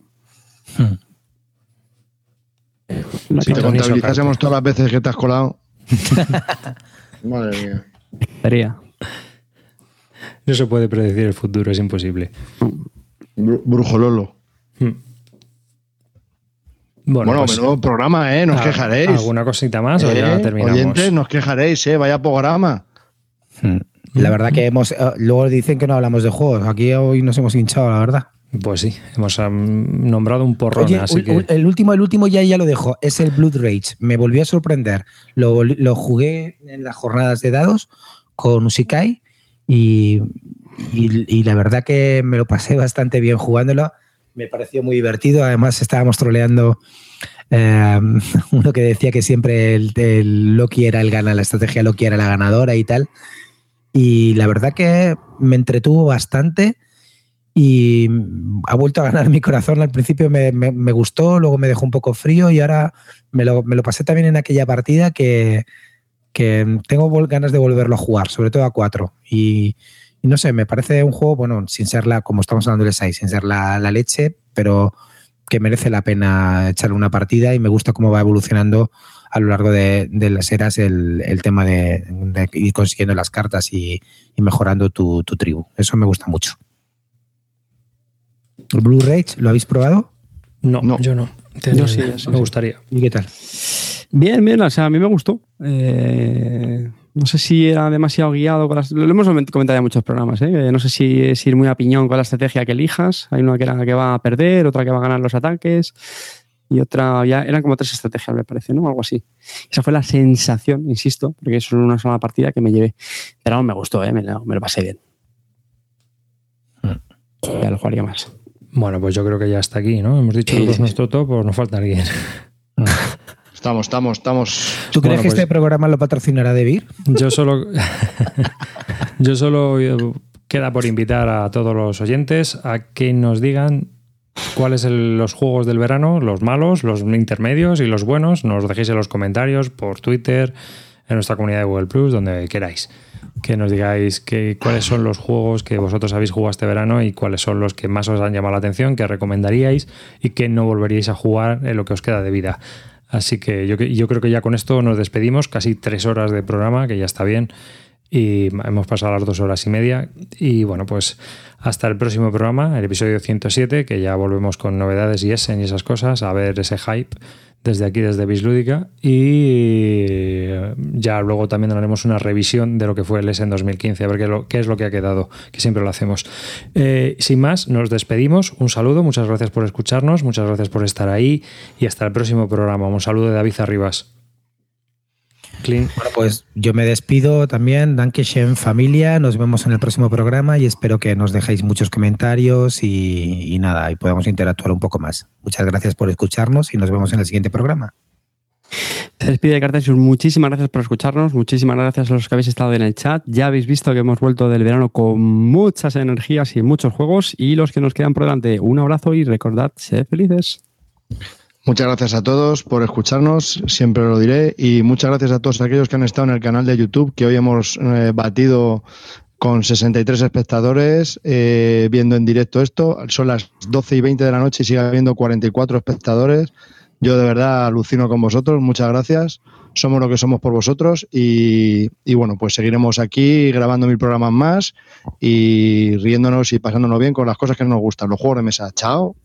Si te contabilizásemos todas las veces que te has colado. Madre mía. Sería. No se puede predecir el futuro, es imposible. Brujo Lolo. Bueno, pues, menudo programa, ¿eh? Nos quejaréis. ¿Alguna cosita más o ya terminamos? Oyentes, nos quejaréis, ¿eh? Vaya programa. La verdad que luego dicen que no hablamos de juegos. Aquí hoy nos hemos hinchado, la verdad. Pues sí, hemos nombrado un porrón. Oye, así que... el último ya lo dejo. Es el Blood Rage. Me volvió a sorprender. Lo jugué en las jornadas de dados con Usikai y la verdad que me lo pasé bastante bien jugándolo. Me pareció muy divertido. Además, estábamos troleando uno que decía que siempre el Loki era el gana, la estrategia Loki era la ganadora y tal. Y la verdad que me entretuvo bastante. y ha vuelto a ganar mi corazón. Al principio me gustó, luego me dejó un poco frío y ahora me lo pasé también en aquella partida que tengo ganas de volverlo a jugar, sobre todo a 4. Y no sé, me parece un juego, bueno, sin ser como estamos hablando del 6, sin ser la leche, pero que merece la pena echarle una partida y me gusta cómo va evolucionando a lo largo de las eras el tema de ir consiguiendo las cartas y mejorando tu tribu. Eso me gusta mucho. ¿El Blue Rage lo habéis probado? No, yo no. Yo sí, me gustaría. ¿Y qué tal? Bien, o sea, a mí me gustó. No sé si era demasiado guiado con lo hemos comentado ya en muchos programas, no sé si es ir muy a piñón con la estrategia que elijas. Hay una que va a perder, otra que va a ganar los ataques y otra, ya eran como 3 estrategias, me parece, ¿no? Algo así. Esa fue la sensación, insisto, porque es una sola partida que me llevé. Pero no, me gustó, me lo pasé bien. Ya lo jugaría más. Bueno, pues yo creo que ya está aquí, ¿no? Hemos dicho todos nuestro top, pues nos falta alguien. Estamos. ¿Tú crees que este programa lo patrocinará Devir? Yo solo queda por invitar a todos los oyentes a que nos digan cuáles son los juegos del verano, los malos, los intermedios y los buenos. Nos dejéis en los comentarios, por Twitter, en nuestra comunidad de Google Plus, donde queráis. Que nos digáis cuáles son los juegos que vosotros habéis jugado este verano y cuáles son los que más os han llamado la atención, que recomendaríais y que no volveríais a jugar en lo que os queda de vida. Así que yo creo que ya con esto nos despedimos, casi 3 horas de programa, que ya está bien, y hemos pasado las 2 horas y media. Y bueno, pues hasta el próximo programa, el episodio 107, que ya volvemos con novedades y Essen y esas cosas, a ver ese hype desde aquí, desde Bislúdica, y ya luego también haremos una revisión de lo que fue el Essen 2015, a ver qué es lo que ha quedado, que siempre lo hacemos. Sin más, nos despedimos. Un saludo, muchas gracias por escucharnos, muchas gracias por estar ahí y hasta el próximo programa. Un saludo de David Arribas. Clint. Bueno, pues yo me despido también. Dankeschön, familia. Nos vemos en el próximo programa y espero que nos dejéis muchos comentarios y nada, y podamos interactuar un poco más. Muchas gracias por escucharnos y nos vemos en el siguiente programa. Se despide de Cartesius. Muchísimas gracias por escucharnos. Muchísimas gracias a los que habéis estado en el chat. Ya habéis visto que hemos vuelto del verano con muchas energías y muchos juegos. Y los que nos quedan por delante, un abrazo y recordad, sed felices. Muchas gracias a todos por escucharnos, siempre lo diré, y muchas gracias a todos aquellos que han estado en el canal de YouTube, que hoy hemos batido con 63 espectadores viendo en directo esto. Son las 12:20 de la noche y sigue habiendo 44 espectadores. Yo de verdad alucino con vosotros, muchas gracias. Somos lo que somos por vosotros y bueno, pues seguiremos aquí grabando 1000 programas más y riéndonos y pasándonos bien con las cosas que nos gustan, los juegos de mesa. Chao.